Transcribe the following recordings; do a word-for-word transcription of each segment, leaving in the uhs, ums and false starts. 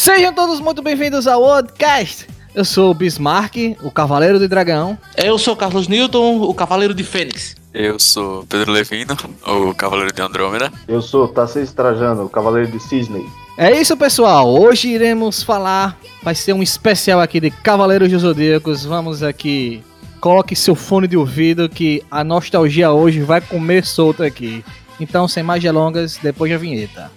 Sejam todos muito bem-vindos ao Podcast. Eu sou o Bismarck, o Cavaleiro do Dragão. Eu sou o Carlos Newton, o Cavaleiro de Fênix. Eu sou Pedro Levino, o Cavaleiro de Andrômeda. Eu sou Tarcísio Trajano, o Cavaleiro de Cisne. É isso, pessoal. Hoje iremos falar, vai ser um especial aqui de Cavaleiros dos Zodíacos. Vamos aqui, coloque seu fone de ouvido que a nostalgia hoje vai comer solto aqui. Então, sem mais delongas, depois da vinheta.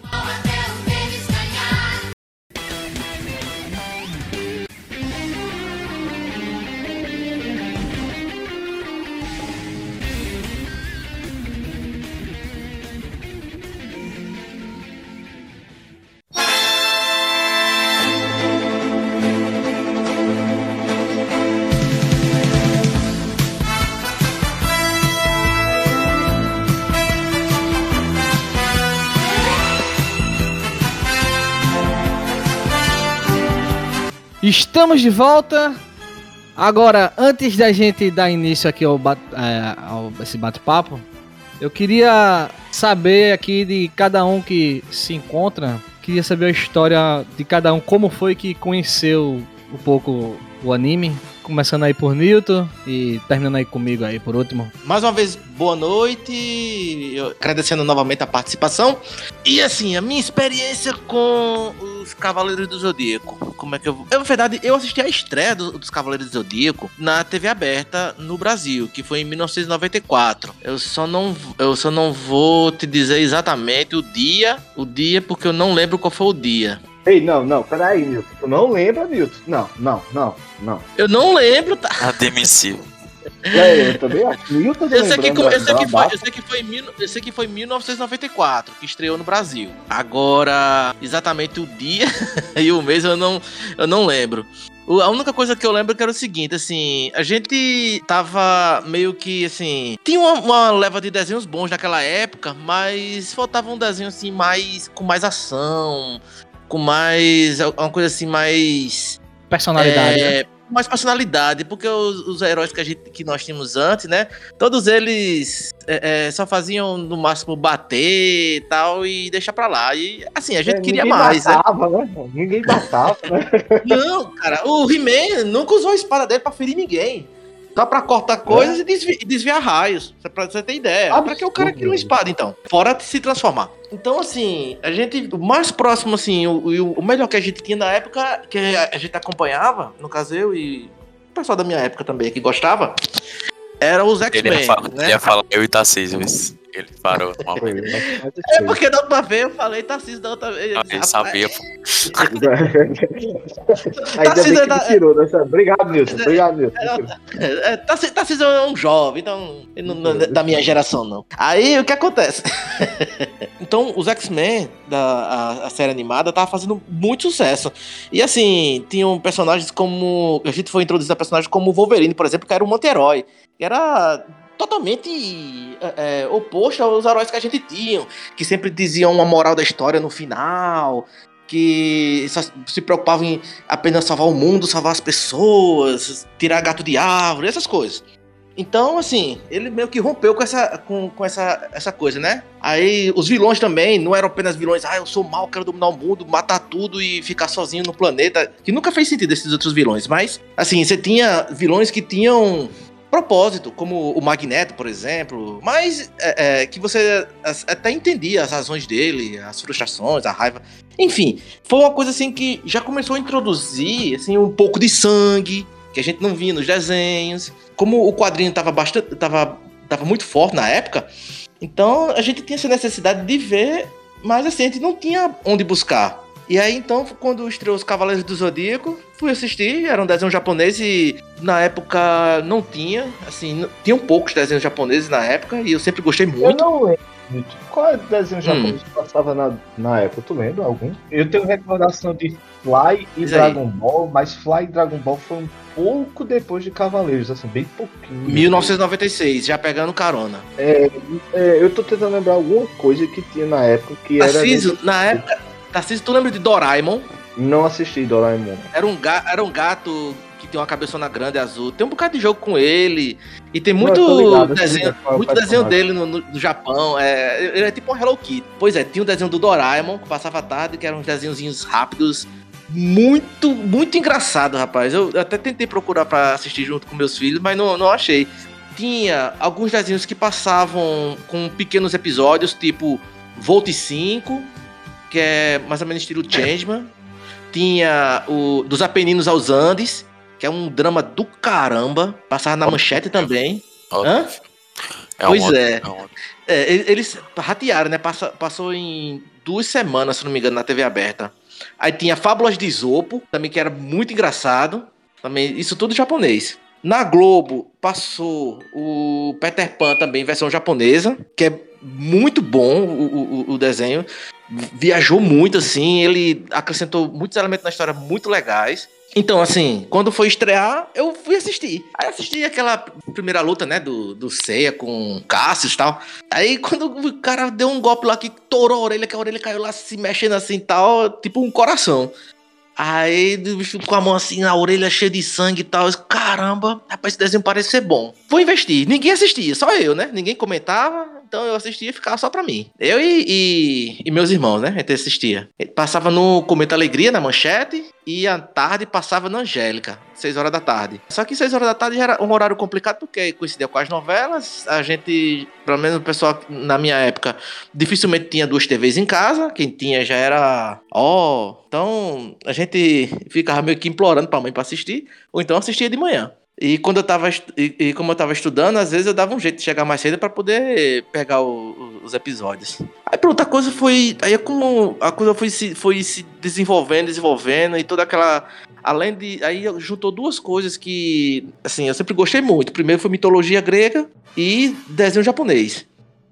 Estamos de volta. Agora, antes da gente dar início aqui ao, bate, é, ao esse bate-papo, eu queria saber aqui de cada um que se encontra, queria saber a história de cada um, como foi que conheceu um pouco o anime, começando aí por Newton e terminando aí comigo aí por último. Mais uma vez, boa noite, eu agradecendo novamente a participação. E assim, a minha experiência com os Cavaleiros do Zodíaco, como é que eu vou... Eu, na verdade, eu assisti a estreia do, dos Cavaleiros do Zodíaco na T V aberta no Brasil, que foi em mil novecentos e noventa e quatro. Eu só não, eu só não vou te dizer exatamente o dia, o dia porque eu não lembro qual foi o dia. Ei, não, não, peraí, Newton. Tu não lembra, Newton? Não, não, não, não. Eu não lembro, tá? Admissível. É, eu também acho. Newton Eu sei, que, lembrando eu, sei da- que da foi, data. eu, sei que foi, em mil- eu sei que foi em mil novecentos e noventa e quatro que estreou no Brasil. Agora, exatamente o dia e o mês eu não, eu não lembro. O- A única coisa que eu lembro é que era o seguinte, assim, a gente tava meio que, assim, tinha uma, uma leva de desenhos bons naquela época, mas faltava um desenho, assim, mais, com mais ação, com mais, uma coisa assim, mais... Personalidade, né? É, mais personalidade, porque os, os heróis que, a gente, que nós tínhamos antes, né? Todos eles é, é, só faziam no máximo bater e tal e deixar pra lá. E assim, a gente É, queria ninguém mais, né? matava, né? Ninguém matava, né? Não, cara, o He-Man nunca usou a espada dele pra ferir ninguém. Só pra cortar coisas e, desvi- e desviar raios. Pra você ter ideia. Absurdo. Pra que o cara queria uma espada, então? Fora de se transformar. Então, assim, a gente, o mais próximo, assim, o, o, o melhor que a gente tinha na época, que a, a gente acompanhava, no caso eu e o pessoal da minha época também, que gostava, era os Ele ia, X-Men, falar, né? ele ia falar eu e Tarcísio, mas ele parou. no momento. Foi, mas- mas É foi. porque da outra vez eu falei Tarcísio, da outra vez. Ah, ele sabia, pô. Ainda Tarcísio bem é que da- ele tirou dessa. Obrigado, Nilson. Obrigado, Nilson. É, Tarcísio Tarcísio é um jovem, então ele não, não é da minha geração, não. Aí o que acontece? Então, os X-Men, da a, a série animada, tava fazendo muito sucesso. E assim, tinham personagens como. A gente foi introduzir a personagens como o Wolverine, por exemplo, que era um anti-herói. Que era totalmente é, é, oposto aos heróis que a gente tinha. Que sempre diziam uma moral da história no final. Que só se preocupavam em apenas salvar o mundo, salvar as pessoas, tirar gato de árvore, essas coisas. Então, assim, ele meio que rompeu com essa, com, com essa, essa coisa, né? Aí, os vilões também não eram apenas vilões, ah, eu sou mau, quero dominar o mundo, matar tudo e ficar sozinho no planeta, que nunca fez sentido esses outros vilões, mas, assim, você tinha vilões que tinham propósito, como o Magneto, por exemplo, mas é, é, que você até entendia as razões dele, as frustrações, a raiva, enfim, foi uma coisa, assim, que já começou a introduzir, assim, um pouco de sangue, que a gente não via nos desenhos. Como o quadrinho estava bastante, tava, tava muito forte na época, então a gente tinha essa necessidade de ver, mas assim, a gente não tinha onde buscar. E aí, então, quando estreou os Cavaleiros do Zodíaco, fui assistir, era um desenho japonês e na época não tinha, assim, não, tinham poucos desenhos japoneses na época e eu sempre gostei Eu muito. não lembro. Newton. Qual é o desenho japonês que passava na, na época? Tu lembra algum? Eu tenho recordação de Fly e Diz aí. Dragon Ball, mas Fly e Dragon Ball foi um pouco depois de Cavaleiros, assim, bem pouquinho. mil novecentos e noventa e seis, já pegando carona. É, eu tô tentando lembrar alguma coisa que tinha na época que era. Tarcísio, na época, Tarcísio, tu lembra de Doraemon? Não assisti Doraemon. Era um, ga- era um gato que tem uma cabeçona grande azul. Tem um bocado de jogo com ele. E tem muito Não, eu tô ligado, eu tô desenho, ligado qual é o muito desenho personagem. dele no, no- no Japão. É, ele é tipo um Hello Kitty. Pois é, tinha um desenho do Doraemon que passava à tarde, que eram uns desenhozinhos rápidos. muito, muito engraçado, rapaz. Eu até tentei procurar pra assistir junto com meus filhos, mas não, não achei. Tinha alguns desenhos que passavam com pequenos episódios, tipo Volt cinco, que é mais ou menos estilo Changeman. Tinha o Dos Apeninos aos Andes, que é um drama do caramba. Passava na Manchete também. Hã? É Pois um é. é um- É, e- eles ratearam, né? Passa- passou em duas semanas, se não me engano, na T V aberta. Aí tinha Fábulas de Isopo, também que era muito engraçado. Também, isso tudo japonês. Na Globo passou o Peter Pan também, versão japonesa, que é muito bom o, o, o desenho. Viajou muito, assim, ele acrescentou muitos elementos na história muito legais. Então, assim, quando foi estrear, eu fui assistir. Aí assisti aquela primeira luta, né, do, do Seiya com Cassius e tal. Aí quando o cara deu um golpe lá que torou a orelha, que a orelha caiu lá se mexendo assim e tal, tipo um coração. Aí o bicho com a mão assim, na orelha cheia de sangue e tal. Eu disse, caramba, rapaz, esse desenho parece ser bom. Vou investir. Ninguém assistia, só eu, né? Ninguém comentava, então eu assistia e ficava só pra mim. Eu e, e, e meus irmãos, né? A gente assistia. Ele passava no Cometa Alegria, na Manchete, e à tarde passava na Angélica, seis horas da tarde. Só que seis horas da tarde já era um horário complicado, porque coincidia com as novelas. A gente, pelo menos o pessoal na minha época, dificilmente tinha duas T Vs em casa. Quem tinha já era... Ó... Oh, então a gente ficava meio que implorando pra mãe pra assistir, ou então assistia de manhã. E quando eu tava, estu- e, e como eu tava estudando, às vezes eu dava um jeito de chegar mais cedo pra poder pegar o- o- os episódios. Aí pronto, a coisa foi. Aí é como a coisa foi se, foi se desenvolvendo, desenvolvendo, e toda aquela. Além de. Aí juntou duas coisas que, assim, eu sempre gostei muito. Primeiro foi mitologia grega e desenho japonês.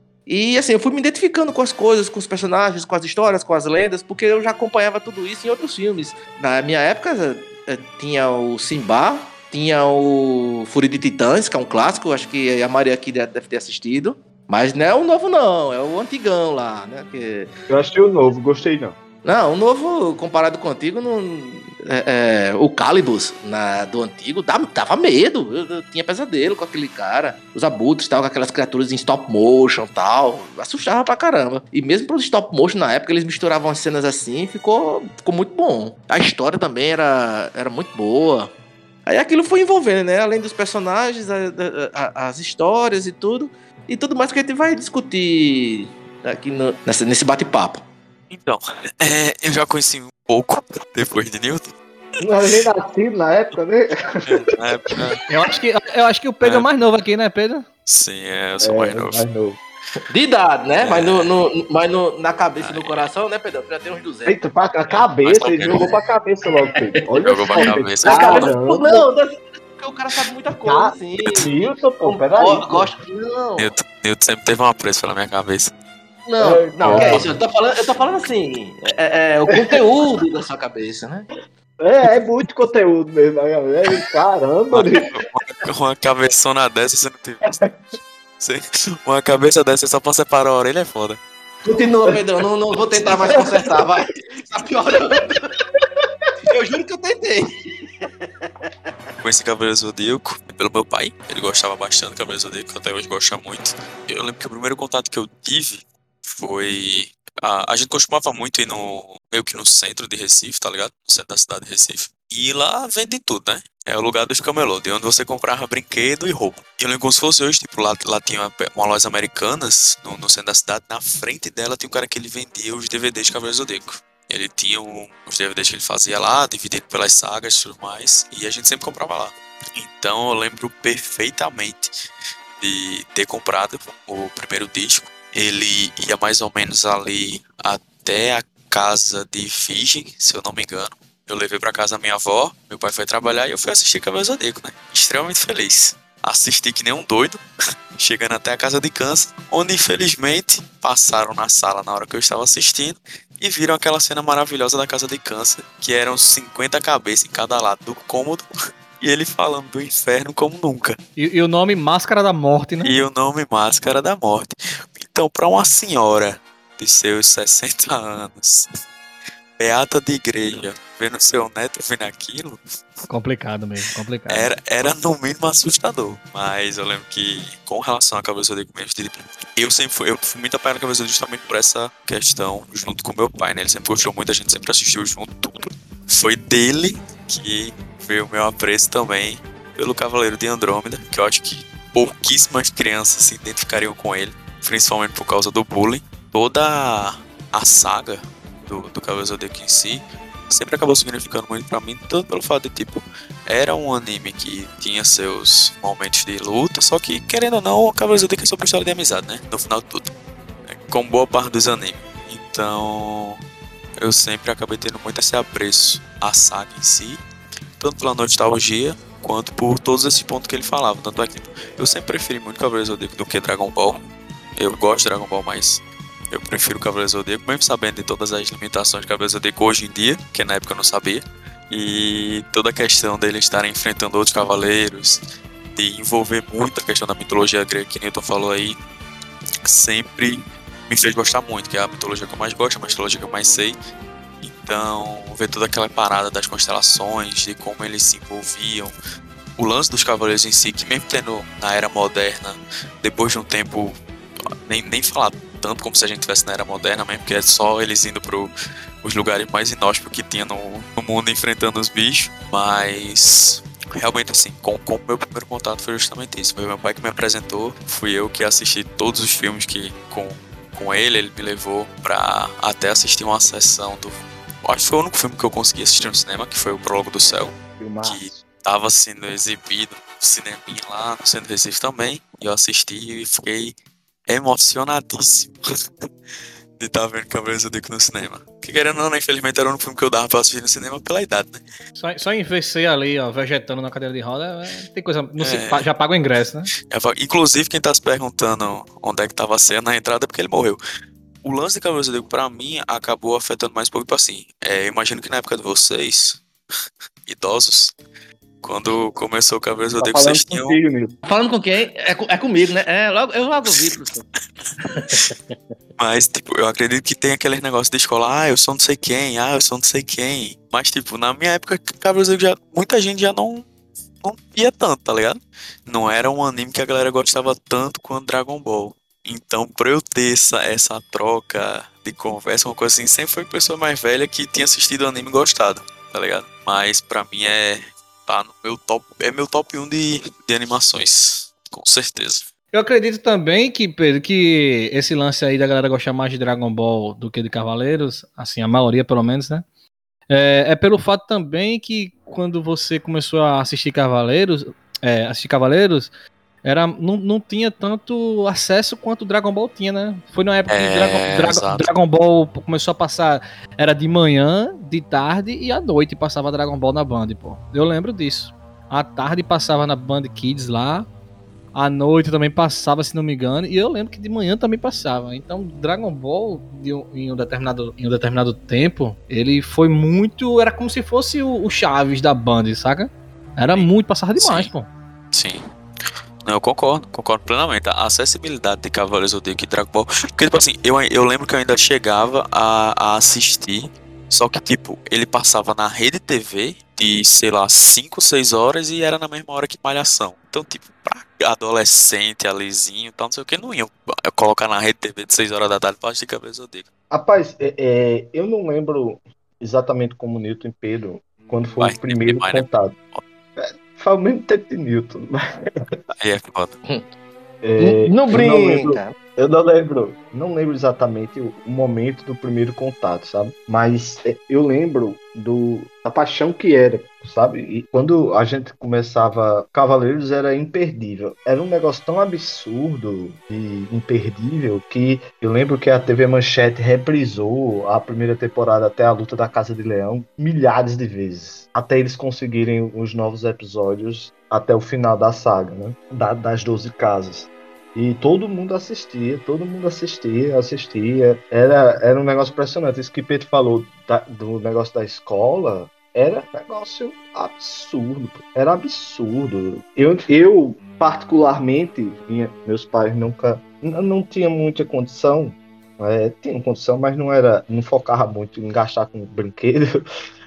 E assim, eu fui me identificando com as coisas, com os personagens, com as histórias, com as lendas, porque eu já acompanhava tudo isso em outros filmes. Na minha época, eh, tinha o Simba, tinha o Fúria de Titãs, que é um clássico, acho que a Maria aqui deve ter assistido. Mas não é o novo não, é o antigão lá, né? Que... Eu achei o novo, gostei não. Não, o novo, comparado com o antigo, não, é, é, o Calibus na, do antigo dava, dava medo. Eu, eu tinha pesadelo com aquele cara. Os abutres tal, com aquelas criaturas em stop motion e tal. Assustava pra caramba. E mesmo pro stop motion na época, eles misturavam as cenas assim, ficou, ficou muito bom. A história também era, era muito boa. Aí aquilo foi envolvendo, né? Além dos personagens, a, a, a, as histórias e tudo. E tudo mais que a gente vai discutir aqui no, nessa, nesse bate-papo. Então, é, eu já conheci um pouco depois de Newton. Não era nem nascido na época, né? É, na época, Eu acho que, eu acho que o Pedro é, É. mais novo aqui, né, Pedro? sim, é, eu sou É, mais novo. mais novo. De idade, né? É. Mas, no, no- mas no- na cabeça e no coração, né, Pedro? Já tem uns duzentos. Eita, pra a cabeça, Mas ele tá jogou pra cabeça logo, Pedro. Olha Jogou pra só, cabeça. Na cabeça, caramba. não, não, porque o cara sabe muita coisa, Tá. assim. Nilson, pô, Não peraí. pode, pô. gosto. Não, Newton, Newton sempre teve um apreço pela minha cabeça. não, É, não, que é. é isso? Eu tô falando, eu tô falando assim, é, é o conteúdo da sua cabeça, né? É, é muito conteúdo mesmo, né, galera? Caramba, né? Uma, uma cabeçona dessa, você não teve. Você- Uma cabeça dessa só pra separar a orelha é foda. Continua, Pedrão, não, não vou tentar mais consertar, vai. Tá piorando. Eu juro que eu tentei. Conheci Cavaleiro Zodíaco pelo meu pai. Ele gostava bastante do Cavaleiro Zodíaco, até hoje gosta muito. Eu lembro que o primeiro contato que eu tive foi. A, a gente costumava muito ir no. Meio que no centro de Recife, tá ligado? No centro da cidade de Recife. E lá vende tudo, né? É o lugar dos camelô, de onde você comprava brinquedo e roupa. E eu lembro como se fosse hoje, tipo, lá, lá tinha uma, uma loja Americanas, no, no centro da cidade. Na frente dela tinha um cara que ele vendia os D V Ds de Cavaleiro Zodíaco. Ele tinha um, os D V Ds que ele fazia lá, dividido pelas sagas e tudo mais. E a gente sempre comprava lá. Então eu lembro perfeitamente de ter comprado o primeiro disco. Ele ia mais ou menos ali até a casa de Virgem, se eu não me engano. Eu levei pra casa da minha avó, meu pai foi trabalhar e eu fui assistir Cavaleiro Zodíaco, né? Extremamente feliz. Assisti que nem um doido, chegando até a casa de Câncer, onde infelizmente passaram na sala na hora que eu estava assistindo e viram aquela cena maravilhosa da casa de Câncer, que eram cinquenta cabeças em cada lado do cômodo e ele falando do inferno como nunca. E, e o nome Máscara da Morte, né? E o nome Máscara da Morte. Então, para uma senhora de seus sessenta anos, beata de igreja, vendo seu neto vendo aquilo, Complicado mesmo, complicado. era, era no mínimo assustador. Mas eu lembro que, com relação à Cavaleiro Zodíaco mesmo, tipo, eu sempre fui, eu fui muito apaixonado na Cavaleiro Zodíaco justamente por essa questão, junto com meu pai, né? Ele sempre gostou muito, a gente sempre assistiu junto, tudo. foi dele que veio o meu apreço também pelo Cavaleiro de Andrômeda, que eu acho que pouquíssimas crianças se identificariam com ele, principalmente por causa do bullying. Toda a saga do, do Cavaleiro do Zodíaco em si sempre acabou significando muito pra mim, tanto pelo fato de, tipo, era um anime que tinha seus momentos de luta, só que, querendo ou não, o Cavaleiro do Zodíaco é sobre história de amizade, né? No final de tudo. Com boa parte dos animes. Então, eu sempre acabei tendo muito esse apreço à saga em si, tanto pela nostalgia, quanto por todos esses pontos que ele falava. Tanto é que eu sempre preferi muito Cavaleiro do Zodíaco do que Dragon Ball. Eu gosto de Dragon Ball, mas eu prefiro Cavaleiro do Zodíaco, mesmo sabendo de todas as limitações de Cavaleiro do Zodíaco hoje em dia, que na época eu não sabia. E toda a questão dele estarem enfrentando outros cavaleiros, de envolver muito a questão da mitologia grega, que Newton falou aí, sempre me fez gostar muito, que é a mitologia que eu mais gosto, a mitologia que eu mais sei. Então, ver toda aquela parada das constelações, de como eles se envolviam, o lance dos cavaleiros em si, que mesmo tendo na era moderna, depois de um tempo, nem, nem falar tanto como se a gente tivesse na era moderna mesmo, porque é só eles indo pro os lugares mais inóspitos que tinha no, no mundo enfrentando os bichos, mas realmente assim, com o meu primeiro contato foi justamente isso. Foi meu pai que me apresentou, fui eu que assisti todos os filmes que com, com ele, ele me levou pra até assistir uma sessão do... Acho que foi o único filme que eu consegui assistir no cinema, que foi o Prólogo do Céu, que tava sendo exibido no cineminha lá no Centro Recife também, e eu assisti e fiquei emocionadíssimo de estar vendo Cavaleiro do Zodíaco no cinema. Que querendo ou não, infelizmente era um filme que eu dava pra assistir no cinema pela idade, né? Só, só em V C ali, ó, vegetando na cadeira de roda, é, tem coisa. Não sei, é... já paga o ingresso, né? Inclusive, quem tá se perguntando onde é que tava sendo na entrada é porque ele morreu. O lance de Cavaleiro do Zodíaco, pra mim, acabou afetando mais um pouco, assim. É, eu imagino que na época de vocês, idosos, quando começou o Cavaleiro do Zodíaco, tá vocês tinham... Contigo, falando com quem? É, é comigo, né? É, logo, eu logo vi, professor. Mas, tipo, eu acredito que tem aqueles negócios de escola, ah, eu sou não sei quem, ah, eu sou não sei quem. Mas, tipo, na minha época, Cavaleiro do Zodíaco já, muita gente já não, não via tanto, tá ligado? Não era um anime que a galera gostava tanto quanto Dragon Ball. Então, pra eu ter essa, essa troca de conversa, uma coisa assim, sempre foi pessoa mais velha que tinha assistido o anime e gostado, tá ligado? Mas, pra mim, é... tá no meu top... É meu top um de, de animações, com certeza. Eu acredito também que, Pedro, que esse lance aí da galera gostar mais de Dragon Ball do que de Cavaleiros, assim, a maioria pelo menos, né? É, é pelo fato também que quando você começou a assistir Cavaleiros, é, assistir Cavaleiros, era, não, não tinha tanto acesso quanto Dragon Ball tinha, né? Foi na época é, que Dragon, Dragon, Dragon Ball começou a passar, era de manhã, de tarde e à noite passava Dragon Ball na Band, pô. Eu lembro disso. À tarde passava na Band Kids lá, à noite também passava, se não me engano, e eu lembro que de manhã também passava. Então, Dragon Ball, de um, em, um determinado, em um determinado tempo, ele foi muito... Era como se fosse o, o Chaves da Band, saca? Era Sim. muito, passava demais, Sim. pô. Sim. Eu concordo, concordo plenamente. A acessibilidade de Cavaleiros do Zodíaco e Dragon Ball... Porque, tipo assim, eu, eu lembro que eu ainda chegava a, a assistir, só que, tipo, ele passava na Rede T V de, sei lá, cinco, seis horas e era na mesma hora que Malhação. Então, tipo, pra adolescente, alizinho e tal, não sei o que, não iam colocar na Rede T V de seis horas da tarde pra assistir Cavaleiros do Zodíaco. Rapaz, é, é, eu não lembro exatamente como Newton e Pedro, quando foi Vai, o primeiro vai, contato. Né? É, foi ao mesmo tempo de Newton. Aí é foda. É, não brinca. Eu não lembro, eu não lembro, não lembro exatamente o, o momento do primeiro contato, sabe? Mas é, eu lembro do, da paixão que era, sabe? E quando a gente começava Cavaleiros era imperdível. Era um negócio tão absurdo e imperdível que eu lembro que a T V Manchete reprisou a primeira temporada até a luta da Casa de Leão milhares de vezes. Até eles conseguirem os novos episódios até o final da saga, né? Da, das doze casas. E todo mundo assistia, todo mundo assistia, assistia. Era, era um negócio impressionante. Isso que Pedro falou da, do negócio da escola, era um negócio absurdo. Era absurdo. Eu, eu particularmente, minha, meus pais nunca... Não, não tinham muita condição. É, tinham condição, mas não era, não focava muito em gastar com brinquedo.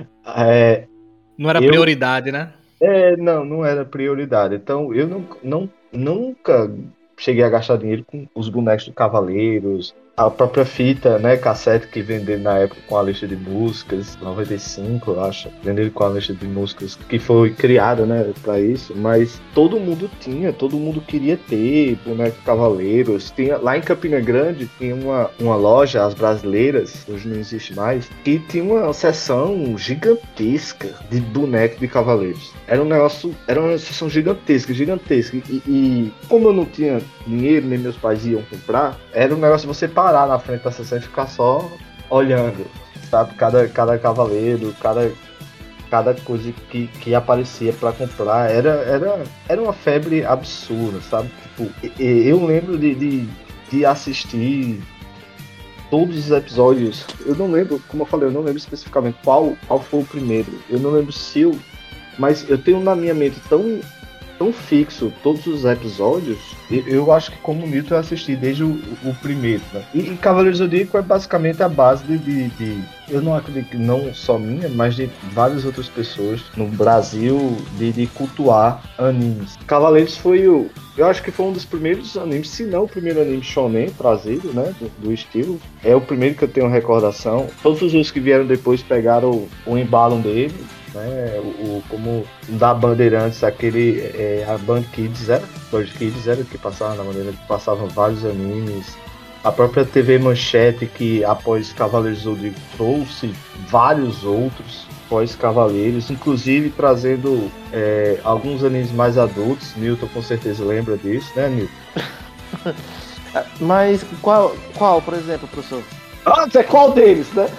É, não era eu, prioridade, né? É, não, não era prioridade. Então, eu não, não, nunca cheguei a gastar dinheiro com os bonecos do Cavaleiros, a própria fita, né, cassete que venderam na época com a lista de músicas, noventa e cinco, eu acho, venderam com a lista de músicas que foi criada, né, pra isso, mas todo mundo tinha, todo mundo queria ter boneco Cavaleiros. Tinha, lá em Campina Grande tinha uma, uma loja, as Brasileiras, hoje não existe mais, que tinha uma seção gigantesca de boneco de Cavaleiros. Era um negócio, era uma seção gigantesca, gigantesca, e, e como eu não tinha dinheiro, nem meus pais iam comprar, era um negócio de você parar na frente da sessão e ficar só olhando, sabe? Cada, cada cavaleiro, cada, cada coisa que, que aparecia pra comprar, era, era, era uma febre absurda, sabe? Tipo, eu lembro de, de, de assistir todos os episódios. Eu não lembro, como eu falei, eu não lembro especificamente qual, qual foi o primeiro. Eu não lembro se eu... Mas eu tenho na minha mente tão... tão fixo todos os episódios, eu acho que como Milton eu assisti desde o, o primeiro, né? E, e Cavaleiros do Zodíaco é basicamente a base de, de, de, eu não acredito que não só minha, mas de várias outras pessoas no Brasil de, de cultuar animes. Cavaleiros foi o, eu acho que foi um dos primeiros animes, se não o primeiro anime shonen trazido, né, do, do estilo. É o primeiro que eu tenho recordação. Todos os outros que vieram depois pegaram o, o embalo dele. Né, o, o, como da Bandeirantes, aquele é, a Band Kids era, Band Kids era que passava na Bandeirantes, passavam vários animes. A própria T V Manchete, que após Cavaleiros do Zodíaco trouxe vários outros após Cavaleiros, inclusive trazendo é, alguns animes mais adultos. Milton com certeza lembra disso, né, Milton? Mas qual, qual, por exemplo, professor? Ah, é qual deles, né?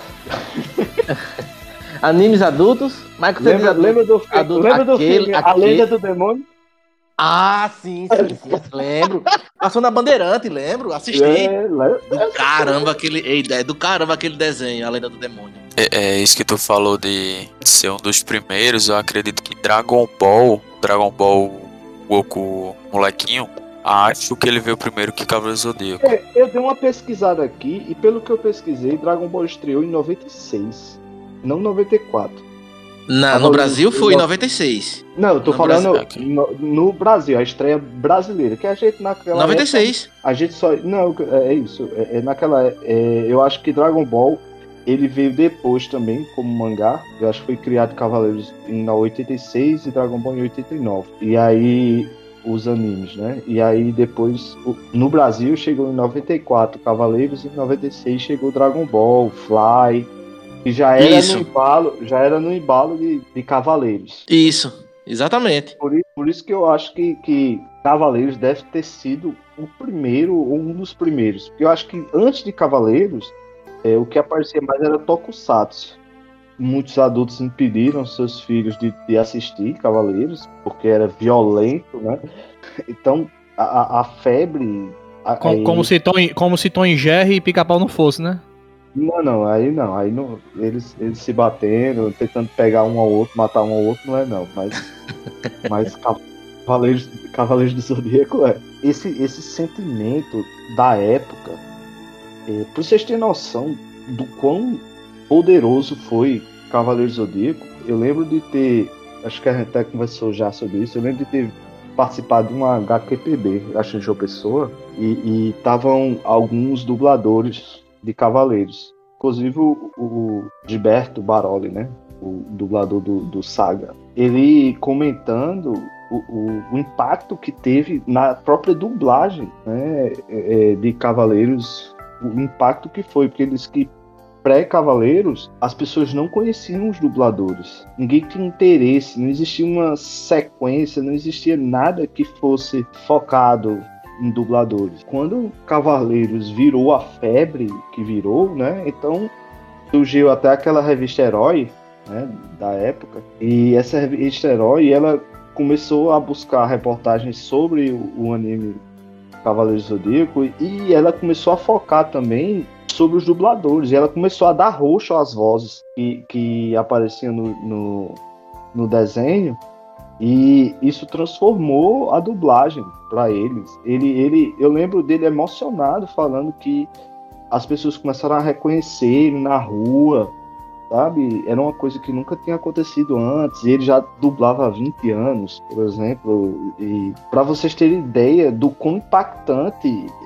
Animes adultos? Michael lembra, adulto, lembra do, filme, adulto, lembra do aquele, filme aquele... A Lenda do Demônio? Ah, sim, sim, sim, lembro. Passou na Bandeirante, lembro, assisti. É, do caramba aquele, ei, do caramba aquele desenho, A Lenda do Demônio. É, é isso que tu falou de ser um dos primeiros. Eu acredito que Dragon Ball, Dragon Ball Goku molequinho, acho que ele veio primeiro que Cavaleiros do Zodíaco. É, eu dei uma pesquisada aqui e pelo que eu pesquisei, Dragon Ball estreou em noventa e seis, não noventa e quatro. Não, no Brasil foi em noventa e seis. Não, eu tô no falando Brasil. No, no Brasil, a estreia brasileira, que a gente naquela noventa e seis. Época, a gente só... Não, é isso. É, é naquela... É, eu acho que Dragon Ball, ele veio depois também, como mangá. Eu acho que foi criado Cavaleiros em oitenta e seis e Dragon Ball em oitenta e nove. E aí... os animes, né? E aí depois, no Brasil, chegou em noventa e quatro Cavaleiros e em noventa e seis chegou Dragon Ball, Fly... E já era Isso. no embalo, já era no embalo de, de Cavaleiros. Isso, exatamente. Por, por isso que eu acho que, que Cavaleiros deve ter sido o primeiro ou um dos primeiros. Porque eu acho que antes de Cavaleiros, é, o que aparecia mais era Tokusatsu. Muitos adultos impediram seus filhos de, de assistir Cavaleiros, porque era violento, né? Então, a, a febre... A, Com, aí... como, se Tom, como se Tom e Jerry e Pica-Pau não fosse, né? Não, não, aí não, aí não, eles, eles se batendo, tentando pegar um ao outro, matar um ao outro, não é não, mas, mas Cavaleiros, Cavaleiros do Zodíaco é. Esse, esse sentimento da época, é, pra vocês terem noção do quão poderoso foi Cavaleiros do Zodíaco, eu lembro de ter, acho que a gente até conversou já sobre isso, eu lembro de ter participado de uma H Q P B, acho de João Pessoa, e estavam alguns dubladores de Cavaleiros. Inclusive o, o Gilberto Baroli, né? O dublador do, do Saga. Ele comentando o, o, o impacto que teve na própria dublagem, né, é, de Cavaleiros, o impacto que foi, porque eles que pré-Cavaleiros, as pessoas não conheciam os dubladores. Ninguém tinha interesse, não existia uma sequência, não existia nada que fosse focado em dubladores. Quando Cavaleiros virou a febre que virou, né? Então surgiu até aquela revista Herói, né, da época. E essa revista Herói, ela começou a buscar reportagens sobre o, o anime Cavaleiros do Zodíaco e ela começou a focar também sobre os dubladores. E ela começou a dar roxo às vozes que, que apareciam no, no, no desenho. E isso transformou a dublagem para eles. Ele, ele, eu lembro dele emocionado falando que as pessoas começaram a reconhecer ele na rua, sabe? Era uma coisa que nunca tinha acontecido antes, e ele já dublava há vinte anos, por exemplo, e para vocês terem ideia do quão impactante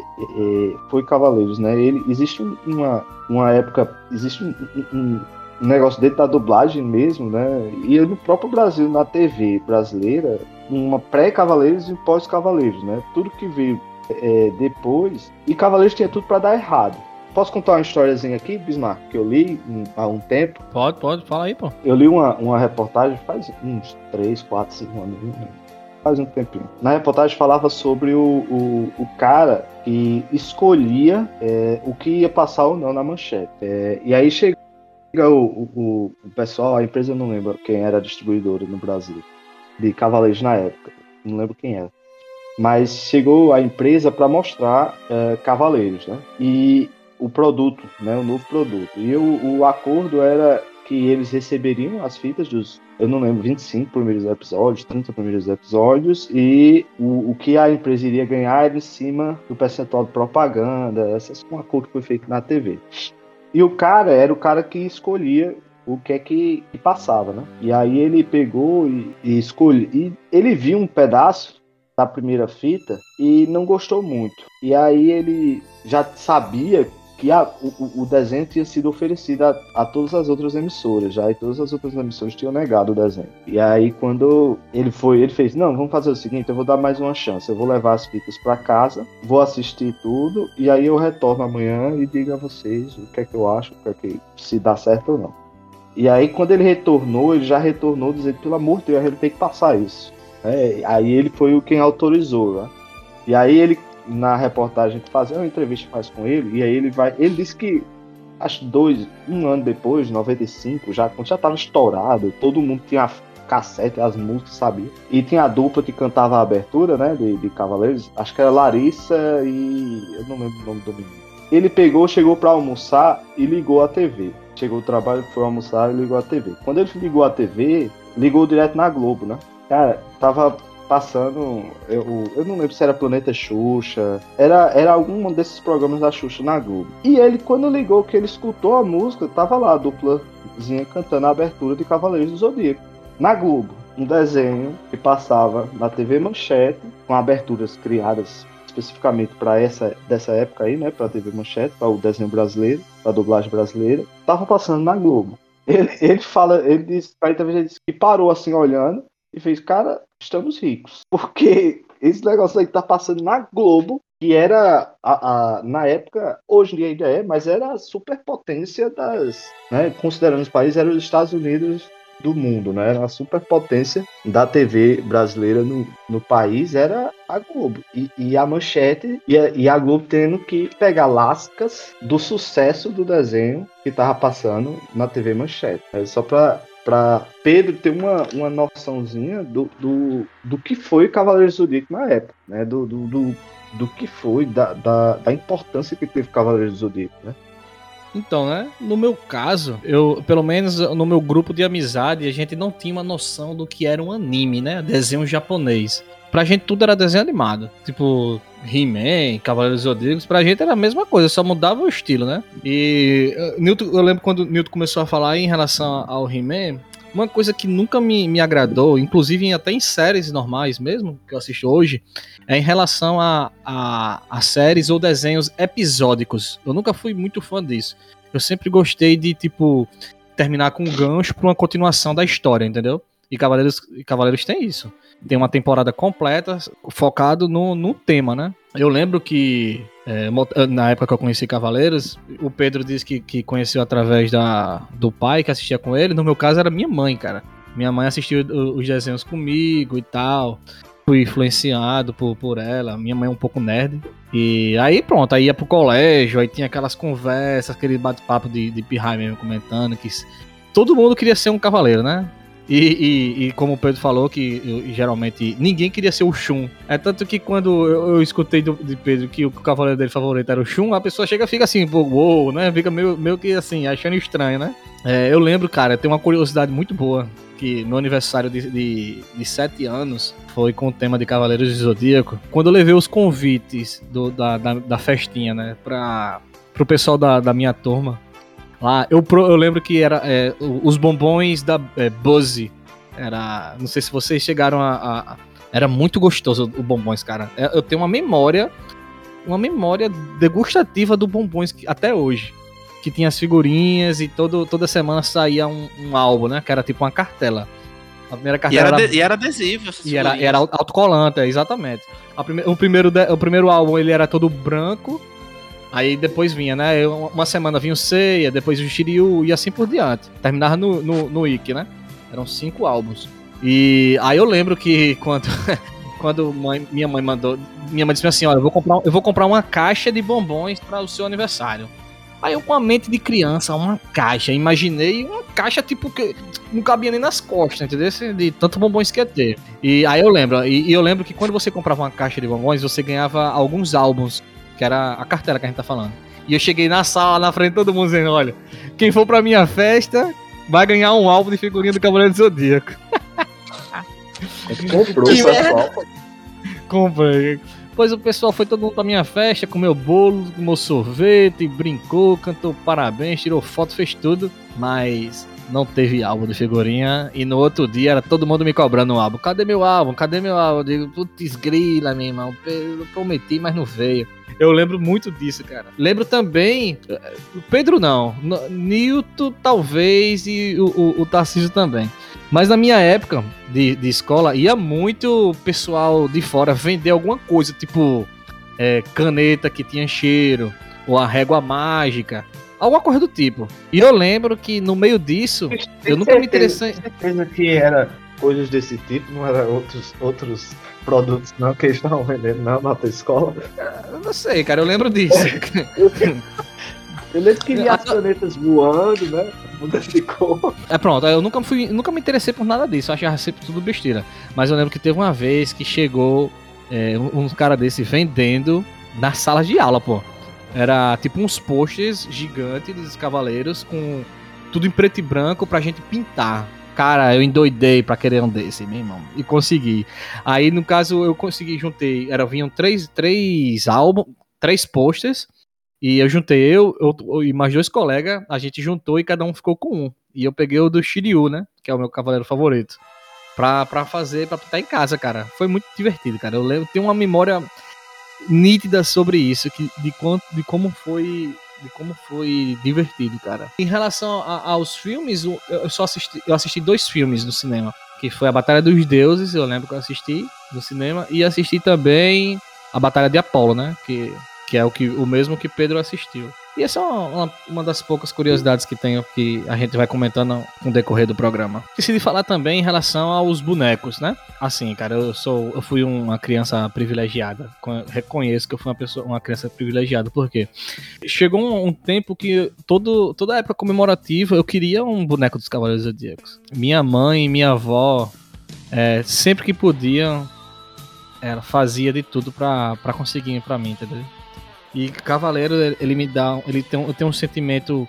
é, foi Cavaleiros, né? Ele, existe uma, uma época, existe um, um, um negócio dentro da dublagem mesmo, né? E no próprio Brasil, na T V brasileira, uma pré-Cavaleiros e pós-Cavaleiros, né? Tudo que veio é, depois, e Cavaleiros tinha tudo para dar errado. Posso contar uma historiazinha aqui, Bismarck, que eu li um, há um tempo? Pode, pode, fala aí, pô. Eu li uma, uma reportagem faz uns três, quatro, cinco anos, faz um tempinho. Na reportagem falava sobre o, o, o cara que escolhia é, o que ia passar ou não na manchete. É, e aí chega o, o, o pessoal, a empresa, eu não lembro quem era a distribuidora no Brasil, de Cavaleiros na época, não lembro quem era. Mas chegou a empresa para mostrar é, Cavaleiros, né? E o produto, né, o novo produto. E o, o acordo era que eles receberiam as fitas dos, eu não lembro, vinte e cinco primeiros episódios, trinta primeiros episódios, e o, o que a empresa iria ganhar era em cima do percentual de propaganda, essas, um acordo que foi feito na T V. E o cara era o cara que escolhia o que é que, que passava, né? E aí ele pegou e, e escolheu, e ele viu um pedaço da primeira fita e não gostou muito. E aí ele já sabia que a, o, o desenho tinha sido oferecido a, a todas as outras emissoras, já, e todas as outras emissoras tinham negado o desenho. E aí quando ele foi, ele fez, não, vamos fazer o seguinte, eu vou dar mais uma chance, eu vou levar as fitas para casa, vou assistir tudo, e aí eu retorno amanhã e digo a vocês o que é que eu acho, o que é que, se dá certo ou não. E aí quando ele retornou, ele já retornou dizendo, pelo amor de Deus, ele tem que passar isso. É, aí ele foi o quem autorizou, né? E aí ele, na reportagem, fazer uma entrevista faz com ele, e aí ele vai, ele disse que acho dois, um ano depois, noventa e cinco, já, quando já tava estourado, todo mundo tinha cassete, as músicas, sabia? E tinha a dupla que cantava a abertura, né, de, de Cavaleiros, acho que era Larissa e eu não lembro o nome do menino. Ele pegou, chegou para almoçar e ligou a T V. Chegou do trabalho, foi almoçar e ligou a T V. Quando ele ligou a T V, ligou direto na Globo, né? Cara, tava passando, eu, eu não lembro se era Planeta Xuxa, era, era algum desses programas da Xuxa na Globo. E ele, quando ligou, que ele escutou a música, tava lá a duplazinha cantando a abertura de Cavaleiros do Zodíaco, na Globo. Um desenho que passava na T V Manchete, com aberturas criadas especificamente para essa dessa época aí, né, para a T V Manchete, para o desenho brasileiro, para a dublagem brasileira, tava passando na Globo. Ele, ele fala, ele disse, para entrevista, ele disse que parou assim olhando e fez, cara, estamos ricos. Porque esse negócio aí tá passando na Globo, que era, a, a, na época, hoje em dia ainda é, mas era a superpotência das, né, considerando os países, eram os Estados Unidos do mundo, né? Era a superpotência da T V brasileira no, no país, era a Globo. E, e a Manchete, e a, e a Globo tendo que pegar lascas do sucesso do desenho que tava passando na T V Manchete. É só pra para Pedro ter uma, uma noçãozinha do, do, do que foi Cavaleiros do Zodíaco na época, né? Do, do, do, do que foi, da, da, da importância que teve Cavaleiros do Zodíaco, né? Então, né, no meu caso, eu, pelo menos no meu grupo de amizade, a gente não tinha uma noção do que era um anime, né, desenho japonês. Pra gente tudo era desenho animado, tipo He-Man, Cavaleiros do Zodíaco, pra gente era a mesma coisa, só mudava o estilo, né. E Newton, eu lembro quando o Newton começou a falar em relação ao He-Man, uma coisa que nunca me, me agradou, inclusive até em séries normais mesmo, que eu assisto hoje, é em relação a, a, a séries ou desenhos episódicos. Eu nunca fui muito fã disso. Eu sempre gostei de, tipo, terminar com um gancho pra uma continuação da história, entendeu? E Cavaleiros, e Cavaleiros tem isso. Tem uma temporada completa focado no, no tema, né? Eu lembro que, é, na época que eu conheci Cavaleiros, o Pedro disse que, que conheceu através da, do pai que assistia com ele. No meu caso, era minha mãe, cara. Minha mãe assistiu os desenhos comigo e tal. Fui influenciado por, por ela. Minha mãe é um pouco nerd. E aí pronto, aí ia pro colégio, aí tinha aquelas conversas, aquele bate-papo de, de pirraia mesmo comentando que todo mundo queria ser um cavaleiro, né? E, e, e como o Pedro falou, que eu, geralmente ninguém queria ser o Shun. É tanto que quando eu, eu escutei do, de Pedro que o, que o cavaleiro dele favorito era o Shun, a pessoa chega e fica assim, uou, wow, né? Fica meio, meio que assim, achando estranho, né? É, eu lembro, cara, tem uma curiosidade muito boa, que no aniversário de, de, de sete anos, foi com o tema de Cavaleiros do Zodíaco, quando eu levei os convites do, da, da, da festinha, né, pra, pro pessoal da, da minha turma, Lá, eu, pro- eu lembro que era é, o- os bombons da é, Buzzy. Era. Não sei se vocês chegaram a. a- a- era muito gostoso o bombons, cara. É, Eu tenho uma memória. Uma memória degustativa do bombons que- até hoje. Que tinha as figurinhas e todo, toda semana saía um, um álbum, né? Que era tipo uma cartela. A primeira E cartela era, era, de- e era adesivo. essas e era, figurinhas. era autocolante, é, exatamente. A prime- o, primeiro de- o primeiro álbum ele era todo branco. Aí depois vinha, né? eu- Uma semana vinha o Seiya, depois o Shiryu e assim por diante. Terminava no, no, no Ikki, né? Eram cinco álbuns. E aí eu lembro que quando, quando mãe- minha mãe mandou. Minha mãe disse assim: olha, eu vou comprar, eu vou comprar uma caixa de bombons para o seu aniversário. Aí eu, com a mente de criança, uma caixa, imaginei uma caixa tipo que não cabia nem nas costas, entendeu? De tanto bombons que ia ter. E aí eu lembro, e, e eu lembro que quando você comprava uma caixa de bombons, você ganhava alguns álbuns, que era a cartela que a gente tá falando. E eu cheguei na sala, na frente de todo mundo dizendo: olha, quem for pra minha festa vai ganhar um álbum de figurinha do Cavaleiro do Zodíaco. Comprou, Que pessoal. Comprei. Pois o pessoal foi todo mundo pra minha festa, comeu bolo, tomou sorvete, brincou, cantou parabéns, tirou foto, fez tudo, mas não teve álbum de figurinha. E no outro dia era todo mundo me cobrando um álbum. Cadê meu álbum? Cadê meu álbum? Eu digo, putz grila, meu irmão. Eu prometi, mas não veio. Eu lembro muito disso, cara. Lembro também. O Pedro não. N- Nilton, talvez, e o, o, o Tarcísio também. Mas na minha época de, de escola, ia muito pessoal de fora vender alguma coisa, tipo é, caneta que tinha cheiro, ou a régua mágica, alguma coisa do tipo. E eu lembro que no meio disso, eu nunca me interessei. Certeza que era coisas desse tipo, não era outros, outros produtos não que eles estavam vendendo na nossa escola. Eu não sei, cara, eu lembro disso. Eu lembro que via as canetas voando, né? Mudando de cor. É pronto, eu nunca, fui, nunca me interessei por nada disso, eu achava sempre tudo besteira. Mas eu lembro que teve uma vez que chegou é, um, um cara desse vendendo nas salas de aula, pô. Era tipo uns posters gigantes dos cavaleiros com tudo em preto e branco pra gente pintar. Cara, eu endoidei pra querer um desse, meu irmão. E consegui. Aí, no caso, eu consegui, juntei. Era, vinham três, três álbuns, três posters. E eu juntei eu, eu e mais dois colegas, a gente juntou e cada um ficou com um. E eu peguei o do Shiryu, né? Que é o meu cavaleiro favorito. Pra, pra fazer, pra pintar em casa, cara. Foi muito divertido, cara. Eu lembro, tenho uma memória nítida sobre isso, que, de, quanto, de como foi. De como foi divertido, cara. Em relação a, aos filmes, eu, eu só assisti, eu assisti dois filmes no cinema. Que foi a Batalha dos Deuses, eu lembro que eu assisti no cinema. E assisti também a Batalha de Apolo, né? Que. Que é o, que, o mesmo que Pedro assistiu. E essa é uma, uma, uma das poucas curiosidades que tenho, que a gente vai comentando com o decorrer do programa. Esqueci de falar também em relação aos bonecos, né? Assim, cara, eu sou, eu fui uma criança privilegiada. Reconheço que eu fui uma pessoa, uma criança privilegiada. Por quê? Chegou um, um tempo que todo, toda a época comemorativa eu queria um boneco dos Cavaleiros Zodíacos. Minha mãe e minha avó, é, sempre que podiam, ela fazia de tudo pra, pra conseguir pra mim, entendeu? E Cavaleiro, ele me dá, ele tem, eu tenho um sentimento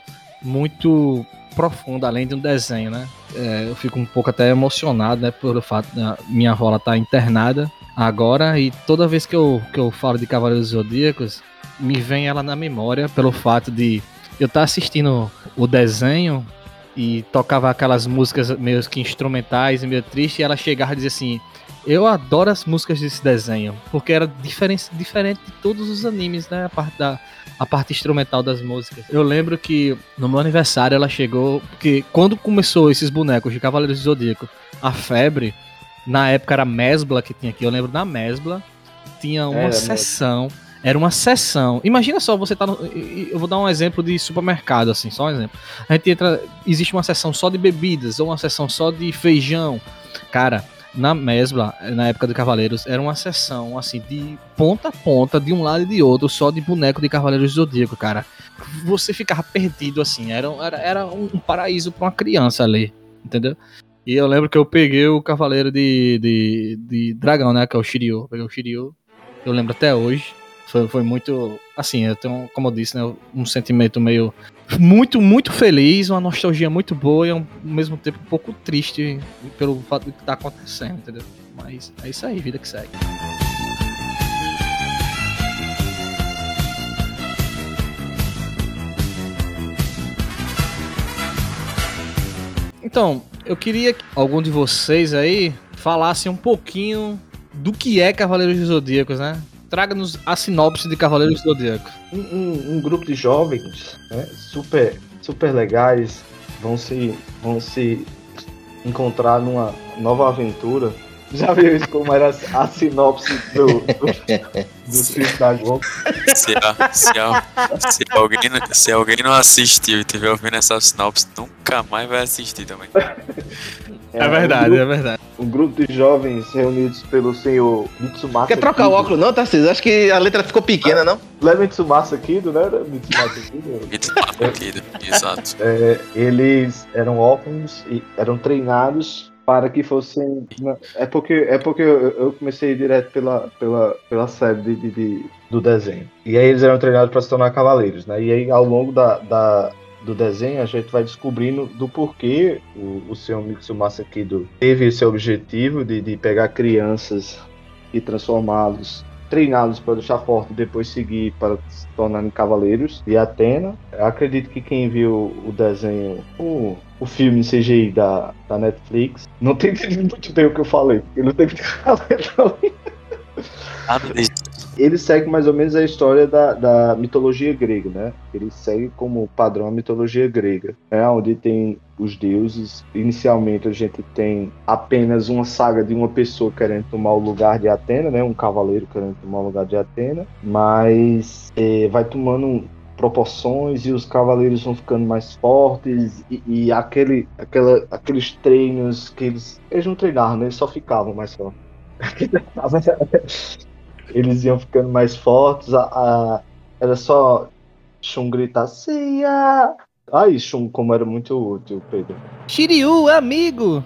muito profundo, além de um desenho, né? É, eu fico um pouco até emocionado, né? Pelo fato da minha avó ela tá internada agora, e toda vez que eu, que eu falo de Cavaleiros Zodíacos, me vem ela na memória pelo fato de eu estar tá assistindo o desenho e tocava aquelas músicas meio que instrumentais e meio triste, e ela chegava e dizia assim: eu adoro as músicas desse desenho, porque era diferente, diferente de todos os animes, né? A parte, da, a parte instrumental das músicas. Eu lembro que no meu aniversário ela chegou, porque quando começou esses bonecos de Cavaleiros do Zodíaco, a febre, na época era a Mesbla que tinha aqui, eu lembro da Mesbla, tinha uma Era, sessão, era uma sessão. Imagina só, você tá no, eu vou dar um exemplo de supermercado, assim, só um exemplo. A gente entra, existe uma sessão só de bebidas, ou uma sessão só de feijão. Cara, na Mesbla, na época do Cavaleiros, era uma sessão, assim, de ponta a ponta, de um lado e de outro, só de boneco de Cavaleiros do Zodíaco, cara. Você ficava perdido, assim, era, era, era um paraíso pra uma criança ali, entendeu? E eu lembro que eu peguei o Cavaleiro de, de, de Dragão, né, que é o Shiryu. Eu peguei o Shiryu, eu lembro até hoje. Foi, foi muito, assim, eu tenho, como eu disse, né, um sentimento meio muito, muito feliz, uma nostalgia muito boa e ao mesmo tempo um pouco triste pelo fato do que tá acontecendo, entendeu? Mas é isso aí, vida que segue. Então, eu queria que algum de vocês aí falasse um pouquinho do que é Cavaleiros dos Zodíacos, né? Traga-nos a sinopse de Cavaleiros dos Zodíacos. Um, um, um grupo de jovens, né, super, super legais vão se, vão se encontrar numa nova aventura. Já viu isso como era a sinopse do, do, do filme da Globo? Se, a, se, a, se, alguém, se alguém não assistiu e estiver ouvindo essa sinopse, nunca mais vai assistir também. É, é verdade, um grupo, é verdade. Um grupo de jovens reunidos pelo senhor Mitsumasa. Quer trocar Kido. o óculos não, Tarcísio? Acho que a letra ficou pequena, não? Leva Mitsumasa Kido, né? Mitsumasa Kido. Mitsumasa Kido, exato. É, eles eram órfãos e eram treinados para que fossem... É porque, é porque eu comecei direto pela, pela, pela série de, de, de, do desenho. E aí eles eram treinados para se tornar cavaleiros, né? E aí ao longo da, da, do desenho a gente vai descobrindo do porquê o, o senhor Mitsumasa Kido teve esse objetivo de, de pegar crianças e transformá-los, treiná-los para deixar forte e depois seguir para se tornarem cavaleiros de Atena. Eu acredito que quem viu o desenho, o, o filme C G I da, da Netflix, não tem entendido muito bem o que eu falei, porque não tem muito cavaleiro. Nada disso. Ele segue mais ou menos a história da, da mitologia grega, né? Ele segue como padrão a mitologia grega, né? Onde tem os deuses. Inicialmente a gente tem apenas uma saga de uma pessoa querendo tomar o lugar de Atena, né? Um cavaleiro querendo tomar o lugar de Atena, mas é, vai tomando proporções e os cavaleiros vão ficando mais fortes e, e aquele, aquela, aqueles treinos que eles, eles não treinavam, né? Eles só ficavam mais fortes. Eles iam ficando mais fortes, a, a, era só Shun gritar Seiya! Ai, Shun, como era muito útil, Pedro. Shiryu, amigo!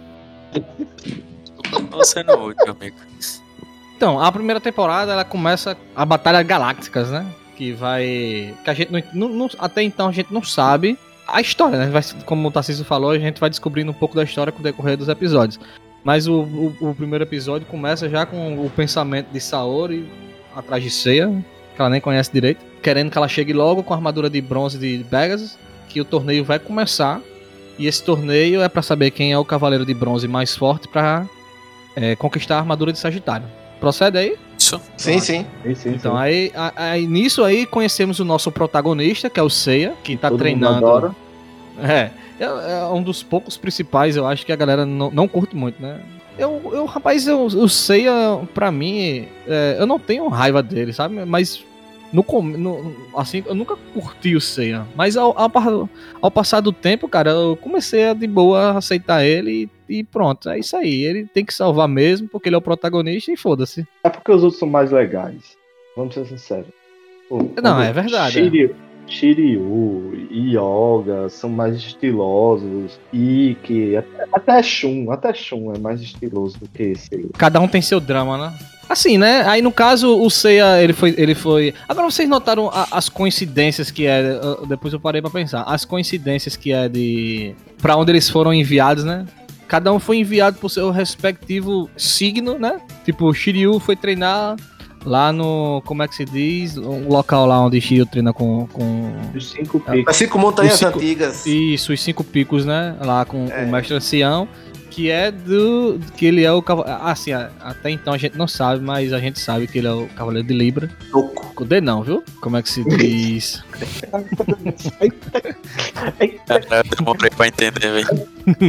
Você não é útil, amigo. Então, a primeira temporada ela começa a Batalha Galácticas, né? Que vai. Que a gente não, não, não, até então a gente não sabe a história, né? Vai, como o Tarcísio falou, a gente vai descobrindo um pouco da história com o decorrer dos episódios. Mas o, o, o primeiro episódio começa já com o pensamento de Saori atrás de Seiya, que ela nem conhece direito, querendo que ela chegue logo com a armadura de bronze de Pegasus, que o torneio vai começar, e esse torneio é pra saber quem é o cavaleiro de bronze mais forte pra é, conquistar a armadura de Sagitário. Procede aí? Isso. Sim, sim. Sim, sim, Então, sim. aí, aí nisso aí conhecemos o nosso protagonista, que é o Seiya, que tá Todo mundo treinando. adora. É, é, é um dos poucos principais, eu acho que a galera não, não curte muito, né? Eu, eu rapaz, eu, eu sei, pra mim, é, eu não tenho raiva dele, sabe? Mas, no, no, assim, eu nunca curti o Seiya. Mas ao, ao, ao passar do tempo, cara, eu comecei a de boa aceitar ele e, e pronto, é isso aí. Ele tem que salvar mesmo, porque ele é o protagonista e foda-se. É porque os outros são mais legais. Vamos ser sinceros. Pô, Não, é verdade. Shiryu, Shiryu e Yoga são mais estilosos. Ikki, até, até Shun, até Shun é mais estiloso do que esse aí. Cada um tem seu drama, né? Assim, né? Aí no caso, o Seiya, ele foi. Ele foi... Agora vocês notaram a, as coincidências que é. Depois eu parei pra pensar. As coincidências que é de. Pra onde eles foram enviados, né? Cada um foi enviado pro seu respectivo signo, né? Tipo, o Shiryu foi treinar lá no. Como é que se diz? Um local lá onde Shiryu treina com. com... Os cinco picos. As cinco montanhas Os cinco- antigas. Isso, os cinco picos, né? Lá com É. o mestre ancião. Que é do. Que ele é o cavaleiro. Assim, até então a gente não sabe, mas a gente sabe que ele é o cavaleiro de Libra. Toco. O D não, viu? Como é que se diz? Cara, eu demorei pra entender, velho.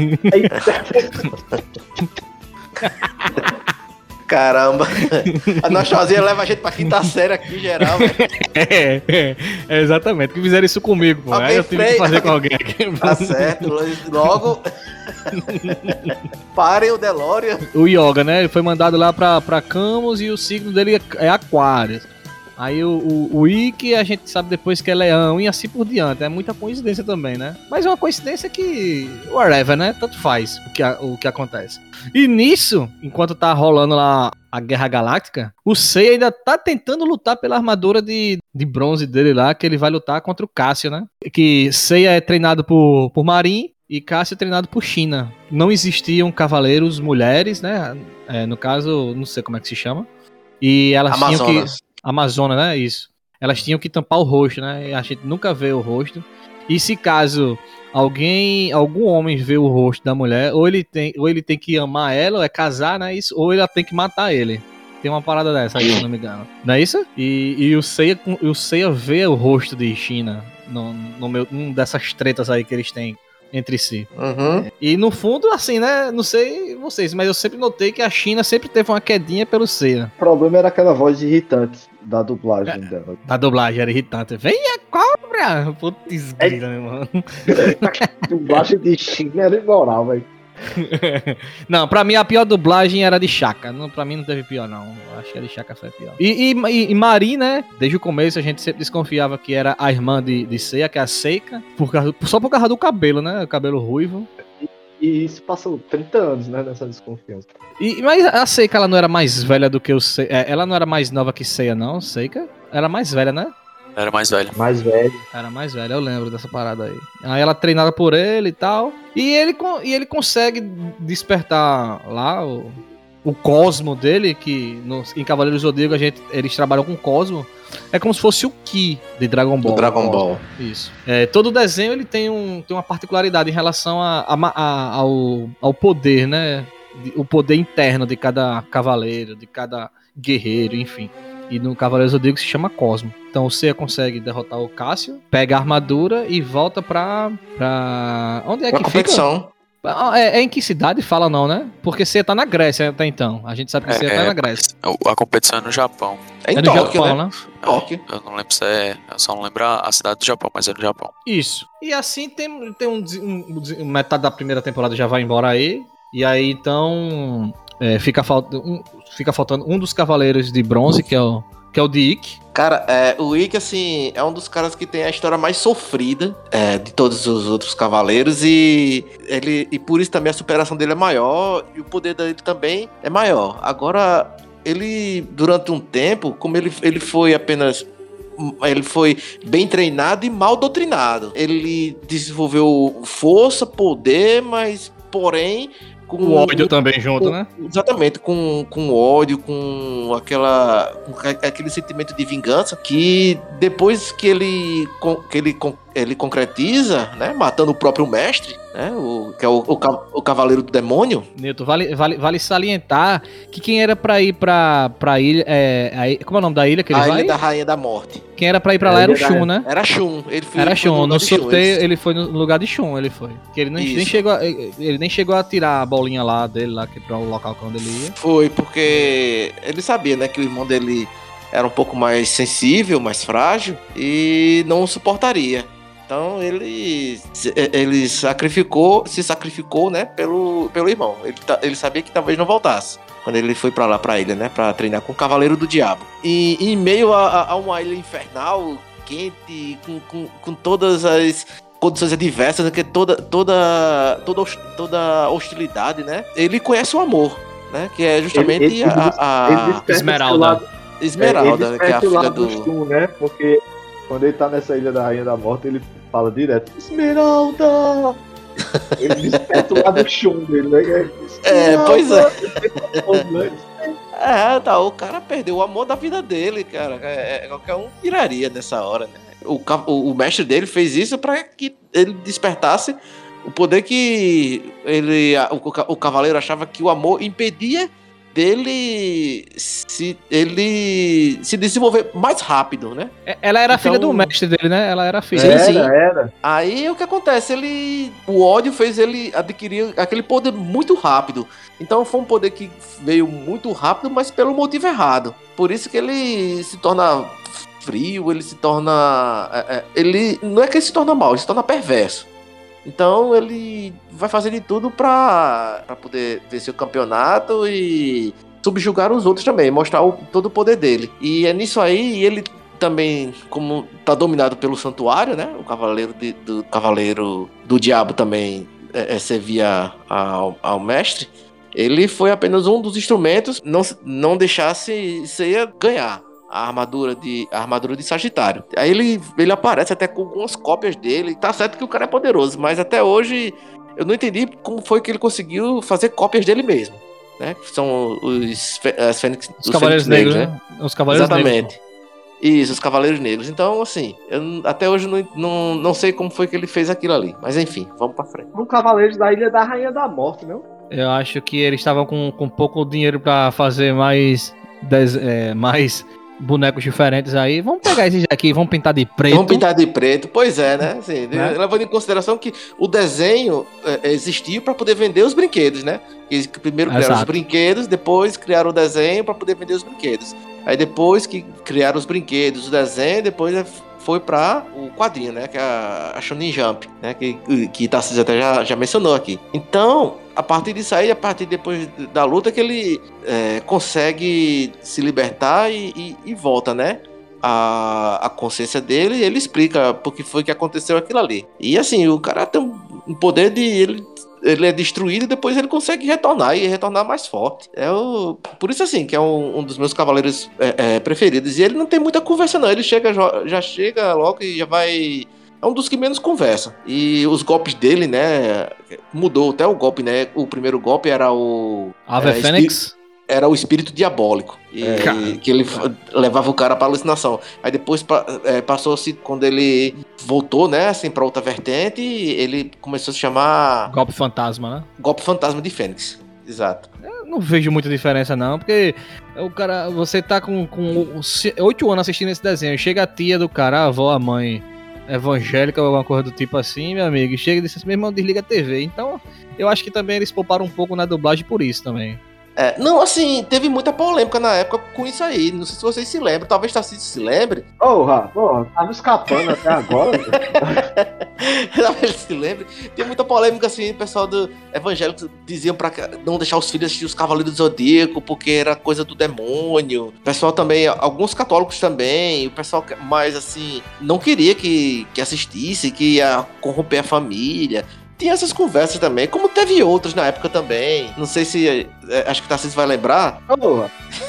Caramba. A nostalgia leva a gente pra quinta série aqui, geral, velho. É, é, é, exatamente. Que fizeram isso comigo, pô. Alguém Aí eu tive que fez- fazer com alguém aqui. Tá certo. Logo. Parem o DeLorean. O Yoga, né? Ele foi mandado lá pra, pra Camus e o signo dele é Aquário. Aí o, o, o Ikki a gente sabe depois que é Leão e assim por diante. É muita coincidência também, né? Mas é uma coincidência que. Whatever, né? Tanto faz o que, a- o que acontece. E nisso, enquanto tá rolando lá a Guerra Galáctica, o Seiya ainda tá tentando lutar pela armadura de, de bronze dele lá, que ele vai lutar contra o Cássio, né? Que Seiya é treinado por, por Marin e Cássio é treinado por China. Não existiam cavaleiros mulheres, né? É, no caso, não sei como é que se chama. E elas tinham que. Amazonas. Amazônia, né? Isso. Elas tinham que tampar o rosto, né? E a gente nunca vê o rosto. E se caso alguém, algum homem vê o rosto da mulher, ou ele tem, ou ele tem que amar ela, ou é casar, né? Isso, ou ela tem que matar ele. Tem uma parada dessa aí, se eu não me engano. Não é isso? E, e o Seiya, o Seiya vê o rosto de China no, no meu, num dessas tretas aí que eles têm entre si. Uhum. E no fundo, assim, né? Não sei vocês, mas eu sempre notei que a China sempre teve uma quedinha pelo Seiya. O problema era aquela voz irritante da dublagem É. dela. A dublagem era irritante. Venha, cobra! Putz, grila, meu irmão. Dublagem de China era imoral, velho. Não, pra mim a pior dublagem era de Shaka. Não, pra mim não teve pior, não. Acho que a de Shaka foi a pior. E, e, e Mari, né? Desde o começo a gente sempre desconfiava que era a irmã de, de Seiya, que é a Seika. Por causa, só por causa do cabelo, né? O cabelo ruivo. E isso passou trinta anos, né? Nessa desconfiança. E, mas a Seika, ela não era mais velha do que o Seiya. Ela não era mais nova que Seiya, não, Seika? Era mais velha, né? Era mais velho. Mais velho. Era mais velha, eu lembro dessa parada aí. Aí ela treinada por ele e tal. E ele, e ele consegue despertar lá o, o cosmo dele, que no, em Cavaleiros do Zodíaco a gente, eles trabalham com cosmo. É como se fosse o Ki de Dragon Ball. Do Dragon Ball. Isso. É, todo desenho ele tem, um, tem uma particularidade em relação a, a, a, ao, ao poder, né? O poder interno de cada cavaleiro, de cada guerreiro, enfim. E no Cavaleiros do Zodíaco se chama Cosmo. Então o Seiya consegue derrotar o Cássio, pega a armadura e volta pra... pra... Onde é Uma que competição. fica? É, é em que cidade? Fala não, né? Porque Seiya tá na Grécia até então. A gente sabe que Seiya tá na Grécia. A competição é no Japão. É em É no Tóquio, Japão, né? né? Tóquio. Eu não lembro se é. Eu só não lembro a cidade do Japão, mas é no Japão. Isso. E assim tem, tem um, um, um... Metade da primeira temporada já vai embora aí. E aí então... É, fica, falta, um, fica faltando um dos Cavaleiros de Bronze, que é o... Que é o de Ikki. Cara, é, o Ikki, assim, é um dos caras que tem a história mais sofrida é, de todos os outros cavaleiros e, ele, e por isso também a superação dele é maior e o poder dele também é maior. Agora, ele, durante um tempo, como ele, ele foi apenas... Ele foi bem treinado e mal doutrinado. Ele desenvolveu força, poder, mas, porém... Com o ódio também junto, com, né? Exatamente, com, com ódio, com aquela com aquele sentimento de vingança que depois que ele, que ele, ele concretiza, né, matando o próprio mestre, né, o, que é o, o, o Cavaleiro do Demônio. Nilton, vale, vale, vale salientar que quem era pra ir pra, pra ilha, é, a, como é o nome da ilha que ele a vai? A Ilha da Rainha da Morte. Quem era pra ir pra lá era o Shun, né? Era Shun. Ele foi, era ele Shun, foi no, no sorteio Shun, ele foi no lugar de Shun, ele foi. Que ele nem, nem chegou a, ele nem chegou a tirar a bolinha lá dele, lá, que pra o local onde ele ia. Foi, porque ele sabia, né, que o irmão dele era um pouco mais sensível, mais frágil, e não suportaria. Então ele, ele sacrificou, se sacrificou, né, pelo, pelo irmão. Ele, ele sabia que talvez não voltasse quando ele foi pra lá, pra ilha, né, pra treinar com o Cavaleiro do Diabo. E em meio a, a uma ilha infernal, quente, com, com, com todas as condições adversas, que toda, toda, toda, toda hostilidade, né, ele conhece o amor, né, que é justamente ele, ele, a, a... Esmeralda. Esmeralda, é, que é a filha do... do Shun, né, porque quando ele tá nessa Ilha da Rainha da Morte, ele fala direto, Esmeralda! Ele desperta o lado Shun dele, né? É, pois é. É, tá, o cara perdeu o amor da vida dele, cara. É, é, qualquer um viraria nessa hora, né? O, o, o mestre dele fez isso pra que ele despertasse o poder que ele, o, o cavaleiro achava que o amor impedia dele se, ele se desenvolver mais rápido, né? Ela era então, filha do mestre dele, né? Ela era filha. Sim, era, sim. Era. Aí o que acontece? Ele, o ódio fez ele adquirir aquele poder muito rápido. Então foi um poder que veio muito rápido, mas pelo motivo errado. Por isso que ele se torna frio, ele se torna... É, é, ele não é que ele se torna mal, ele se torna perverso. Então ele vai fazer de tudo pra, pra poder vencer o campeonato e subjugar os outros também, mostrar o, todo o poder dele. E é nisso aí, ele também, como tá dominado pelo santuário, né? O cavaleiro, de, do, cavaleiro do diabo também é, é, servia ao, ao mestre. Ele foi apenas um dos instrumentos, não, não deixasse Seiya ganhar a armadura de, a armadura de Sagitário. Aí ele, ele aparece até com algumas cópias dele. Tá certo que o cara é poderoso, mas até hoje eu não entendi como foi que ele conseguiu fazer cópias dele mesmo, né? São os, as Fênix, os, os Cavaleiros Negros, né? Os Cavaleiros Exatamente. Negros. Isso, os Cavaleiros Negros. Então, assim, eu n- até hoje não, não, não sei como foi que ele fez aquilo ali. Mas enfim, vamos pra frente. Um Cavaleiros da Ilha da Rainha da Morte, não? Eu acho que eles estavam com, com pouco dinheiro pra fazer mais, des- é, mais bonecos diferentes aí. Vamos pegar esses aqui, vamos pintar de preto. Vamos pintar de preto. Pois é, né? Assim, Né? levando em consideração que o desenho é, existiu para poder vender os brinquedos, né? Eles primeiro criaram os Exato. brinquedos, depois criaram o desenho para poder vender os brinquedos. Aí depois que criaram os brinquedos, o desenho, depois é- foi para o quadrinho, né? Que é a, a Shonen Jump, né? Que, que Tarcísio até já, já mencionou aqui. Então, a partir disso aí, a partir depois da luta, que ele é, consegue se libertar e, e- e volta, né? A, a consciência dele, e ele explica por que foi que aconteceu aquilo ali. E assim, o cara tem um um poder de ele, ele é destruído e depois ele consegue retornar e retornar mais forte. É o, por isso assim, que é um, um dos meus cavaleiros é, é, preferidos. E ele não tem muita conversa não, ele chega, jo- já chega logo e já vai... É um dos que menos conversa. E os golpes dele, né, mudou até o golpe, né? O primeiro golpe era o... Ave é, Fênix. era o espírito diabólico. E É. Cara. que ele f- levava o cara pra alucinação. Aí depois pa- é, passou-se, quando ele voltou, né, assim, pra outra vertente, ele começou a se chamar Golpe fantasma, né? Golpe Fantasma de Fênix. Exato. Eu não vejo muita diferença, não, porque o cara, você tá com, com oito anos assistindo esse desenho, chega a tia do cara, a avó, a mãe evangélica ou alguma coisa do tipo assim, meu amigo, e chega e diz assim, meu irmão, desliga a T V. Então, eu acho que também eles pouparam um pouco na dublagem por isso também. É, não, assim, teve muita polêmica na época com isso aí. Não sei se vocês se lembram, talvez Tarcísio se lembre. Porra, porra, tava escapando até agora. Talvez ele se lembre. Tem muita polêmica, assim, o pessoal do evangélico diziam pra não deixar os filhos assistir os Cavaleiros do Zodíaco porque era coisa do demônio. O pessoal também, alguns católicos também, o pessoal que- mais, assim, não queria que, que assistisse, que ia corromper a família. Tinha essas conversas também, como teve outras na época também. Não sei se, é, acho que o Tarcísio vai lembrar. Porra.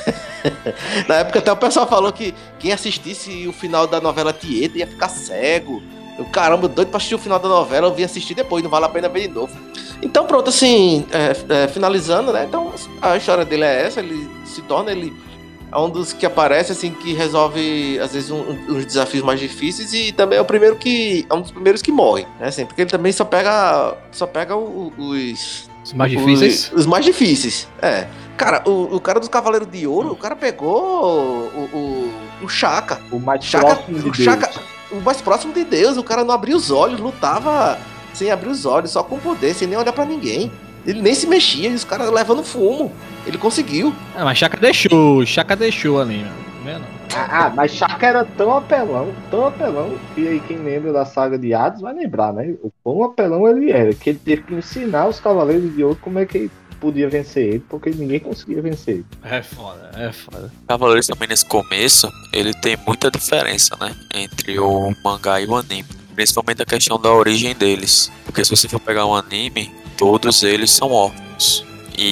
Na época até o pessoal falou que quem assistisse o final da novela Tieta ia ficar cego. Eu, caramba, doido pra assistir o final da novela, eu vim assistir depois, não vale a pena ver de novo. Então pronto, assim, é, é, finalizando, né? Então a história dele é essa, ele se torna, ele é um dos que aparece, assim, que resolve, às vezes, um, um, uns desafios mais difíceis e também é o primeiro que, é um dos primeiros que morre, né? Assim, porque ele também só pega, só pega o- os... Os mais difíceis. Os, os mais difíceis, é. Cara, o, o cara dos Cavaleiros de Ouro, o cara pegou o, o, o Shaka. O mais Shaka, próximo de o Deus. Shaka, o mais próximo de Deus. O cara não abria os olhos, lutava sem abrir os olhos, só com poder, sem nem olhar pra ninguém. Ele nem se mexia, e os caras levando fumo. Ele conseguiu. Ah, mas Chaka deixou, Chaka deixou ali, meu. Não é não. Ah, ah, mas Shaka era tão apelão, tão apelão, que aí quem lembra da saga de Hades vai lembrar, né? O quão apelão ele era, que ele teve que ensinar os Cavaleiros de Ouro como é que ele podia vencer ele, porque ninguém conseguia vencer ele. É foda, é foda. Cavaleiros também nesse começo, ele tem muita diferença, né? Entre o mangá e o anime. Principalmente a questão da origem deles. Porque se você for pegar um anime, todos eles são órfãos.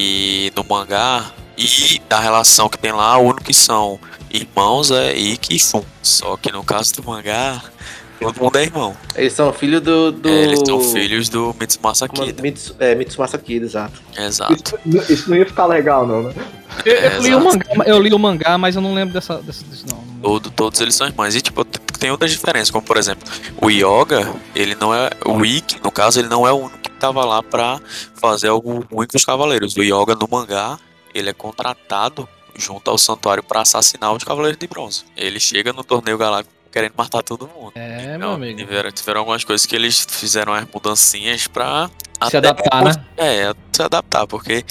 E no mangá, e da relação que tem lá, o único que são irmãos é Ikki e Shun. Só que no caso do mangá, todo mundo é irmão. Eles são filhos do. do... É, eles são filhos do Mitsumasa Como é? Kida. Mitsu, é, Mitsumasa Kida, exato. Exato. Isso, isso não ia ficar legal, não, né? Eu, É, eu li o exato. mangá, eu li o mangá, mas eu não lembro dessa, dessa disso não. Todo, todos eles são irmãos. E tipo, t- tem outras diferenças, como por exemplo, o Yoga, ele não é. O Ikki, no caso, ele não é o único que tava lá pra fazer algo ruim com os cavaleiros. O Yoga no mangá, ele é contratado junto ao santuário pra assassinar os Cavaleiros de Bronze. Ele chega no torneio galáctico querendo matar todo mundo. É, meu Então, amigo. tiveram, tiveram algumas coisas que eles fizeram as mudancinhas pra Se adaptar, né? É, se adaptar, porque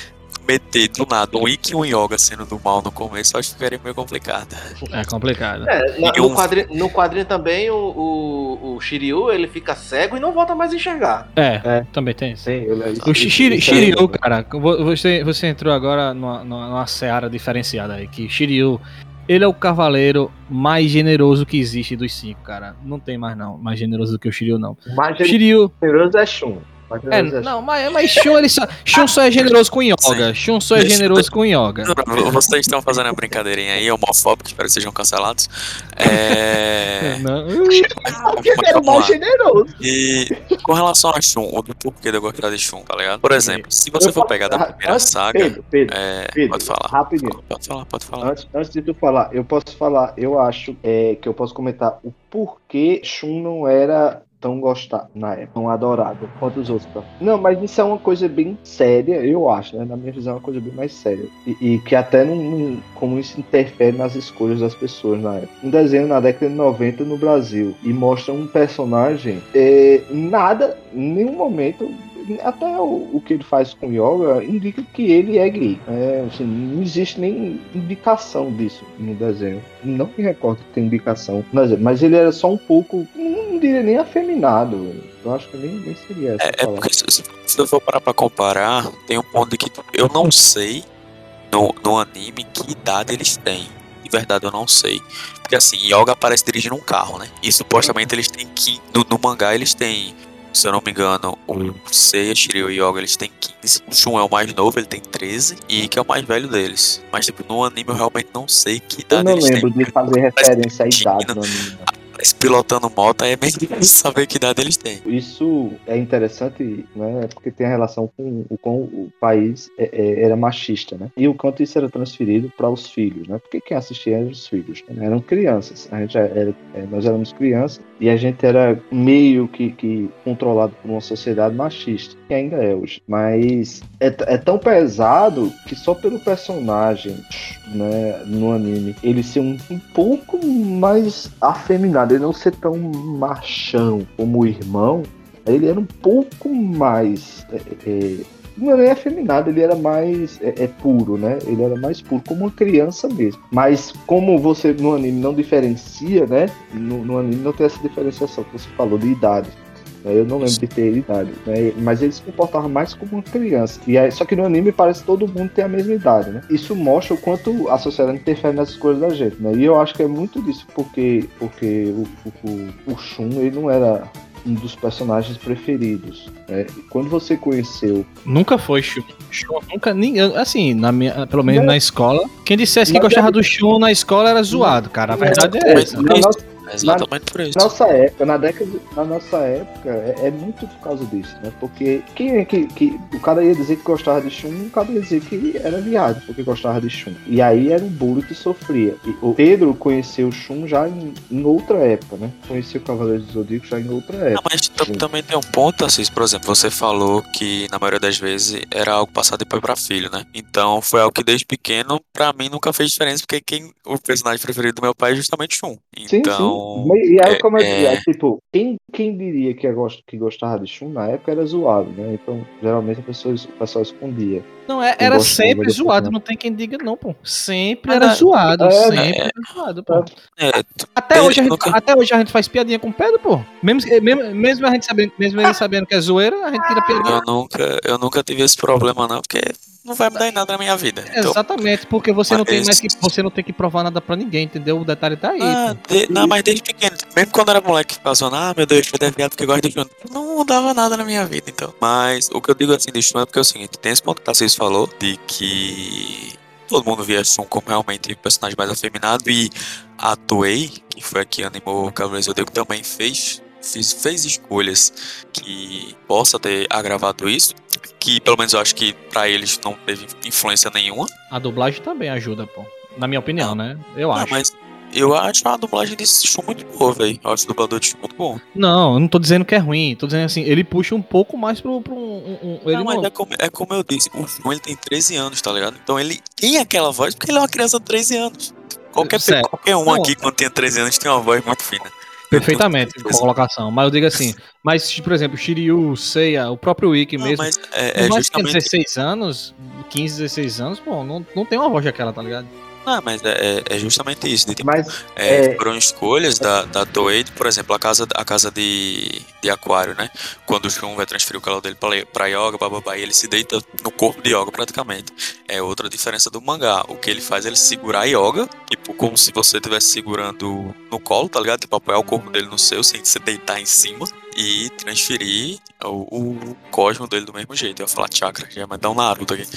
meter do nada um Ikki e um Yoga sendo do mal no começo, eu acho que ficaria meio complicado. É complicado. É, na- E no, um- quadrinho, no quadrinho também o, o, o Shiryu, ele fica cego e não volta mais a enxergar. É, É. também tem isso. Sim, ele, isso, O Shiri- isso é- Shiryu, cara, vo- você, você entrou agora numa, numa, numa seara diferenciada aí, que Shiryu, ele é o cavaleiro mais generoso que existe dos cinco, cara. Não tem mais não, mais generoso do que o Shiryu, não. O mais Shiryu, generoso é Shun. É, não, mas, mas Shun, ele só, Shun só é generoso com Yoga. Shun só é generoso com Yoga. Vocês estão fazendo a brincadeirinha aí, homofóbico, espero que sejam cancelados. É. Não. Porque ele era o mais generoso. E com relação a Shun, o do porquê de eu gostar de Shun, tá ligado? Por exemplo, se você Eu for posso- pegar da ah, primeira antes- saga. Pedro, Pedro, é, Pedro, pode falar. rapidinho. Pode falar, pode falar. Antes, antes de tu falar, eu posso falar, eu acho é, que eu posso comentar o porquê Shun não era tão gostado na época, tão adorado quanto os outros. Tá? Não, mas isso é uma coisa bem séria, eu acho, né? Na minha visão é uma coisa bem mais séria. E, e que até não, não- como isso interfere nas escolhas das pessoas na época. Um desenho na década de noventa no Brasil e mostra um personagem, é, nada, em nenhum momento. Até o, o que ele faz com Yoga indica que ele é gay. É, assim, não existe nem indicação disso no desenho. Não me recordo que tem indicação no desenho, mas ele era só um pouco, não diria nem afeminado. Eu acho que nem, nem seria essa É, é palavra. porque se, se eu for parar pra comparar, tem um ponto de que eu não sei no, no anime que idade eles têm. De verdade, eu não sei. Porque assim, Yoga aparece dirigindo um carro, né? E supostamente eles têm que. No, no mangá eles têm. Se eu não me engano, o Seiya, Shiryu e Yoga, eles têm quinze. O Shun é o mais novo, ele tem treze. E que é o mais velho deles. Mas, tipo, no anime eu realmente não sei que Eu idade não eles lembro têm. de fazer referência à idade no anime. Mas pilotando moto é bem difícil saber que idade eles têm. Isso é interessante, né? Porque tem a relação com o com o país é, é, era machista, né? E o quanto isso era transferido para os filhos, né? Porque quem assistia eram os filhos, né? Eram crianças. A gente já era, é, nós éramos crianças e a gente era meio que, que controlado por uma sociedade machista, que ainda é hoje. Mas é, t- é tão pesado que só pelo personagem, né, no anime, ele ser um, um pouco mais afeminado, ele não ser tão machão como o irmão, ele era um pouco mais é, é, não era nem afeminado, ele era mais é, é puro, né? Ele era mais puro, como uma criança mesmo. Mas como você no anime não diferencia, né? No, no anime não tem essa diferenciação que você falou de idade. Eu não lembro de ter idade, né? Mas ele se comportava mais como uma criança. E aí, só que no anime parece que todo mundo tem a mesma idade, né? Isso mostra o quanto a sociedade interfere nas escolhas da gente, né? E eu acho que é muito disso, porque, porque o, o, o Shun, ele não era um dos personagens preferidos, né? E quando você conheceu... Nunca foi Shun. Shun nunca, nem, eu- assim, na minha, pelo menos Não. na escola, quem dissesse que Mas gostava é- do Shun na escola era zoado, cara. A verdade é Mas essa. por Na isso, nossa- exatamente por isso. Nossa época, na década, na nossa época, é, é muito por causa disso, né? Porque quem é que, que o cara ia dizer que gostava de Shun, o cara ia dizer que era viado porque gostava de Shun. E aí era o bullying que sofria. E o Pedro conheceu o Shun já em, em outra época, né? Conheceu o Cavaleiro do Zodíaco já em outra Não, época. mas tam- também tem um ponto, assim, por exemplo, você falou que na maioria das vezes era algo passado de pai pra filho, né? Então foi algo que desde pequeno, pra mim, nunca fez diferença, porque quem o personagem preferido do meu pai é justamente Shun. Sim, Então, sim. Mas- E aí, é- como é, é- é, tipo, quem, quem diria que, gost, que gostava de Shun na época era zoado, né? Então, geralmente a pessoa, o pessoal escondia. Não, é, Quem era gostava sempre do zoado, personagem. não tem quem diga não, pô. Sempre Mas era é- zoado, é- sempre era zoado, pô. é, tu- Até ele hoje, a gente, nunca- até hoje a gente faz piadinha com pedra, pô. Mesmo, mesmo, mesmo a gente sabendo, mesmo ele sabendo que é zoeira, a gente tira piadinha. eu nunca, eu nunca tive esse problema, não, porque não vai mudar em nada na minha vida. Então, Exatamente, porque você não tem mas- mais que você não tem que provar nada pra ninguém, entendeu? O detalhe tá aí. Ah, pô. de- não, mas desde pequeno, mesmo quando era moleque, passando, ah, meu Deus, eu é viado porque gosta de Shun. Não mudava nada na minha vida, então. Mas o que eu digo assim de Shun é porque é o seguinte: tem esse ponto que o Tarcísio falou, de que todo mundo via Shun como realmente o personagem mais afeminado, e a Toei, que foi a que animou o Cavaleiro do Zodíaco, também fez, fez, fez escolhas que possa ter agravado isso, que pelo menos eu acho que pra eles não teve influência nenhuma. A dublagem também ajuda, pô. Na minha opinião, Não. né? Eu Não, acho. mas eu acho a dublagem desse Shun muito boa, velho. Eu acho o dublador de Shun muito bom. Não, eu não tô dizendo que é ruim. Tô dizendo assim, ele puxa um pouco mais pro, pro um, um- um- ele não, mas não- é como, é como eu disse, o Shun ele tem treze anos, tá ligado? Então ele tem aquela voz porque ele é uma criança de treze anos. Qualquer, pe- Certo. qualquer um Não. aqui, quando tinha treze anos, tem uma voz muito fina. Perfeitamente, Eu com tô- a colocação. Mas eu digo assim, mas, por exemplo, Shiryu, Seiya, o próprio Ikki Não, mesmo, mas por é, é mais que tenha justamente. dezesseis anos, quinze, dezesseis anos, pô, não, não tem uma voz daquela, tá ligado? Não, mas é, é- é justamente isso. De, tipo, Mas, é, é- foram escolhas da, da Toei, por exemplo, a casa, a casa de, de Aquário, né? Quando o Shun vai transferir o calor dele pra, pra Yoga, bababá, e ele se deita no corpo de Yoga praticamente. É outra diferença do mangá. O que ele faz é ele segurar a Yoga, tipo, como se você estivesse segurando no colo, tá ligado? Tipo, apoiar o corpo dele no seu, sem se deitar em cima. e transferir o, o cosmo dele do mesmo jeito. Eu ia falar chakra, já ia mandar um Naruto aqui.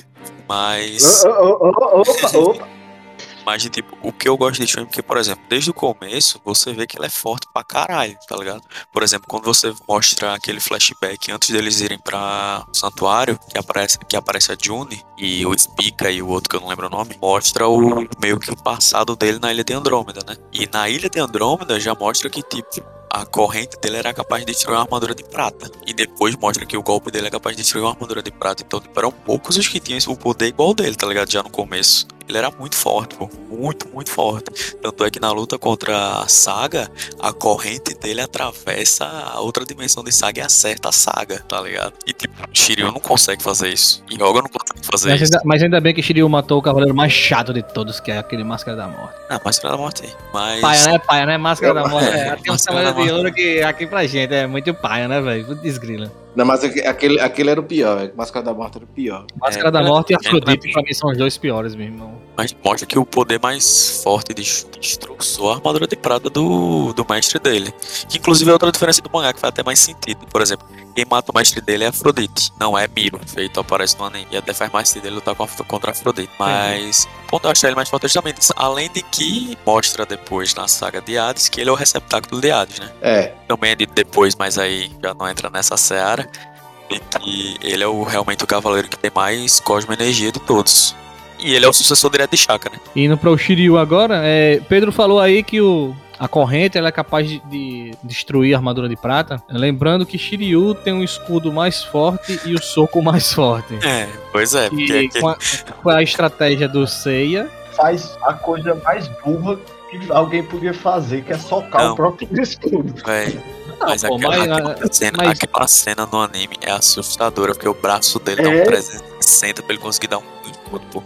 Mas. Oh, oh, oh, opa, opa. Mas, de, tipo, o que eu gosto de Shun é porque, por exemplo, desde o começo, você vê que ele é forte pra caralho, tá ligado? Por exemplo, quando você mostra aquele flashback antes deles irem pra Santuário, que aparece, que aparece a June e o Spica e o outro que eu não lembro o nome, mostra o meio que o passado dele na Ilha de Andrômeda, né? E na Ilha de Andrômeda já mostra que, tipo, a corrente dele era capaz de destruir uma armadura de prata. E depois mostra que o golpe dele é capaz de destruir uma armadura de prata. Então, tipo, eram poucos os que tinham o poder igual dele, tá ligado? Já no começo. Ele era muito forte, pô. Muito, muito forte. Tanto é que na luta contra a Saga, a corrente dele atravessa a outra dimensão de Saga e acerta a Saga, tá ligado? E, tipo, Shiryu não consegue fazer isso. E Yoga não consegue fazer Mas isso. ainda, mas ainda bem que Shiryu matou o cavaleiro mais chato de todos, que é aquele Máscara da Morte. Ah, Máscara da Morte aí. Mas... Paia, né? Paia, né? Máscara da Morte. É, É, tem um Máscara da cavaleiro de Morte. ouro que aqui pra gente é muito paia, né, velho? Muito desgrila. Não, mas aque- aquele, aquele era o pior. A Máscara da Morte era o pior. Máscara É, da Morte e é, Afrodite, é, pra mim, são os dois piores, meu irmão. Mas mostra que o poder mais forte de- destroçou a armadura de prata do, do mestre dele. Que inclusive é outra diferença do mangá, que faz até mais sentido. Por exemplo, quem mata o mestre dele é Afrodite, não é Miro, feito aparece no anime. E até faz mais sentido ele lutar com a- contra Afrodite. Mas o ponto eu achei ele mais forte é justamente isso. Além de que mostra depois na saga de Hades que ele é o receptáculo de Hades, né? É. Também é dito depois, mas aí já não entra nessa seara. E que ele é o, realmente o cavaleiro que tem mais cosmo energia de todos. E ele é o sucessor direto de Shaka, né? Indo para o Shiryu agora, é, Pedro falou aí que o, a corrente ela é capaz de, de destruir a armadura de prata. Lembrando que Shiryu tem um escudo mais forte e o soco mais forte. É, pois é. Porque E aquele- com a, com a estratégia do Seiya, Faz a coisa mais burra que alguém podia fazer, que é socar Não. o próprio escudo. Véi, mas, pô, aquela, mas, aquela ah, cena, mas- aquela cena no anime é assustadora, porque o braço dele dá É. um trezentos e sessenta pra ele conseguir dar um escudo, pô.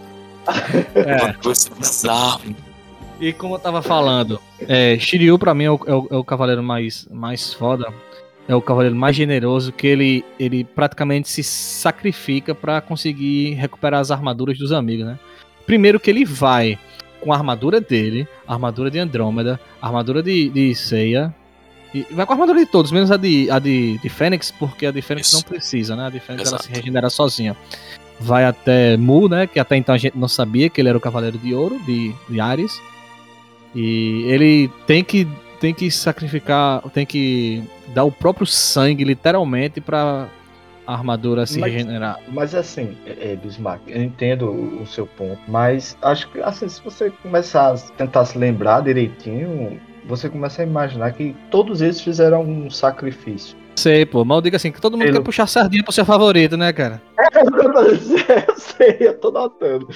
é, Uma coisa bizarra. e como eu tava falando, é, Shiryu pra mim é o, é o- é o cavaleiro mais, mais foda, é o cavaleiro mais generoso, que ele, ele praticamente se sacrifica pra conseguir recuperar as armaduras dos amigos, né? Primeiro que ele vai com a armadura dele, a armadura de Andrômeda, a armadura de, de Seiya, e vai com a armadura de todos, menos a de, a de, de Fênix, porque a de Fênix Isso. não precisa, né? A de Fênix ela Exato. se regenera sozinha. Vai até Mu, né? Que até então a gente não sabia que ele era o Cavaleiro de Ouro, de, de Ares. E ele tem que, tem que sacrificar, tem que dar o próprio sangue, literalmente, pra a armadura se Mas- regenerar. Mas assim, é, é, Bismarck, eu entendo o, o seu ponto, mas acho que assim, se você começar a tentar se lembrar direitinho, você começa a imaginar que todos eles fizeram um sacrifício. Sei, pô, mal diga assim, que todo mundo Pelo- quer puxar sardinha pro seu favorito, né, cara? Eu sei, eu tô notando.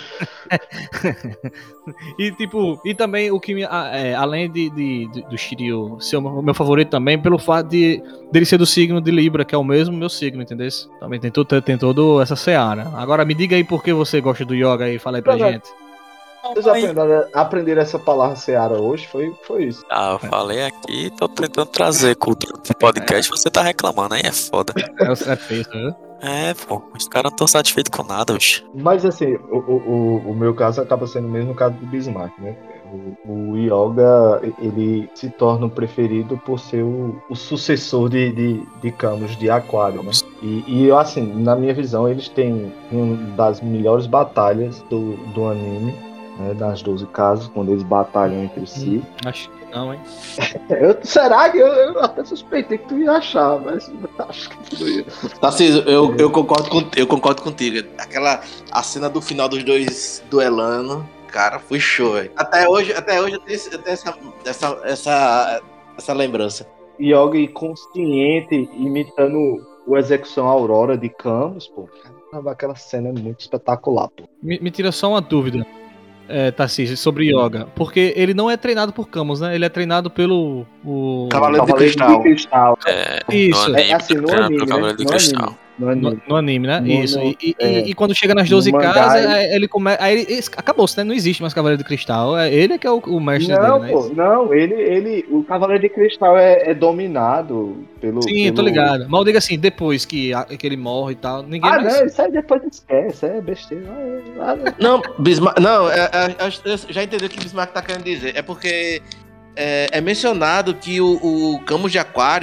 E tipo, e também o que me. a- é, além de, de- de- do Shiryu ser o meu, meu favorito também, pelo fato de dele ser do signo de Libra, que é o mesmo meu signo, entendeu? Também tem, todo, tem todo essa seara. Agora me diga aí por que você gosta do yoga aí, fala aí pra Não, gente. Vocês aprenderam, aprenderam essa palavra seara hoje? Foi, foi isso. Ah, eu falei aqui, tô tentando trazer cultura pro podcast, você tá reclamando, aí é foda. É, é feio, viu? É, pô, os caras não tão satisfeitos com nada, bicho. Mas assim, o, o, o- o meu caso acaba sendo o mesmo caso do Bismarck, né? O, o Yoga, ele se torna o preferido por ser o, o sucessor de, de, de Camus, de Aquário, né? E, e assim, na minha visão, eles têm uma das melhores batalhas do, do anime, né? Das doze casas, quando eles batalham entre si. Acho que não, hein? Eu, será que eu, eu até suspeitei que tu ia achar, mas acho que tu não ia. Tarcísio, eu, eu, concordo com, eu concordo contigo. Aquela a cena do final dos dois duelando, cara, foi show, velho. Até hoje, até hoje eu tenho, esse- eu tenho essa, essa, essa, essa lembrança. Yoga inconsciente imitando o Execução Aurora de Camus, pô. Caramba, aquela cena é muito espetacular, pô. Me, me tira só uma dúvida, é, Tarcísio, sobre yoga. Porque ele não é treinado por Camus, né? Ele é treinado pelo. O... Cavaleiro de Cavaleiro Cristal. Cristal. É, Isso. no É anime, assim, no treinado anime, pelo né? Cavaleiro de No Cristal. anime. No No, anime. no anime, né? No- Isso. no- E, e- é. e quando chega nas No doze mangá, casas, ele- aí ele começa. Aí ele, acabou-se, né? Não existe mais Cavaleiro de Cristal. É ele é que é o, o mestre Não, dele, né? pô, não, ele, ele, o Cavaleiro de Cristal é, é dominado pelo. Sim, pelo... tô ligado. Mas eu digo assim, depois que, a- que ele morre e tal, ninguém Ah, mais. não, isso aí depois esquece, é besteira. Ah, não. Não, Bismarck, não, é, é, é, eu já entendi o que o Bismarck tá querendo dizer. É porque é, é mencionado que o, o Camus de Aquário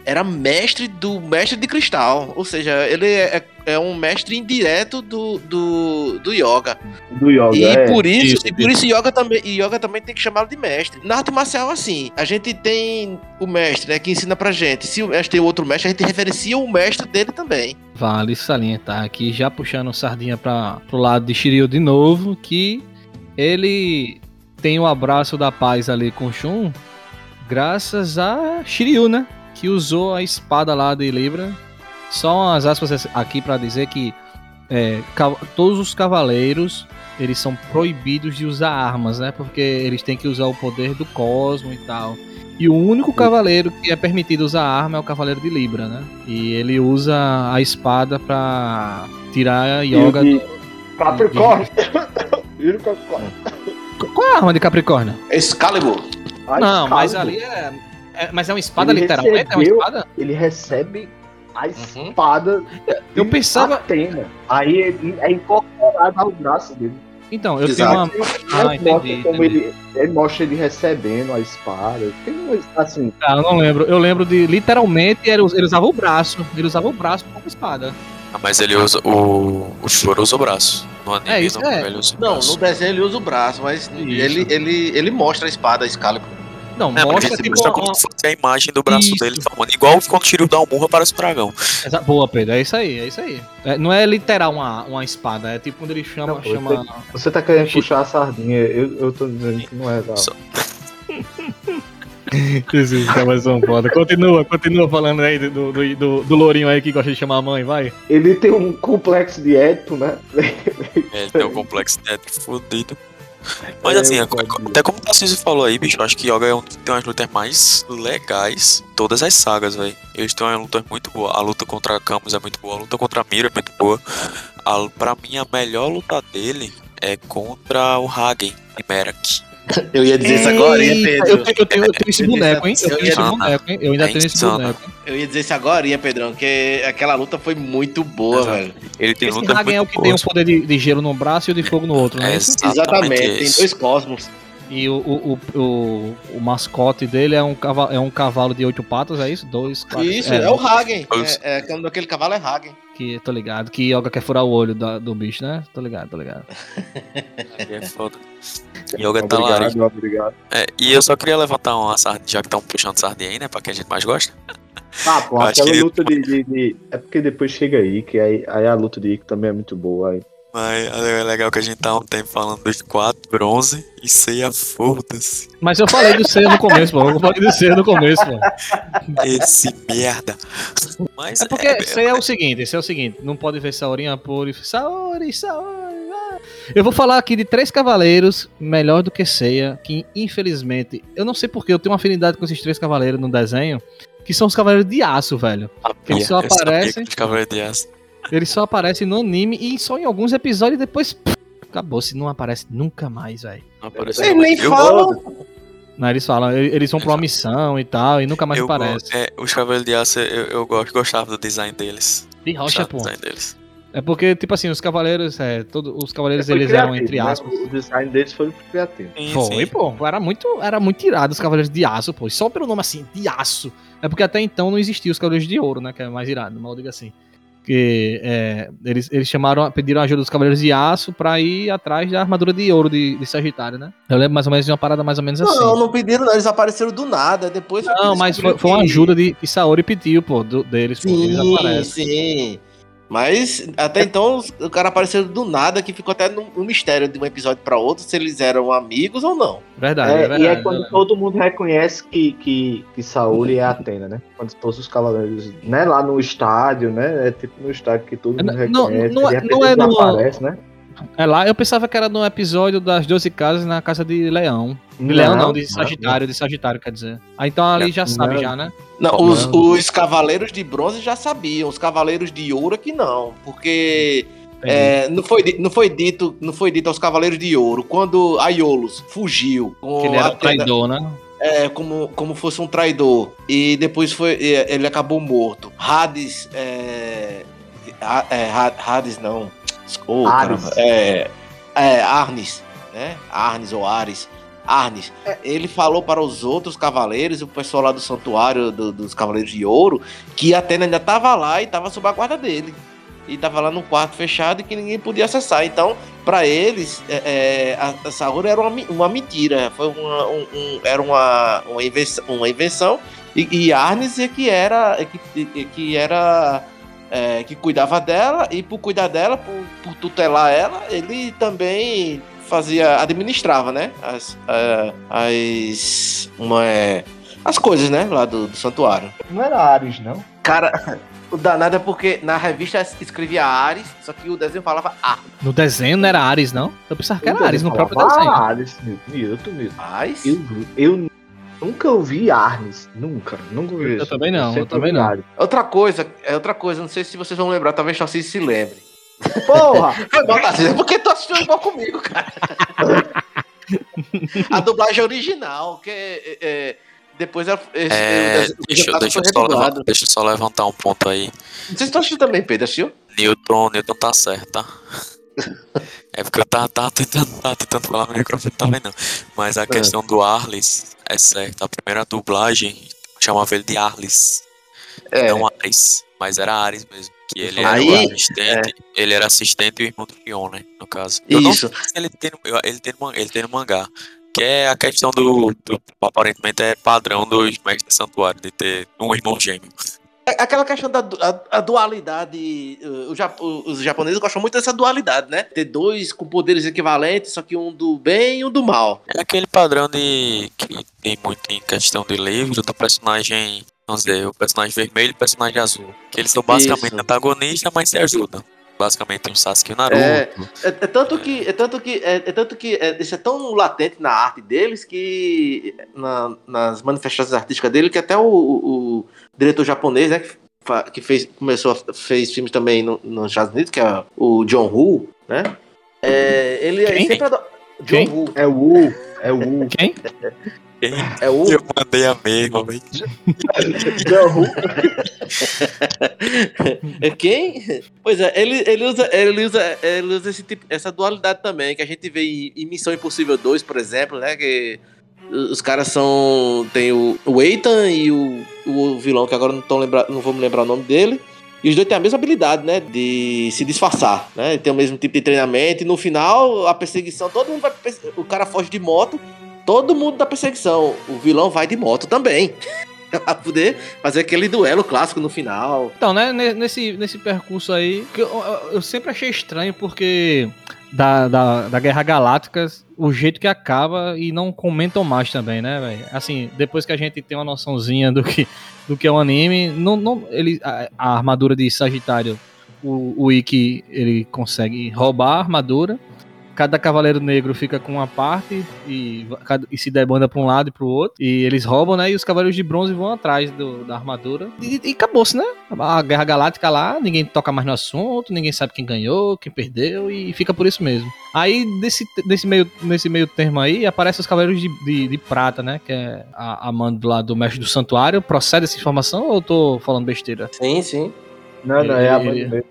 era mestre do mestre de cristal. Ou seja, ele é, é um mestre indireto do, do, do yoga. Do yoga, E é. por isso, Isso, e por isso yoga também, yoga também tem que chamá-lo de mestre. Na arte marcial, assim, a gente tem o mestre, né, que ensina pra gente. Se o mestre tem outro mestre, a gente referencia o mestre dele também. Vale salientar aqui, já puxando sardinha para pro lado de Shiryu de novo, que ele tem o abraço da paz ali com Shun, graças a Shiryu, né? Que usou a espada lá de Libra. Só umas aspas aqui para dizer que é, todos os cavaleiros eles são proibidos de usar armas, né? Porque eles têm que usar o poder do cosmo e tal. E o único cavaleiro que é permitido usar arma é o Cavaleiro de Libra, né? E ele usa a espada pra tirar a yoga E- e- do... Capricórnio. Vira o Capricórnio. Qual é a arma de Capricórnio? Excalibur. Ai, Não, mas Excalibur. ali é... é- Mas é uma espada, Ele literalmente? É uma recebeu- espada? Ele recebe a espada Eu de pensava... Atena. Aí ele é incorporado ao braço dele. Então, eu Exato. tenho uma... Mas Ah, mostra entendi, como entendi. ele, ele mostra ele recebendo a espada. Tem uma, assim, Ah, eu não lembro. Eu lembro de, literalmente, ele, ele usava o braço. Ele usava o braço como espada. Ah, mas ele usa. O, o Shura usa o braço. No anime, É, isso não, é. ele usa o Não, braço. no desenho ele usa o braço, mas ele, ele, ele mostra a espada Excalibur. Não, É, mas mostra ele tipo mostra uma- como se fosse a imagem do braço Isso. dele tomando. Igual quando o Shiryu dá um murro parece um dragão. Exa- Boa, Pedro, é isso aí, é isso aí. É, não é literal uma, uma espada, é tipo quando ele chama. Não, chama... você tá querendo puxar a sardinha. Eu, eu tô dizendo que não é real. Só- Esses caras são foda. Continua, continua falando aí do, do, do, do lourinho aí que gosta de chamar a mãe, vai. Ele tem um complexo de Édipo, né? Ele tem um complexo de Édipo fodido. Mas É, assim, eu é- sabia. até como o Tarcísio falou aí, bicho, eu acho que Yoga é um, tem umas lutas mais legais em todas as sagas, velho. Eles têm uma luta muito boa. A luta contra a Camus é muito boa, a luta contra a Mira é muito boa. A, pra mim, a melhor luta dele é contra o Hagen de Merak. Eu ia dizer isso agora, hein, Eita, Pedro? eu, tenho- eu tenho, eu tenho esse Eu boneco, hein? disse- Eu eu tenho esse ia- boneco, hein? Eu ainda É tenho esse insano. boneco. Eu ia dizer isso agora, hein, Pedrão, porque aquela luta foi muito boa, Exato. velho. Ele tem Esse lutas Hagen é o muito que tem o boas. poder de, de gelo num braço e o de fogo no outro, né? É Exatamente, tem isso. dois cosmos. E o, o, o, o, o mascote dele é um, cavalo, é um cavalo de oito patas, é isso? Dois, quatro. Isso, é, o Hagen. Os- É, é, quando aquele cavalo é Hagen. Que, tô ligado. Que Yoga quer furar o olho da- do bicho, né? Tô ligado, tô ligado. É foda. Yoga tá lá. Obrigado, obrigado. É, e eu só queria levantar uma sardinha, já que estão puxando sardinha aí, né? Pra quem a gente mais gosta. Ah, pô, Eu acho aquela que ele- luta de, de, de- É porque depois chega aí, que aí, aí a luta de Ico também é muito boa. Aí. Mas é legal que a gente tá há um tempo falando dos quatro bronze e ceia, foda-se. Mas eu falei do Seiya no começo, pô. Eu falei do Seiya no começo, pô. Esse merda. Mas É porque Seiya é o seguinte, esse é o seguinte, não pode ver Saorinha pura. Saori, Saori, vai. Eu vou falar aqui de três cavaleiros melhor do que Seiya, que infelizmente, eu não sei porque eu tenho uma afinidade com esses três cavaleiros no desenho, que são os cavaleiros de aço, velho. Eles só eu sabia aparecem- que os Cavaleiros de Aço. Eles só aparecem no anime e só em alguns episódios e depois pff, acabou, se não aparece nunca mais, velho. Não apareceu. Vocês nem Eu- falam. Não, eles falam, e- eles vão pra uma missão e tal, e nunca mais eu aparece. go- é, os Cavaleiros de Aço, eu, eu gosto, gostava do design deles. De rocha, Gostava pô. do design deles. É porque, tipo assim, os cavaleiros, é, todo, os cavaleiros, Foi eles criativo, eram entre né? aspas. O design deles foi criativo. Sim, Foi, sim. pô. Era muito, era muito irado os Cavaleiros de Aço, pô. E só pelo nome assim, de aço. É porque até então não existia os Cavaleiros de Ouro, né? Que é mais irado, mal diga assim. Que é, eles, eles chamaram, pediram ajuda dos Cavaleiros de Aço pra ir atrás da armadura de ouro de, de Sagitário, né? Eu lembro mais ou menos de uma parada mais ou menos assim. Não, não pediram, não. Eles apareceram do nada. Depois foi que Não, eles mas foi, descobriram foi uma que- ajuda de, que Saori pediu, pô, do- deles, pô. Eles Sim, aparecem. sim. Mas até então os- o cara apareceu do nada, que ficou até num, um mistério de um episódio pra outro, se eles eram amigos ou não. Verdade, é, É, verdade. e é eu quando lembro. todo mundo reconhece que, que, que Saori é Atena, né? Quando todos os cavaleiros, né? Lá no estádio, né? É tipo no estádio que todo mundo Não- reconhece. não é- de repente não é eles no- aparecem, né? É lá, eu pensava que era no episódio das doze casas na casa de Leão. De Leão não, de Sagitário, de Sagitário, quer dizer. Ah, então ali já sabe Não. já, né? Não, Bom, os, não. os cavaleiros de bronze já sabiam, os cavaleiros de ouro que não, porque é, não, foi, di- não, foi dito, não foi dito aos cavaleiros de ouro quando Aiolos fugiu com Que ele era a um traidor, né? É, como, como fosse um traidor. E depois foi, é, ele acabou morto. Hades. É, Ha- é, Ha- Hades não. Oh, Ares. caramba. É, é, Arnes, né? Arnes ou Ares. Arnis. Ele falou para os outros cavaleiros, o pessoal lá do santuário do, dos Cavaleiros de Ouro, que a Athena ainda tava lá e tava sob a guarda dele. E tava lá num quarto fechado e que ninguém podia acessar. Então, para eles, é, é, a, a Sahura era uma, uma mentira. Foi uma, um, um, era uma, uma invenção. Uma invenção e, e Arnis é que era. É que, é que era. É, que cuidava dela, e por cuidar dela, por, por tutelar ela, ele também fazia, administrava, né? As. Uh, as. Uma, é, as coisas, né? Lá do, do santuário. Não era Ares, não? Cara. O danado é porque na revista escrevia Ares, só que o desenho falava A. No desenho não era Ares, não? Eu pensava que era Ares no próprio ah, desenho. Ares, Newton mesmo. Ares? Eu, eu nunca ouvi Arnes. Nunca. Nunca ouvi Eu isso. também não, eu sempre também ouvi não. Ares. Outra coisa, é outra coisa, não sei se vocês vão lembrar, talvez o se lembre. Porra! É porque tu assistiu igual comigo, cara. A dublagem original, que é... é depois é, é, deixa, eu, deixa, eu só levantar, deixa eu só levantar um ponto aí. Não sei se tu assistiu também, Pedro, assistiu? Newton, Newton tá certo, tá? É porque eu tava, tava, tentando, tava tentando falar no microfone também não. Mas a é. questão do Arles é certa. A primeira dublagem chamava ele de Arles. É. Não Ares, mas era Ares mesmo. Que ele era aí, o assistente. É. Ele era assistente e o irmão do Kion, né? No caso. Eu Isso. Não sei se ele tem, ele, tem, ele tem no mangá. Que é a questão do, do. Aparentemente é padrão dos mestres de santuário, de ter um irmão gêmeo. Aquela questão da a, a dualidade. O, os japoneses gostam muito dessa dualidade, né? Ter dois com poderes equivalentes, só que um do bem e um do mal. É aquele padrão de. Que tem muito em questão de livro, do personagem. Vamos dizer, o personagem vermelho e o personagem azul. Que eles são basicamente Isso. antagonistas, mas se ajudam. Basicamente um Sasuke e o Naruto. É, é, é tanto que, é tanto que, é, é tanto que é, isso é tão latente na arte deles que na, nas manifestações artísticas dele que até o, o, o diretor japonês, né, que, que fez, começou fez filmes também no, nos Estados Unidos, que é o John Woo, né? É, ele, ele sempre adora. John Woo. É o Woo. É o Woo. Quem? É o... Eu mandei a mesma, velho. Quem? Pois é, ele, ele, usa, ele, usa, ele usa esse tipo, essa dualidade também, que a gente vê em, em Missão Impossível dois, por exemplo, né? Que os caras são. Tem o, o Ethan e o, o vilão, que agora não, tô lembra, não vou me lembrar o nome dele. E os dois têm a mesma habilidade, né? De se disfarçar, né? Tem o mesmo tipo de treinamento. E no final, a perseguição, todo mundo vai. O cara foge de moto. Todo mundo da perseguição, o vilão vai de moto também, pra poder fazer aquele duelo clássico no final. Então, né, nesse, nesse percurso aí, eu, eu, eu sempre achei estranho, porque da, da, da Guerra Galáctica, o jeito que acaba, e não comentam mais também, né, velho? Assim, depois que a gente tem uma noçãozinha do que, do que é um anime, não, não, ele, a, a armadura de Sagitário, o, o Ikki, ele consegue roubar a armadura. Cada cavaleiro negro fica com uma parte e, e se debanda pra um lado e pro outro. E eles roubam, né? E os cavaleiros de bronze vão atrás do, da armadura. E, e acabou-se, né? A Guerra Galáctica lá, ninguém toca mais no assunto, ninguém sabe quem ganhou, quem perdeu, e fica por isso mesmo. Aí, nesse, nesse, meio, nesse meio termo aí, aparecem os cavaleiros de, de, de prata, né? Que é a, a mando lá do mestre do santuário. Procede essa informação ou eu tô falando besteira? Sim, sim. Não, não, é a mando mesmo.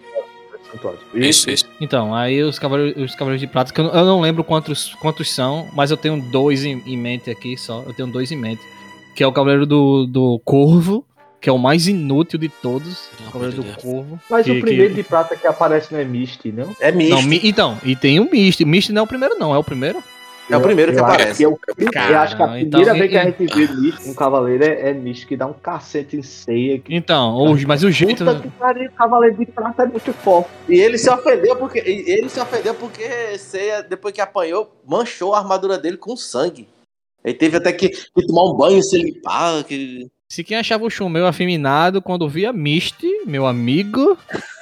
Isso, isso. Então, aí os cavaleiros, os cavaleiros de prata, que eu não, eu não lembro quantos, quantos são, mas eu tenho dois em, em mente aqui só. Eu tenho dois em mente. Que é o cavaleiro do, do Corvo, que é o mais inútil de todos. Não, o cavaleiro do Corvo. Mas que, o primeiro que... de prata que aparece não é Misty, não? É Misty. Não, mi, então, e tem o Misty. Misty não é o primeiro, não. É o primeiro? É o primeiro que eu aparece. Que é o, eu acho que a primeira então, vez e, que a gente vê Misty, um cavaleiro é, é Misty, que dá um cacete em ceia. Que... Então, hoje, mas o jeito... Puta que pariu, o cavaleiro de prata é muito forte. E ele se ofendeu porque ele se ofendeu porque Ceia, depois que apanhou, manchou a armadura dele com sangue. Ele teve até que, que tomar um banho, se limpar. Que... Se quem achava o Shun meio afeminado, quando via Misty, meu amigo...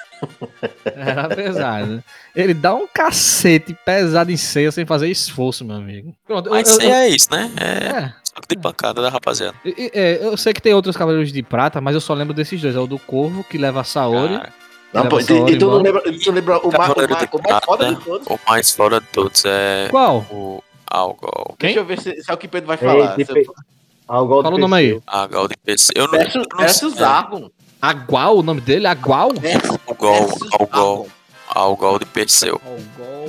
Era pesado. Ele dá um cacete pesado em ceia sem fazer esforço, meu amigo. Pronto, mas eu, eu, é isso, né? É, é. Só que de pancada da rapaziada. É, eu sei que tem outros cavaleiros de prata, mas eu só lembro desses dois. É o do Corvo, que leva a Saori. Cara. Não, pô, e tu não lembra, tu lembra o, ma, o, ma, o mais foda de todos? O mais foda de todos é... Qual? O Algol. Deixa eu ver se, se é o que Pedro vai falar. Ei, P... Algol Fala o nome aí. Algol de P C. Eu não lembro. Versus Argon. Agual, o nome dele? Agual? Algol, Algol. Algol de Perseu. Algol de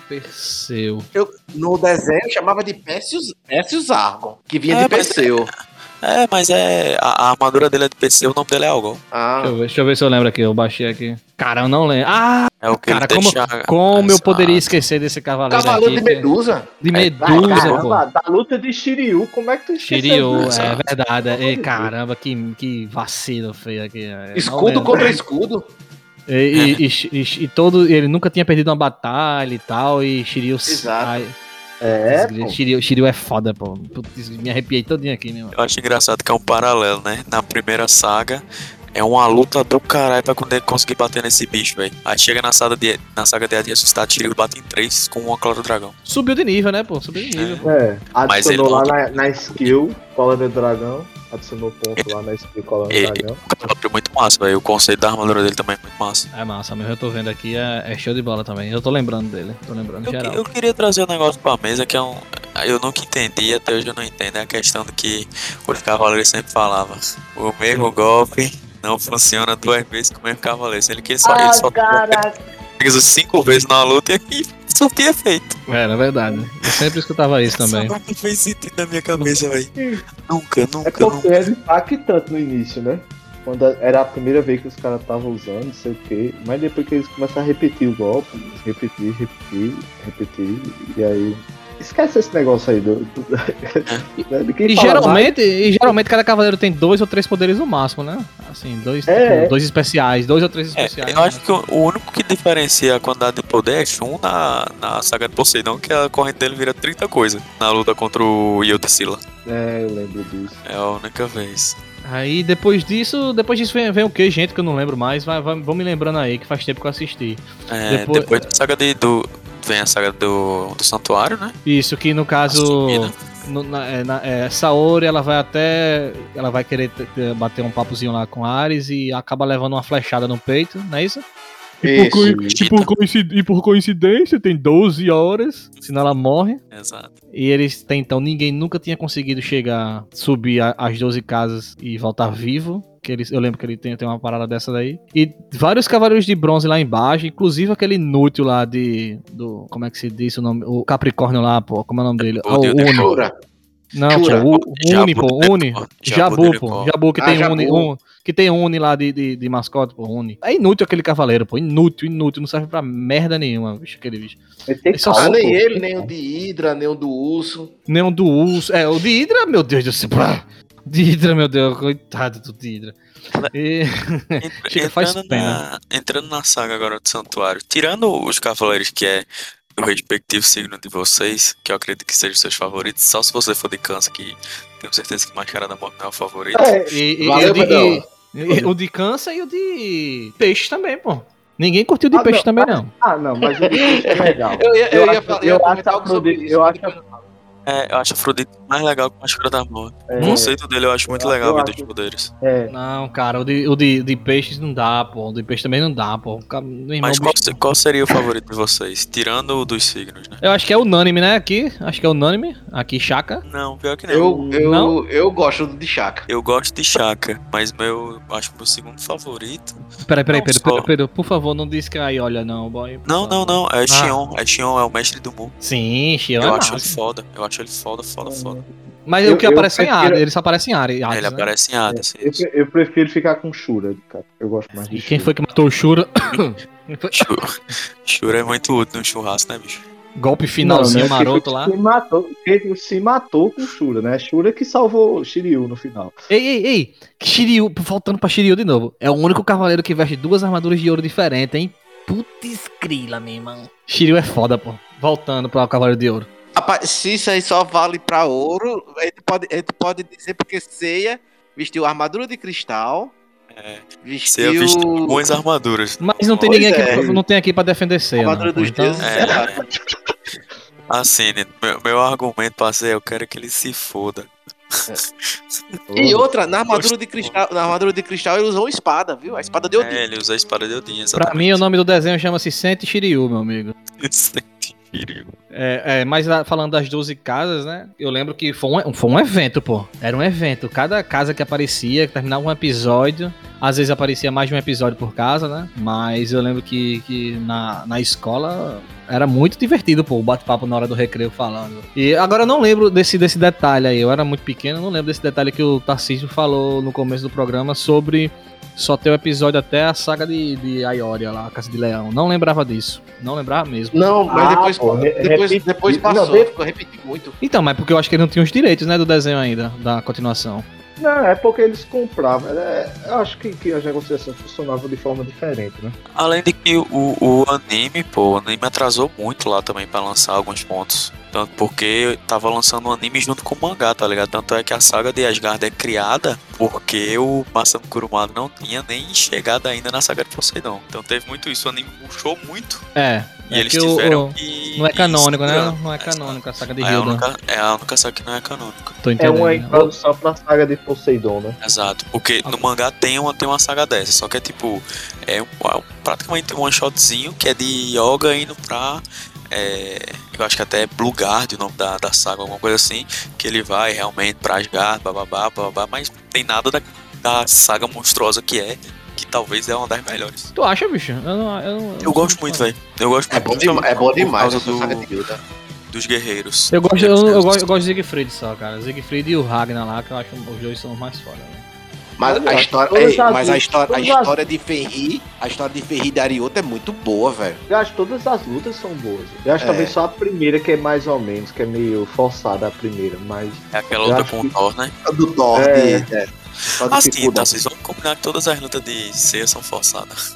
Perseu. Eu, no desenho chamava de Perseus, Perseus Argon, que vinha É, de mas- Perseu. É, mas é. A, a armadura dele é de P C, o nome dele é Algon. Ah, Deixa eu, ver, deixa eu ver se eu lembro aqui, eu baixei aqui. Cara, eu não lembro. Ah, É o que cara, ele como, deixa. como eu poderia Exato. esquecer desse cavaleiro Cavaleiro aqui? de Medusa. De É, Medusa, pô. Caramba, da luta de Shiryu, como é que tu esqueceu Shiryu, disso? é Exato. verdade. Pelo amor É, de caramba, que, que vacilo feio aqui. é, não Escudo lembro. contra escudo. E, e, e, e- e todo, ele nunca tinha perdido uma batalha e tal, e Shiryu... Exato. ai, É, desgrila, pô. Shiryu, Shiryu é foda, pô. Putz, me arrepiei todinho aqui, meu. Eu acho engraçado que é um paralelo, né? Na primeira saga, é uma luta do caralho pra quando ele conseguir bater nesse bicho, velho. Aí chega na saga de, na saga de A de Ressuscitado, Shiryu bate em três com uma cola do dragão. Subiu de nível, né, pô? Subiu de nível. É, Mas adicionou ele lá não- na, na skill, cola do dragão. Adicionou ponto lá na skill, cola do Ele- dragão. É muito massa, velho. O conceito da armadura dele também é muito massa. É massa, mas eu tô vendo aqui, é, é show de bola também. Eu tô lembrando dele, tô lembrando Eu, geral. que- eu queria trazer um negócio pra mesa que é um. Eu nunca entendi, até hoje eu não entendo. É a questão do que os cavaleiros sempre falavam. O mesmo golpe não funciona duas vezes com o mesmo cavaleiro. Sendo que ele só, ele só fez cinco vezes na luta e surtia efeito. É, na verdade. Eu sempre escutava isso também. Isso nunca fez sentido na minha cabeça, velho. Nunca, É nunca, porque nunca. era impactante no início, né? Quando era a primeira vez que os caras estavam usando, não sei o quê. Mas depois que eles começaram a repetir o golpe, repetir, repetir, repetir, e aí. Esquece esse negócio aí do. do, do de quem E fala geralmente, e geralmente cada cavaleiro tem dois ou três poderes no máximo, né? Assim, dois, É, tipo, é. dois especiais, dois ou três É, especiais. eu acho que o, o único que diferencia a quantidade de poder é Shun na, na saga de Poseidon, que a corrente dele vira trinta coisas na luta contra o Yggdrasil. mais. É, eu lembro disso. É a única vez. Aí depois disso, depois disso vem, vem o que, gente, que eu não lembro mais. Vai, vai, vão me lembrando aí, que faz tempo que eu assisti. É, Depois- depois, da saga de, do. Vem a saga do, do Santuário, né? Isso, que no caso. Subida. No, na, é, na, é, Saori, ela vai até. Ela vai querer t- t- bater um papozinho lá com Ares e acaba levando uma flechada no peito, não é isso? E por, Isso. coi- e por coinci- e por coincidência, tem doze horas, senão ela morre. Exato. E eles tentam, ninguém nunca tinha conseguido chegar, subir a- as doze casas e voltar vivo. Que eles, eu lembro que ele tem, tem uma parada dessa daí. E vários cavaleiros de bronze lá embaixo, inclusive aquele inútil lá de. Do, como é que se diz o nome? O Capricórnio lá, pô. Como é o nome dele? O Ah, o Deus de Uni. Jura. Não, Jura. pô, o Jabu Uni, pô, de Uni. Nepal. Jabu, Jabu de pô. Nepal. Jabu que Ah, tem Jabu. Uni. Um, que tem Uni lá de, de, de mascote, pô, Uni. É inútil aquele cavaleiro, pô. Inútil, inútil. Não serve pra merda nenhuma, bicho, aquele bicho. Ele tem Ele só- Ah, calma, nem pô. ele, nem o de Hydra, nem o do Urso. Nem um do urso. É, o de Hydra, meu Deus do céu. De Hydra, meu Deus, coitado do de Hydra. E... Entra- Chega, faz entrando, pena. na, entrando na saga agora do Santuário, tirando os cavaleiros que é do respectivo signo de vocês, que eu acredito que sejam seus favoritos, só se você for de câncer, que tenho certeza que Máscara da Morte não é o favorito. É, E, e- Valeu, e o, de, Pedrão. e- e o de câncer e o de peixe também, pô. Ninguém curtiu o de Ah, peixe não, também, mas- não. ah, não, mas o de é legal. Eu ia, eu Eu ia, acho- falar- eu ia acho comentar a algo sobre Afrodite- isso. eu mas acho a- depois eu falo. É, eu acho a Afrodite mais legal que a Máscara da Morte. É, O conceito dele eu acho muito eu- legal, eu ver acho- dos poderes. é, Não, cara, o de, o de, de peixes não dá, pô. O de peixe também não dá, pô. O cara- meu irmão, Mas qual, bicho- se- qual seria o favorito de vocês? Tirando o dos signos, né? Eu acho que é unânime, né? Aqui. Acho que é unânime. Aqui, Chaka. Não, pior que não. Eu, eu, Não? eu gosto de Chaka. Eu gosto de Chaka, mas meu, acho que meu segundo favorito. Peraí, peraí, Não, Pedro, só- Pedro, Pedro, por favor, não diz que aí, olha, não, boy. por Não, não, favor. não, é Xion. É Xion, é o mestre do Mu. Sim, Xion Eu é acho ele massa. foda. Eu acho ele foda, foda, foda. Mas Eu- o que eu aparece em prefiro- Hades, ele só aparece em Hades. Hades, Ele né? aparece em Hades. eu, isso. eu prefiro ficar com Shura, cara. Eu gosto mais de E quem Shura. foi que matou o Shura? Quem foi? Shura- Shura é muito útil no churrasco, né, bicho? Golpe finalzinho Não, né? maroto Quem lá. Se matou, quem se matou com Shura, né? Shura que salvou Shiryu no final. Ei, ei, ei. Shiryu, voltando pra Shiryu de novo. É o único cavaleiro que veste duas armaduras de ouro diferentes, hein? Putz grila, meu irmão. Shiryu é foda, pô. Voltando pro Cavaleiro de Ouro. Rapaz, se isso aí só vale pra ouro, a gente pode, a gente pode dizer porque Seiya vestiu armadura de cristal, É, vestiu você vestiu algumas armaduras. Mas não tem Pois ninguém é. aqui, não tem aqui pra defender Seiya, não. armadura pô. dos Então, deuses. É. exato. Assim, né, meu, meu argumento pra ser, eu quero que ele se foda. E outra, na armadura de cristal, na armadura de cristal ele usou uma espada, viu? A espada de Odin. É, ele usa a espada de Odin, pra exatamente. mim, o nome do desenho chama-se Sente Shiryu, meu amigo. Sente. Kiryu. É, é, mas ah, falando das doze casas, né? Eu lembro que foi um, foi um evento, pô. Era um evento. Cada casa que aparecia, que terminava um episódio. Às vezes aparecia mais de um episódio por casa, né? Mas eu lembro que, que na, na escola era muito divertido, pô, o bate-papo na hora do recreio falando. E agora eu não lembro desse, desse detalhe aí. Eu era muito pequeno, não lembro desse detalhe que o Tarcísio falou no começo do programa sobre só ter o episódio até a saga de, de Aioria lá, a Casa de Leão. Não lembrava disso. Não lembrava mesmo. Não, mas Ah, depois, pô, re- depois, repeti- depois não, passou, de- ficou repetindo muito. Então, mas porque eu acho que ele não tinha os direitos, né, do desenho ainda, da continuação. Não, é porque eles compravam. É, eu acho que, que as negociações funcionavam de forma diferente, né? Além de que o, o anime, pô, o anime atrasou muito lá também pra lançar alguns pontos. Tanto porque tava lançando um anime junto com o mangá, tá ligado? Tanto é que a saga de Asgard é criada porque o Masami Kurumada não tinha nem chegado ainda na saga de Poseidon. Então teve muito isso, o anime puxou muito É. e é eles que o- tiveram o- que... Não é canônico, ir né? segurando. Não é Essa- canônico a saga de É a, Hilda. única, é a única saga que não é canônica. Tô É entendendo. uma introdução pra saga de Poseidon, né? Exato, porque no mangá tem uma, tem uma saga dessa, só que é tipo, é, um, é um- praticamente um one shotzinho que é de Yoga indo pra, é, eu acho que até é Blue Guard o nome da, da saga, alguma coisa assim, que ele vai realmente pra Asgard, bababá, bababá, mas não tem nada da, da saga monstruosa que é, que talvez é uma das melhores. Tu acha, bicho? Eu, não, eu, não- Eu gosto muito, velho, eu gosto É muito. bom, demais, é bom por demais causa essa do- saga de Hilda. dos guerreiros. Eu gosto, eu, Guerreiros, eu, Deus. gosto, eu gosto de Siegfried só, cara. Siegfried e o Ragnar lá, que eu acho que os dois são os mais foda, né? Mas Olha, a história, todas ei, as mas a lutas- história, a todas as- história de Ferri, a história de Ferri de Ariota é muito boa, velho. Eu acho que todas as lutas são boas. Eu acho É. talvez só a primeira que é mais ou menos, que é meio forçada a primeira, mas. É aquela Eu luta acho com que- o Thor, né? A do Thor, É. de, é. Só de Assim, dificuldade. tá, vocês vão combinar que todas as lutas de ceia são forçadas.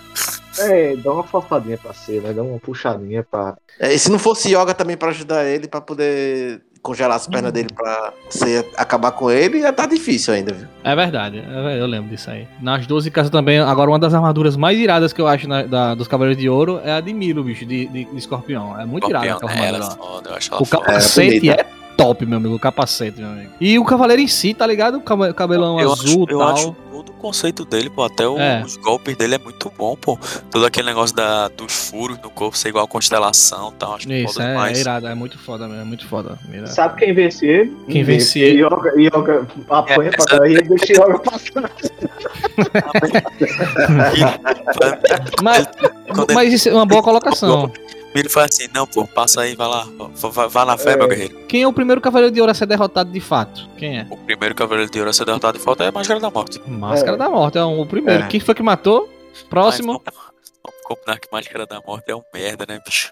É, dá uma forçadinha pra ser, né? Dá uma puxadinha pra. É, e se não fosse Yoga também pra ajudar ele, pra poder congelar as pernas dele pra você acabar com ele, ia tá difícil ainda, viu? É verdade, é- eu lembro disso aí. Nas doze casas também, agora uma das armaduras mais iradas que eu acho na- da- dos Cavaleiros de Ouro é a de Milo, bicho, de, de, de escorpião. É muito irada aquela Scorpion, ela armadura é lá. foda, eu acho ela O foda. capacete bonita. é top, meu amigo, o capacete, meu amigo. E o cavaleiro em si, tá ligado? O cab- cabelão Eu azul acho, e eu tal. acho todo o conceito dele, pô, até o- É. os golpes dele é muito bom, pô. Todo aquele negócio da, dos furos no corpo ser igual a constelação e tal, acho Isso, foda é, demais. é irado, é muito foda mesmo, é muito foda. Irado. Sabe quem vence ele? Quem vence ele? Yoga, Yoga apanha É, pra trás e ele deixa Yoga passar. Mas, Quando ele- mas isso é uma boa colocação. Ele faz assim, não, pô, passa aí, vai lá, vá, vá- vá na fé, É. meu guerreiro. Quem é o primeiro Cavaleiro de Ouro a ser derrotado de fato? Quem é? O primeiro cavaleiro de ouro a ser derrotado de falta é a Máscara da Morte. Máscara É. da Morte, é o primeiro. É. Quem foi que matou? Próximo. Mas vamos, vamos combinar que Máscara da Morte é um merda, né, bicho?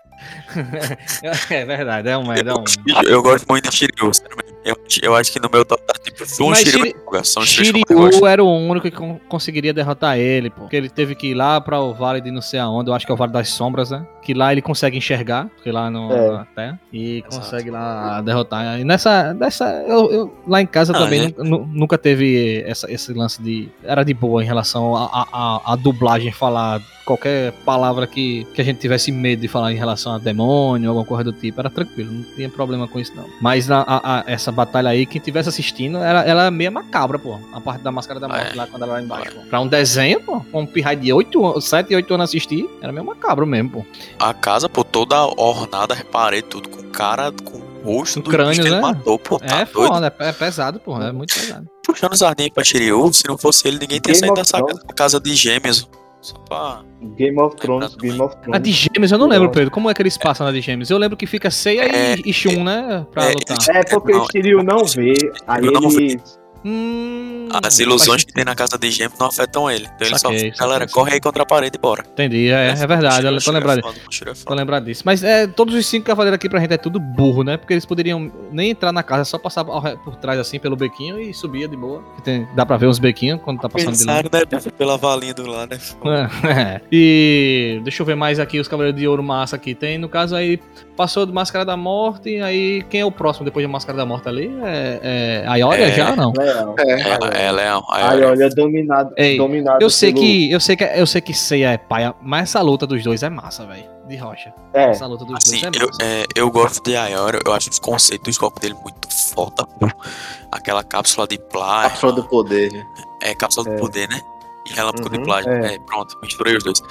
É verdade, é um, é um. Eu gosto muito de Shiryu, sério mesmo. Eu, eu acho que no meu top tá tipo um Mas Shiryu Shiri- e Hyuga, são os três que eu mais gosto. Shiryu era o único que con- conseguiria derrotar ele, pô. Porque ele teve que ir lá pra o Vale de não sei aonde, eu acho que é o Vale das Sombras, né? Que lá ele consegue enxergar, porque lá no, É. na Terra, e Exato. consegue lá derrotar. E nessa, nessa eu, eu- lá em casa Ah, também é. nunca, nu- nunca teve essa, esse lance de... Era de boa em relação a, a, a- a dublagem falar qualquer palavra que, que a gente tivesse medo de falar em relação a demônio, alguma coisa do tipo, era tranquilo, não tinha problema com isso não. Mas a, a- a- essa batalha aí, quem tivesse assistindo, era, ela é meio macabra, pô, a parte da Máscara da Morte É. lá, quando ela lá embaixo, pô. Pra um desenho, pô, um pirraio de oito, sete, oito anos assistir, era meio macabro mesmo, pô. A casa, pô, toda ornada, reparei tudo com cara, com o rosto Com do crânios, bicho que ele né? matou, pô, tá É doido. foda, é, é pesado, pô, é muito pesado. Puxando os ardinhos pra Shiryu, se não fosse ele, ninguém tinha Game saído of dessa Thrones. casa, casa de gêmeos. Só pra... Game of Thrones, Game of A Thrones. de Gêmeos eu não lembro, Pedro, como é que eles passam na de Gêmeos? Eu lembro que fica Seiya É, e, e Shun, né, pra é, lutar. É porque Não, o Shiryu não vê, aí eu não ele. Hum, As ilusões faz- que tem na casa de gêmeos não afetam ele. Então ele só Saquei, fica, galera, saquei, corre aí contra a parede e bora. Entendi, é, é verdade, eu tô lembrado. Foda, Shiryu é Tô foda. lembrado disso. Mas é, todos os cinco cavaleiros aqui pra gente é tudo burro, né? Porque eles poderiam nem entrar na casa, só passar ao re- por trás assim pelo bequinho e subia de boa. Que tem- dá pra ver uns bequinhos quando tá passando de lá. Pensaram, né? Pela valinha do lado, né? É. E deixa eu ver mais aqui os Cavaleiros de Ouro massa que tem. No caso aí, passou de Máscara da Morte. Aí quem é o próximo depois de Máscara da Morte ali? É, é a Ioria É. já ou não? Leão. Ela, ela é, Aí ela é olha, dominado. Ei, dominado Eu sei pelo- que eu sei que eu sei que Seiya é paia, mas essa luta dos dois é massa, velho. De rocha. É, Essa luta dos Assim, dois é eu, massa. é, eu gosto de Ayora, eu acho os conceitos dos golpes dele muito foda, pô. Aquela cápsula de plástico. Cápsula do poder, né? É, cápsula É. do poder, né? E relâmpago de Uhum, plástico. é. É. pronto, misturei os dois.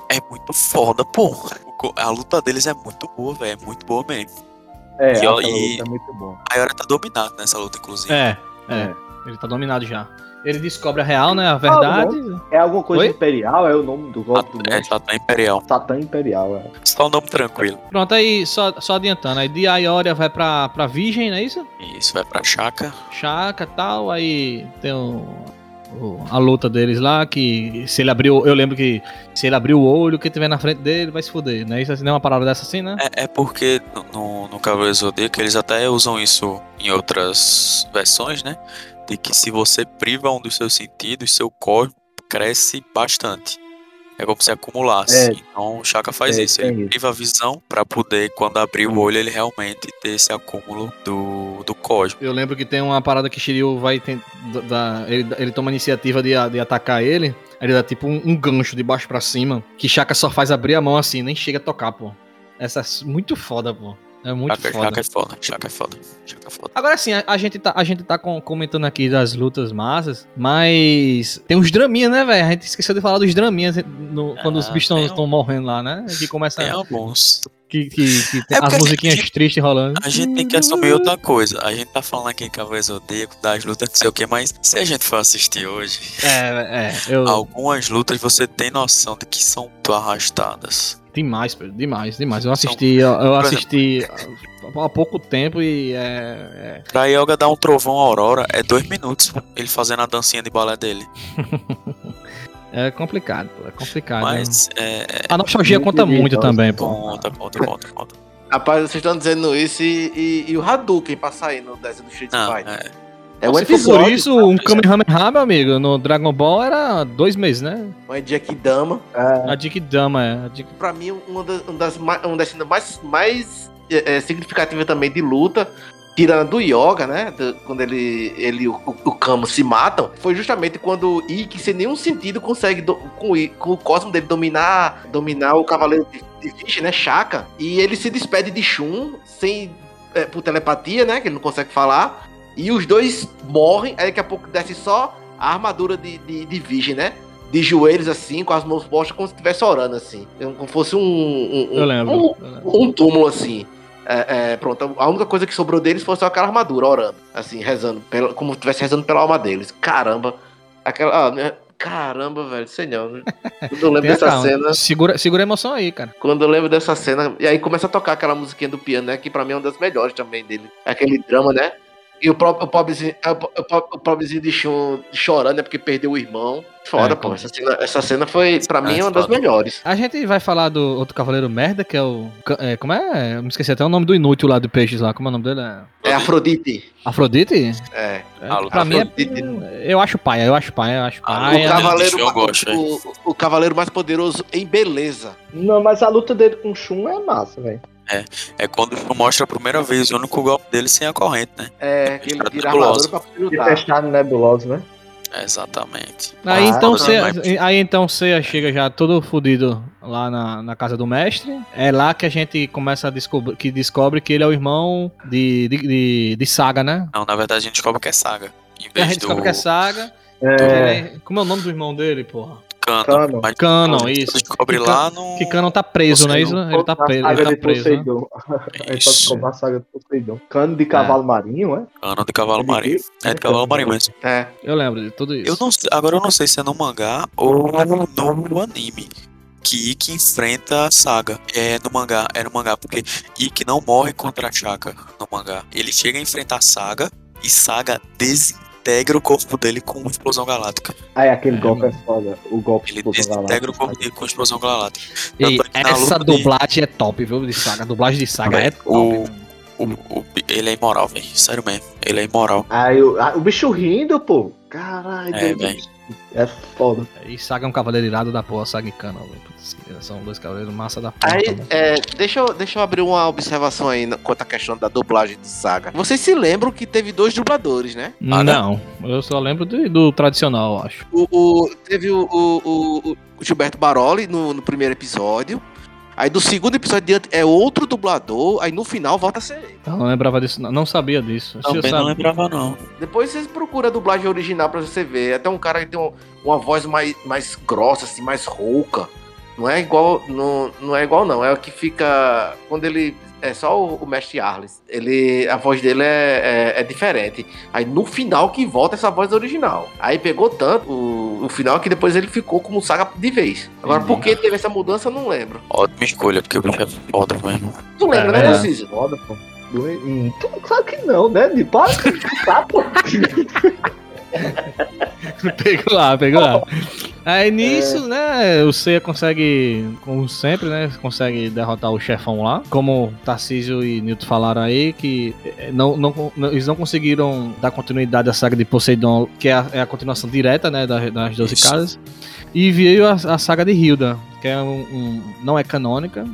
É muito foda, pô. O- A luta deles é muito boa, velho. É muito boa mesmo. É, E, essa ó, luta e- é muito bom. A Iori tá dominado nessa luta, inclusive. É, é, É. ele tá dominado já. Ele descobre a real, né? A verdade. É alguma coisa Oi? imperial, é o nome do golpe do É, mestre. Satã Imperial. Satã Imperial, é. Só o nome tranquilo. Pronto, aí só, só adiantando. Aí de Aioria vai pra, pra Virgem, não é isso? Isso, vai pra Chaka. Chaka e tal. Aí tem o, o- a luta deles lá. Que se ele abriu. Eu lembro que se ele abrir o olho, quem tiver na frente dele vai se fuder. Não é isso? Não é uma parada dessa assim, né? É, é porque no, no, no Cavaleiro do Zodíaco eles até usam isso em outras versões, né? De que se você priva um dos seus sentidos, seu corpo cresce bastante. É como se acumulasse. É. Então o Shaka faz É, isso. tem Ele isso. priva a visão pra poder, quando abrir o olho, ele realmente ter esse acúmulo do, do cosmo. Eu lembro que tem uma parada que Shiryu vai ten- da- ele, ele toma a iniciativa de, a- de atacar ele. Aí ele dá tipo um, um gancho de baixo pra cima. Que Shaka só faz abrir a mão assim, nem chega a tocar, pô. Essa é muito foda, pô. É muito Shaka, foda. Shaka é foda. Shaka é foda. Shaka é foda. Agora sim, a, a gente tá, a gente tá com- comentando aqui das lutas massas, mas tem uns draminhas, né, velho? A gente esqueceu de falar dos draminhas no- quando os Ah, bichos tem um- estão morrendo lá, né? Que começa. Tem alguns. Que, que, que tem É as porque musiquinhas a gente- tristes rolando. A gente tem que assumir outra coisa. A gente tá falando aqui em Cavaleiro Zodíaco, das lutas, não sei o que, mas se a gente for assistir hoje, É, é. Eu, algumas lutas você tem noção de que são muito arrastadas. Demais, Pedro, demais, demais. Eu assisti, eu, eu Por assisti há- há pouco tempo e é. Pra Yoga dar um trovão à Aurora é dois minutos. Ele fazendo a dancinha de balé dele. É, é complicado, pô. É complicado. Mas é. A nostalgia Muito conta muito então, também, pô. Conta, conta, conta, conta. Rapaz, vocês estão dizendo isso e, e, e o Hadouken pra sair no desenho do Street Não, Fighter. é. É o Se for por episódio, isso, um Kamehameha, meu amigo, no Dragon Ball era dois meses, né? uma Dama. É, A Dick Dama, é. A Dick... Pra mim, uma das, uma das, ma- uma das cenas mais, mais é, é, significativas também de luta, tirando do Yoga, né? do- quando ele, ele e o, o, o Kamo se matam, foi justamente quando o Ikki, sem nenhum sentido, consegue, do- com, o I- com o cosmo dele, dominar, dominar o Cavaleiro de, de Fish, né? Shaka. E ele se despede de Shun, sem, é, por telepatia, né? Que ele não consegue falar. E os dois morrem, aí daqui a pouco desce só a armadura de, de, de Virgem, né? De joelhos assim, com as mãos postas, como se estivesse orando assim. Como fosse um. um, um Eu lembro. Um, eu lembro. um túmulo assim. É, é, pronto, a única coisa que sobrou deles foi só aquela armadura, orando, assim, rezando, pela, como se estivesse rezando pela alma deles. Caramba, aquela. Ah, né? Caramba, velho, sei não. Né? Quando eu lembro Tenha dessa calma. cena. Segura, segura a emoção aí, cara. Quando eu lembro dessa cena, e aí começa a tocar aquela musiquinha do piano, né? Que pra mim é uma das melhores também dele. Aquele drama, né? E o, próprio, o, pobrezinho, o, po- o pobrezinho de Shun chorando, né? Porque perdeu o irmão. Foda, É, pô. como- Essa cena, essa cena foi, pra mim, É, uma das foda. melhores. A gente vai falar do outro cavaleiro merda, que é o. é, como é? Eu me esqueci até o nome do inútil lá do Peixes lá. Como é o nome dele? É... É Afrodite. Afrodite? É. É, Ah, pra mim Afrodite. é. Eu acho paia, eu acho paia, eu acho Ah, paia. o, cavaleiro, eu ma- gosto, é. o, o cavaleiro mais poderoso em beleza. não, mas a luta dele com o Shun é massa, velho. É quando o mostra a primeira vez o único golpe dele sem a corrente, né? É, que ele Cara tira a nebulosa. armadura pra poder E lutar. fechar no nebuloso, né? É, exatamente. Aí Ah, então não, você, mas- aí então você chega já todo fodido lá na, na casa do mestre. É lá que a gente começa a descobrir que descobre que ele é o irmão de, de, de, de Saga, né? Não, na verdade a gente descobre que é Saga. Em A vez gente do descobre que é Saga. É, que ele é- Como é o nome do irmão dele, porra? Canon. Canon. Mas Canon, você isso. descobre Que lá no... Que Canon tá preso, não é isso? Ele tá a preso, saga ele de tá preso. Né? Poseidon. Aí Isso. só descobrir a saga de Poseidon. Cano de cavalo marinho, é? Canon de Cavalo É de Marinho. quê? É de Cavalo Marinho mesmo. É. Eu lembro de tudo isso. Eu não sei, agora eu não sei se é no mangá ou no anime que Ikki enfrenta a Saga. É no mangá, é no mangá, porque Ikki não morre contra a Shaka no mangá. Ele chega a enfrentar a Saga e Saga desintegra o corpo dele com uma explosão galáctica. Aí aquele É, golpe é foda. O golpe Ele explosão desintegra o galáctica. corpo dele com explosão galáctica. E Tanto é que na essa luta de- dublagem é top, viu? De Saga. A dublagem de Saga é Velho, top. o- O, o- ele é imoral, velho. Sério mesmo. Ele é imoral. Aí o, ah, o bicho rindo, pô. Caralho. É, Deus. velho. É foda. E Saga é um cavaleiro irado da porra, Saga e Canon. velho. Putz, são dois cavaleiros massa da porra. Aí, também. é, deixa, eu, deixa eu abrir uma observação aí na- quanto à questão da dublagem de Saga. Vocês se lembram que teve dois dubladores, né? Ah, Não, eu só lembro do, do tradicional, eu acho. O, o- teve o, o- o- o Gilberto Baroli no, no primeiro episódio. Aí do segundo episódio diante é outro dublador. Aí no final volta a ser ele. Eu não lembrava disso, não, não sabia disso. Se eu Também não sabe- lembrava, não. Depois vocês procuram a dublagem original pra você ver. Até um cara que tem um- uma voz mais, mais grossa, assim, mais rouca. Não é igual, não, não é igual não, é o que fica quando ele é só o, o Mestre Arles. Ele, a voz dele é, é, é diferente. Aí no final que volta essa voz original. Aí pegou tanto o, o final que depois ele ficou como Saga de vez. Agora, por que teve essa mudança, eu não lembro. Ótima escolha, porque o bicho é foda mesmo. Tu lembra, É, né, é. Narciso? Foda, pô. Hum, Claro que não, né? De para tá, pô. Pegou lá, pegou lá. Aí nisso, né, o Seiya consegue, como sempre, né, consegue derrotar o chefão lá. Como Tarcísio e Newton falaram aí, que eh, não, não, não- eles não conseguiram dar continuidade à saga de Poseidon, que é a, é a continuação direta, né, das, das doze Isso. casas. E veio a, a saga de Hilda, que é um, um- não é canônica,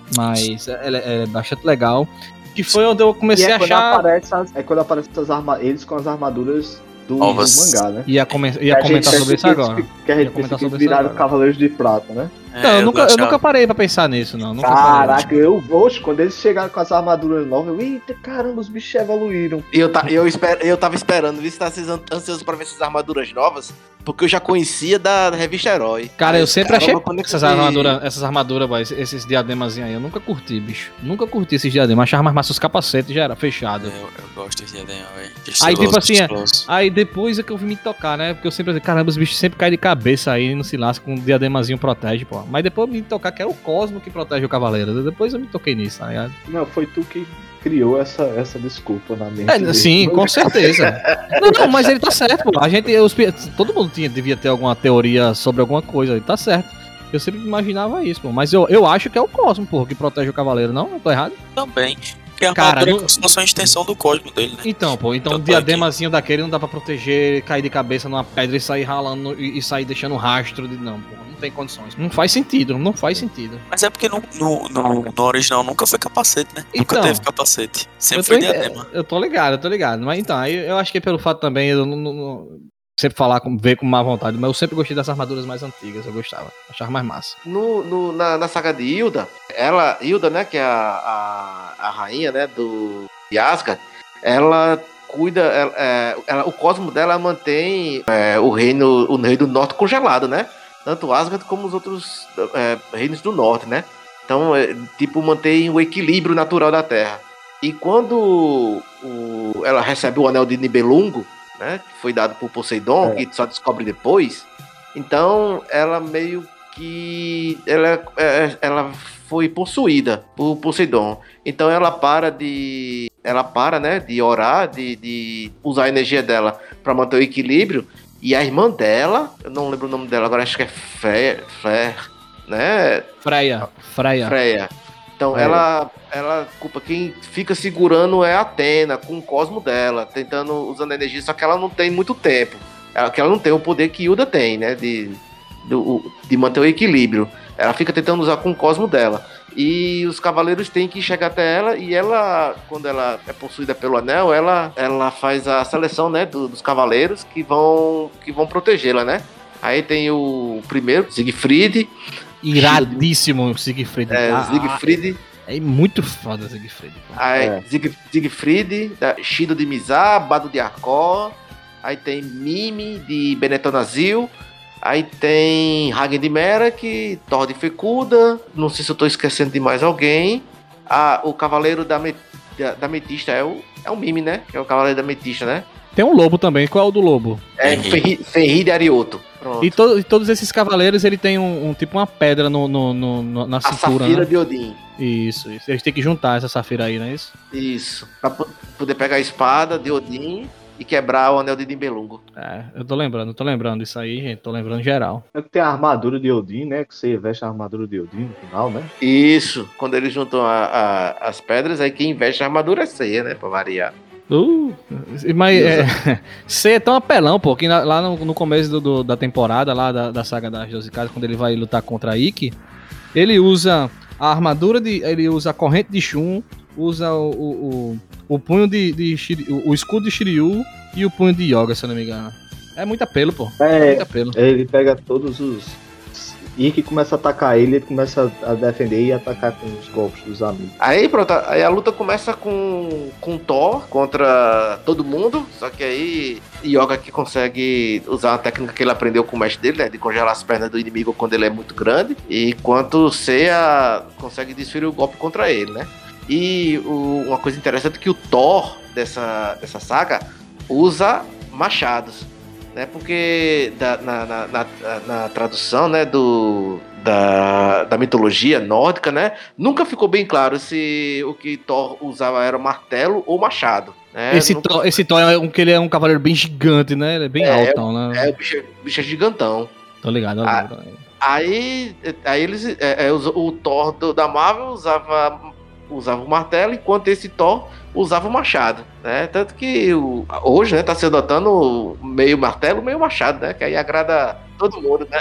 mas ela é, é bastante legal. Que foi onde eu E comecei é a quando achar... aparece as, é quando aparece as arma, eles com as armaduras do, do Novas. mangá, né? Ia, come, Que ia a gente comentar pensa sobre isso que eles agora. fi- Que a gente Ia pensa comentar que sobre eles isso viraram agora. Cavaleiros de Prata, né? É, Não, eu, nunca, eu achava- nunca parei pra pensar nisso, não. Nunca parei. Caraca, eu vou, quando eles chegaram com as armaduras novas, eu, eita, caramba, os bichos evoluíram. E eu, ta, eu, esper, eu tava esperando, vi se tá ansioso pra ver essas armaduras novas, porque eu já conhecia da, da revista Herói. Cara, Aí, eu sempre caramba, achei quando eu essas vi- armaduras, essas armaduras, boy, esses diademazinhos aí, eu nunca curti, bicho. Nunca curti esses diademas. Achava mais massa os capacetes, já era fechado. Eu, eu gosto desse diadema, velho. Aí, tipo assim, é- estiloso. Aí depois é que eu vim me tocar, né? Porque eu sempre falei, caramba, os bichos sempre caem de cabeça aí, não se lasca com um diademazinho protege, pô. Mas depois eu me tocar que era o Cosmo que protege o Cavaleiro. Depois eu me toquei nisso, tá ligado? Não, foi tu que criou essa, essa desculpa na mente. É, dele. sim, com certeza. Não, não, mas ele tá certo, pô. A gente, os, todo mundo tinha, devia ter alguma teoria sobre alguma coisa, ele tá certo. Eu sempre imaginava isso, pô. Mas eu, eu acho que é o Cosmo, pô, que protege o Cavaleiro, não? Eu tô errado? Também. Porque a Cara, armadura é não- como se fosse uma extensão do código dele, né? Então, pô, então Tanto um é diademazinho daquele não dá pra proteger, cair de cabeça numa pedra e sair ralando e, e sair deixando rastro de. Não, pô, não tem condições. Não faz sentido, não faz sentido. Mas é porque no, no, no, no original nunca foi capacete, né? nunca Então, teve capacete. Sempre Eu tô, foi em- diadema. eu tô ligado, eu tô ligado. Mas então, aí eu acho que é pelo fato também, eu não, não- não- sempre falar, com, ver com má vontade, mas eu sempre gostei das armaduras mais antigas, eu gostava. Achava mais massa. No, no- na, na saga de Hilda, ela, Hilda, né, que é a, a, a rainha, né, do de Asgard, ela cuida, ela, é, ela- o cosmo dela mantém é, o reino, o reino do norte congelado, né? Tanto Asgard como os outros é, reinos do norte, né? Então, é, tipo, mantém o equilíbrio natural da Terra. E quando o- ela recebe o anel de Nibelungo, né, que foi dado por Poseidon, É. que só descobre depois, então ela meio que ela, é, ela foi possuída por Poseidon. Então ela para de ela para, né, de orar, de, de usar a energia dela para manter o equilíbrio. E a irmã dela, eu não lembro o nome dela agora, acho que é Freya, Freya, né? Freya, Freya. Freya. Então Freya. ela ela culpa quem fica segurando é a Atena com o cosmo dela, tentando usando a energia, só que ela não tem muito tempo. Ela, que ela não tem o poder que Hilda tem, né, de do, de manter o equilíbrio. Ela fica tentando usar com o cosmo dela. E os cavaleiros têm que chegar até ela, e ela, quando ela é possuída pelo anel, ela, ela faz a seleção, né, do- dos cavaleiros que vão, que vão protegê-la, né? Aí tem o primeiro, Siegfried, Iradíssimo Siegfried. é, Ah, Siegfried, é muito foda Siegfried. pô. aí É. Sieg- Siegfried, da Shido de Mizar, Bado de Arcó, aí tem Mime de Benetonazil, aí tem Hagen de Merak, Thor de Fecunda, não sei se eu tô esquecendo de mais alguém. Ah, o Cavaleiro da, Met, da, da Metista é o, é o Mime, né? Que é o Cavaleiro da Metista, né? Tem um lobo também, qual é o do lobo? É Uhum. Fenrir Fenrir de Arioto. Pronto. E, to- e todos esses cavaleiros, ele tem um, um- tipo uma pedra no, no- no- no- na A cintura, Safira né? de Odin. Isso, isso. Eles têm que juntar essa safira aí, não é isso? Isso. Pra po- poder pegar a espada de Odin e quebrar o anel de Nibelungo. É, eu tô lembrando, tô lembrando isso aí, gente. Tô lembrando geral. É que tem a armadura de Odin, né? Que você veste a armadura de Odin no final, né? Isso. Quando eles juntam a- a- as pedras, aí quem investe a armadura é ceia, né? Pra variar. Uh, mas é, você é tão apelão, pô, que na- lá no, no começo do- do- da temporada, lá da, da saga das doze casas, quando ele vai lutar contra a Ikki, ele usa a armadura de. Ele usa a corrente de Shun, usa o, o, o, o punho de. de Shiri- o, o escudo de Shiryu e o punho de Yoga, se eu não me engano. É muito apelo, pô. É É, muito apelo. ele pega todos os. Ikki começa a atacar ele, ele começa a defender e atacar com os golpes dos amigos. Aí pronto, aí a luta começa com, com Thor contra todo mundo, só que aí Yoga que consegue usar uma técnica que ele aprendeu com o mestre dele, né, de congelar as pernas do inimigo quando ele é muito grande, e enquanto Seiya consegue desferir o golpe contra ele, né. E o, uma coisa interessante é que o Thor dessa, dessa saga usa machados, né, porque da, na, na, na, na tradução, né, do... Da, da mitologia nórdica, né? Nunca ficou bem claro se o que Thor usava era martelo ou machado. Né? Esse, Nunca... Thor, esse Thor é um que ele é um cavaleiro bem gigante, né? Ele é bem é, altão, né? É, o bicho, o bicho é gigantão. Tô ligado, eu ah, lembro. Aí, aí eles, é, é, o, o Thor do, da Marvel usava, usava o martelo, enquanto esse Thor usava o machado, né? Tanto que o, hoje, né, tá se adotando meio martelo, meio machado, né? Que aí agrada todo mundo, né?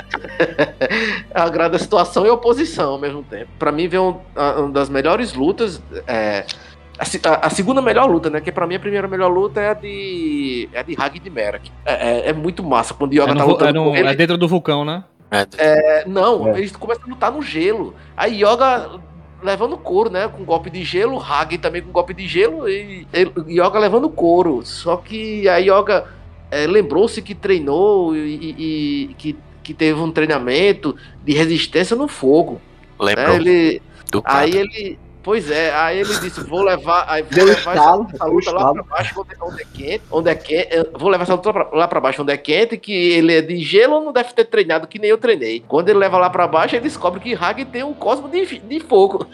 Agrada a situação e a oposição ao mesmo tempo. Pra mim, vem um, uma das melhores lutas. É, a, a segunda melhor luta, né? Que pra mim a primeira melhor luta é a de. É a de Hag de Merak. É, é, é muito massa quando o Yoga é tá no, lutando é, no, com ele. É dentro do vulcão, né? É, não, É. eles começam a lutar no gelo. Aí Yoga levando couro, né? Com golpe de gelo, Hag também com golpe de gelo e, e Yoga levando couro. Só que a Yoga é, lembrou-se que treinou e, e, e que, que teve um treinamento de resistência no fogo. Lembrou Né? Ele, do aí cara. ele, pois é, aí ele disse, vou levar, aí vou Deu levar estalo, essa, essa deu luta lá estalo. pra baixo, onde, onde é quente, onde é quente, eu vou levar essa luta pra, lá pra baixo, onde é quente, que ele é de gelo, não deve ter treinado que nem eu treinei. Quando ele leva lá pra baixo, ele descobre que Hag tem um cosmo de, de fogo.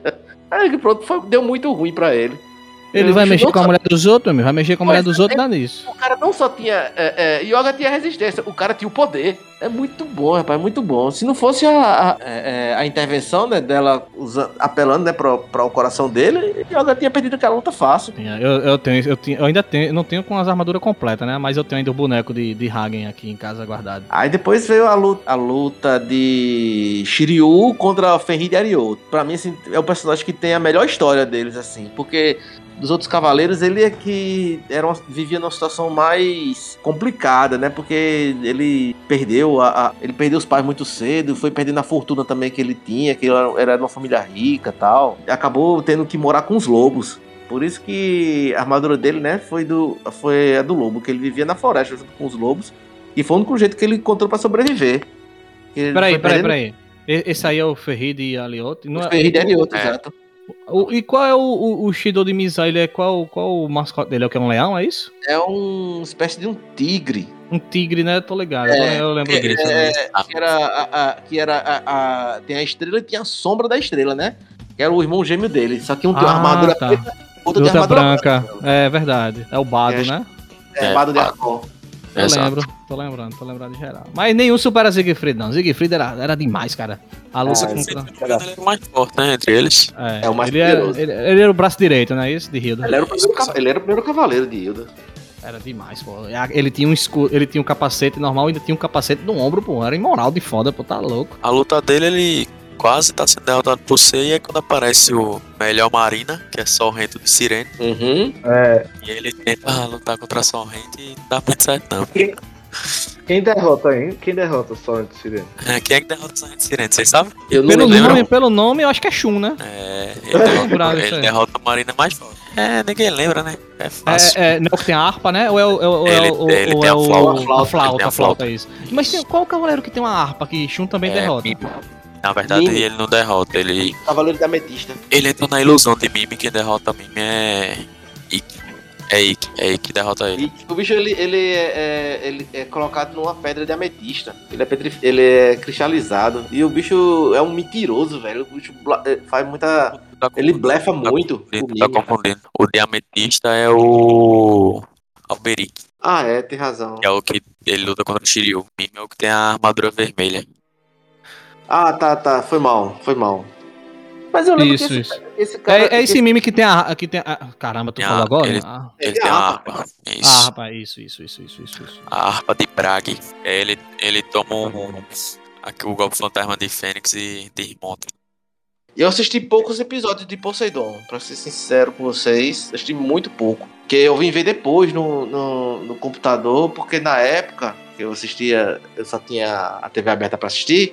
Aí pronto, foi, deu muito ruim pra ele. Ele Eu vai acho mexer não com a só- mulher dos outros, meu. Vai mexer com a mulher Pois dos é, outros, dá nisso. O cara não só tinha. É, é, Yoga tinha resistência, o cara tinha o poder. É muito bom, rapaz, muito bom. Se não fosse a, a, é, a intervenção, né, dela usa, apelando, né, pra, pra o coração dele, Yoga tinha perdido aquela luta fácil. Eu, eu tenho, eu tenho, eu ainda tenho, eu não tenho com as armaduras completas, né? Mas eu tenho ainda o boneco de, de Hagen aqui em casa guardado. Aí depois veio a luta, a luta de Shiryu contra Fenrir de Ariou. Pra mim, assim, é o personagem que tem a melhor história deles, assim, porque dos outros cavaleiros, ele é que era uma, vivia numa situação mais complicada, né? Porque ele perdeu a, a- ele perdeu os pais muito cedo, foi perdendo a fortuna também que ele tinha, que era, era de uma família rica e tal. E acabou tendo que morar com os lobos. Por isso que a armadura dele, né, foi, do, foi a do lobo, que ele vivia na floresta junto com os lobos. E foi o único jeito que ele encontrou pra sobreviver. Que ele Peraí, foi peraí, perdendo peraí. E- Esse aí é o Ferri de Aliotti? Não os é- Fenrir de Ariou, É. exato. o- E qual é o, o, o Shido de Misa? Ele é qual, qual o mascote dele? É o que? É um leão, é isso? É uma espécie de um tigre. Um tigre, né? Tô ligado. eu- eu lembro disso. É, Ah. que era, a, a- que era a, a- tem a estrela e tem a sombra da estrela, né? Que era o irmão gêmeo dele. Só que um tem uma Ah, armadura tá. preta, outro tem Luta armadura branca. É verdade. É o Bado, É, né? É, É, Bado de Bado. Arcor. Eu Exato. lembro. Tô lembrando, tô lembrando de geral. Mas nenhum supera Siegfried, não. Siegfried era, era demais, cara. A luta Ah, contra... Se não me engano, ele era o mais forte, né, entre eles. É, É o mais ele, era, poderoso. ele, ele era o braço direito, né? Isso, de Hilda. Ele era, o primeiro, ca- ele era o primeiro cavaleiro de Hilda. Era demais, pô. Ele tinha um escudo, ele tinha um capacete normal e ainda tinha um capacete no ombro, pô. Era imoral de foda, pô. Tá louco. A luta dele, ele quase tá sendo derrotado por C, e aí quando aparece o melhor Marina, que é Sorrento de Sirene, Uhum. É, e ele tenta lutar contra a Sorrento e não dá muito certo, não. quem derrota aí? Quem derrota só antes de Sirene? É, quem é que derrota o Sorrento de Sirene, vocês sabem? Eu não Pelo lembro. nome, pelo nome, eu acho que é Shun, né? É, ele, Eu derrota, lembrava disso ele aí. derrota a Marina mais forte. É, ninguém lembra, né? É fácil. É, é, não é o que tem a harpa, né? Ou é o. Ou é, Ele- o- ou ele ou tem é a o- flauta. a Ele flauta, tem a a flauta, é isso. Mas tem, qual cavaleiro que tem uma harpa que Shun também É, derrota? Mimi. Na verdade, Mimi. ele não derrota, ele, Cavaleiro da Ametista. ele entra na ilusão de Mimi. Quem derrota Mimi é Ikki. É Ikki, é Ikki que derrota ele. E o bicho, ele, ele, é, é- ele é colocado numa pedra de ametista. Ele é, petrif- ele é cristalizado. E o bicho é um mentiroso, velho. O bicho bla- é, faz muita... Tá Ele confundindo, blefa tá muito confundindo, comigo. Tá confundindo. O de ametista é o Alberic, Ah, é, tem razão. que é o que ele luta contra o Shiryu. Mimi é o que tem a armadura vermelha. Ah, tá, tá. Foi mal, foi mal. Mas eu lembro Isso, que esse, isso. esse cara... É, é esse mime que tem a. Que tem a caramba, tu Tem falou a- agora? ele- Ah, Ele Tem tem a a harpa. harpa. ah, Isso. rapaz, isso, isso, isso, isso, isso, isso. A harpa de Brag. Ele, ele toma um, aqui, o golpe fantasma de Fênix e desmonta. Eu assisti poucos episódios de Poseidon, pra ser sincero com vocês. Assisti muito pouco. Porque eu vim ver depois no, no, no computador, porque na época que eu assistia, eu só tinha a T V aberta pra assistir.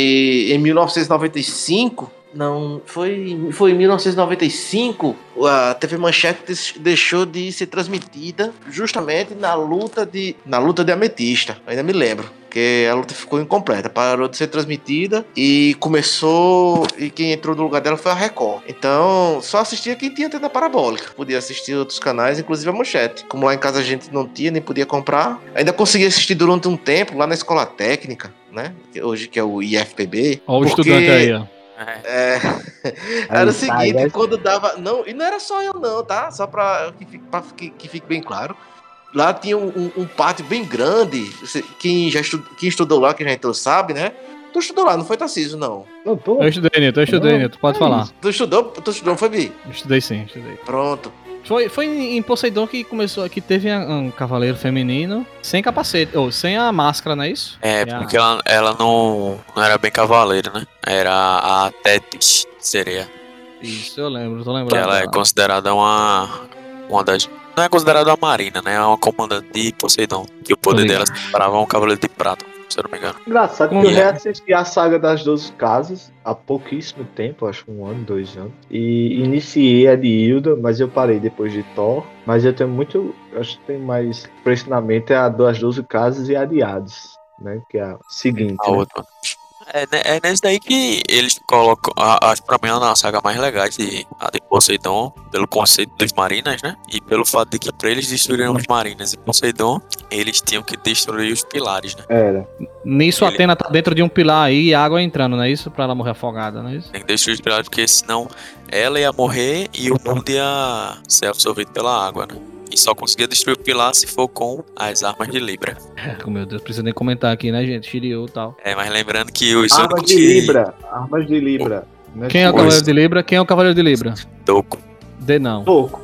E em mil novecentos e noventa e cinco, não, foi, foi em mil novecentos e noventa e cinco, a T V Manchete deixou de ser transmitida justamente na luta de, na luta de Ametista, ainda me lembro. Porque a luta ficou incompleta, parou de ser transmitida e começou, e quem entrou no lugar dela foi a Record. Então, só assistia quem tinha tenda parabólica. Podia assistir outros canais, inclusive a Manchete. Como lá em casa a gente não tinha, nem podia comprar. Ainda consegui assistir durante um tempo lá na Escola Técnica, né? Hoje que é o I F P B. Olha o porque... estudante aí, ó. É, era o seguinte, quando dava... Não, e não era só eu não, tá? Só pra que fique, pra que, que fique bem claro. Lá tinha um, um, um pátio bem grande. Quem já estudou, quem estudou lá, quem já entrou, sabe, né? Tu estudou lá, não foi, Tarcísio, não? Eu tô. Eu estudei, Nito, eu estudei, Nito, pode falar. Tu estudou? Tu estudou, não foi, Bi? Eu estudei sim, estudei. Pronto. Foi, foi em Poseidon que começou, que teve um cavaleiro feminino sem capacete, ou sem a máscara, não é isso? É, E a- porque ela, ela não, não era bem cavaleiro, né? Era a Tétis sereia. Isso, eu lembro, tô lembrando. Que ela é dela. considerada uma, uma das... Não é considerada uma marina, né? É uma comandante de Poseidon. Que o poder Tô dela ligado. se comparava a um cavaleiro de prata, se eu não me engano. Engraçado que Como eu é? reassisti a saga das doze casas há pouquíssimo tempo, acho que um ano, dois anos. E iniciei a de Hilda, mas eu parei depois de Thor. Mas eu tenho muito. Acho que tem mais pressionamento é a das doze casas e a de Hades, né? Que é a seguinte. A né? outra. É, ne- é nesse daí que eles colocam, a- acho que pra mim é uma das sagas mais legais de, a de Poseidon, pelo conceito dos marinas, né? E pelo fato de que pra eles destruírem os marinas e Poseidon, eles tinham que destruir os pilares, né? Era. Nisso a Ele- Atena tá dentro de um pilar aí e a água entrando, não é isso? Pra ela morrer afogada, não é isso? Tem que destruir os pilares porque senão ela ia morrer e o mundo ia ser absorvido pela água, né? E só conseguia destruir o pilar se for com as armas de Libra. É, meu Deus, precisa nem comentar aqui, né, gente? Shiryu e tal. É, mas lembrando que os Armas únicos de que... Libra. Armas de Libra. Né? Quem é o Pois. Cavaleiro de Libra? Quem é o Cavaleiro de Libra? Doku. Dê não. Pouco.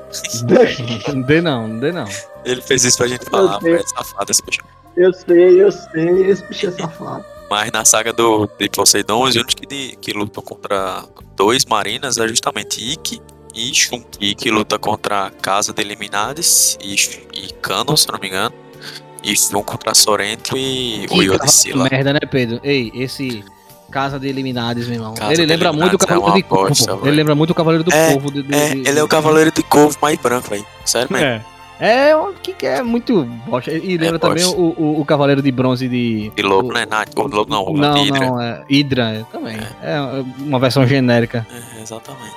Dê não, dê não. Ele fez isso pra gente falar, Deus. foi safado esse bicho. Eu sei, eu sei. Esse bicho é safado. Mas na saga do, de Poseidon, os únicos que, de- que lutam contra dois marinas é justamente Ikki e Shun. Ikki luta contra a Casa de Eliminades e, e Kano, se eu não me engano. E Shun contra Sorrento e o Yodicila. Merda, né, Pedro? Ei, esse Casa de Eliminados, meu irmão. Casa ele de lembra muito o Eliminados é Cavaleiro uma de Corvo. bosta, Ele velho. lembra muito o Cavaleiro do É, Corvo. de- de- É, de- ele é o Cavaleiro de Corvo mais branco, velho. Sério mesmo. É. É, o que que é muito bosta. E lembra É também bosta. o, o, o Cavaleiro de Bronze de... De lobo, o- né? Na- O lobo não, o Não, de Hydra. não, é Hydra é, também. É. uma versão genérica. É, exatamente.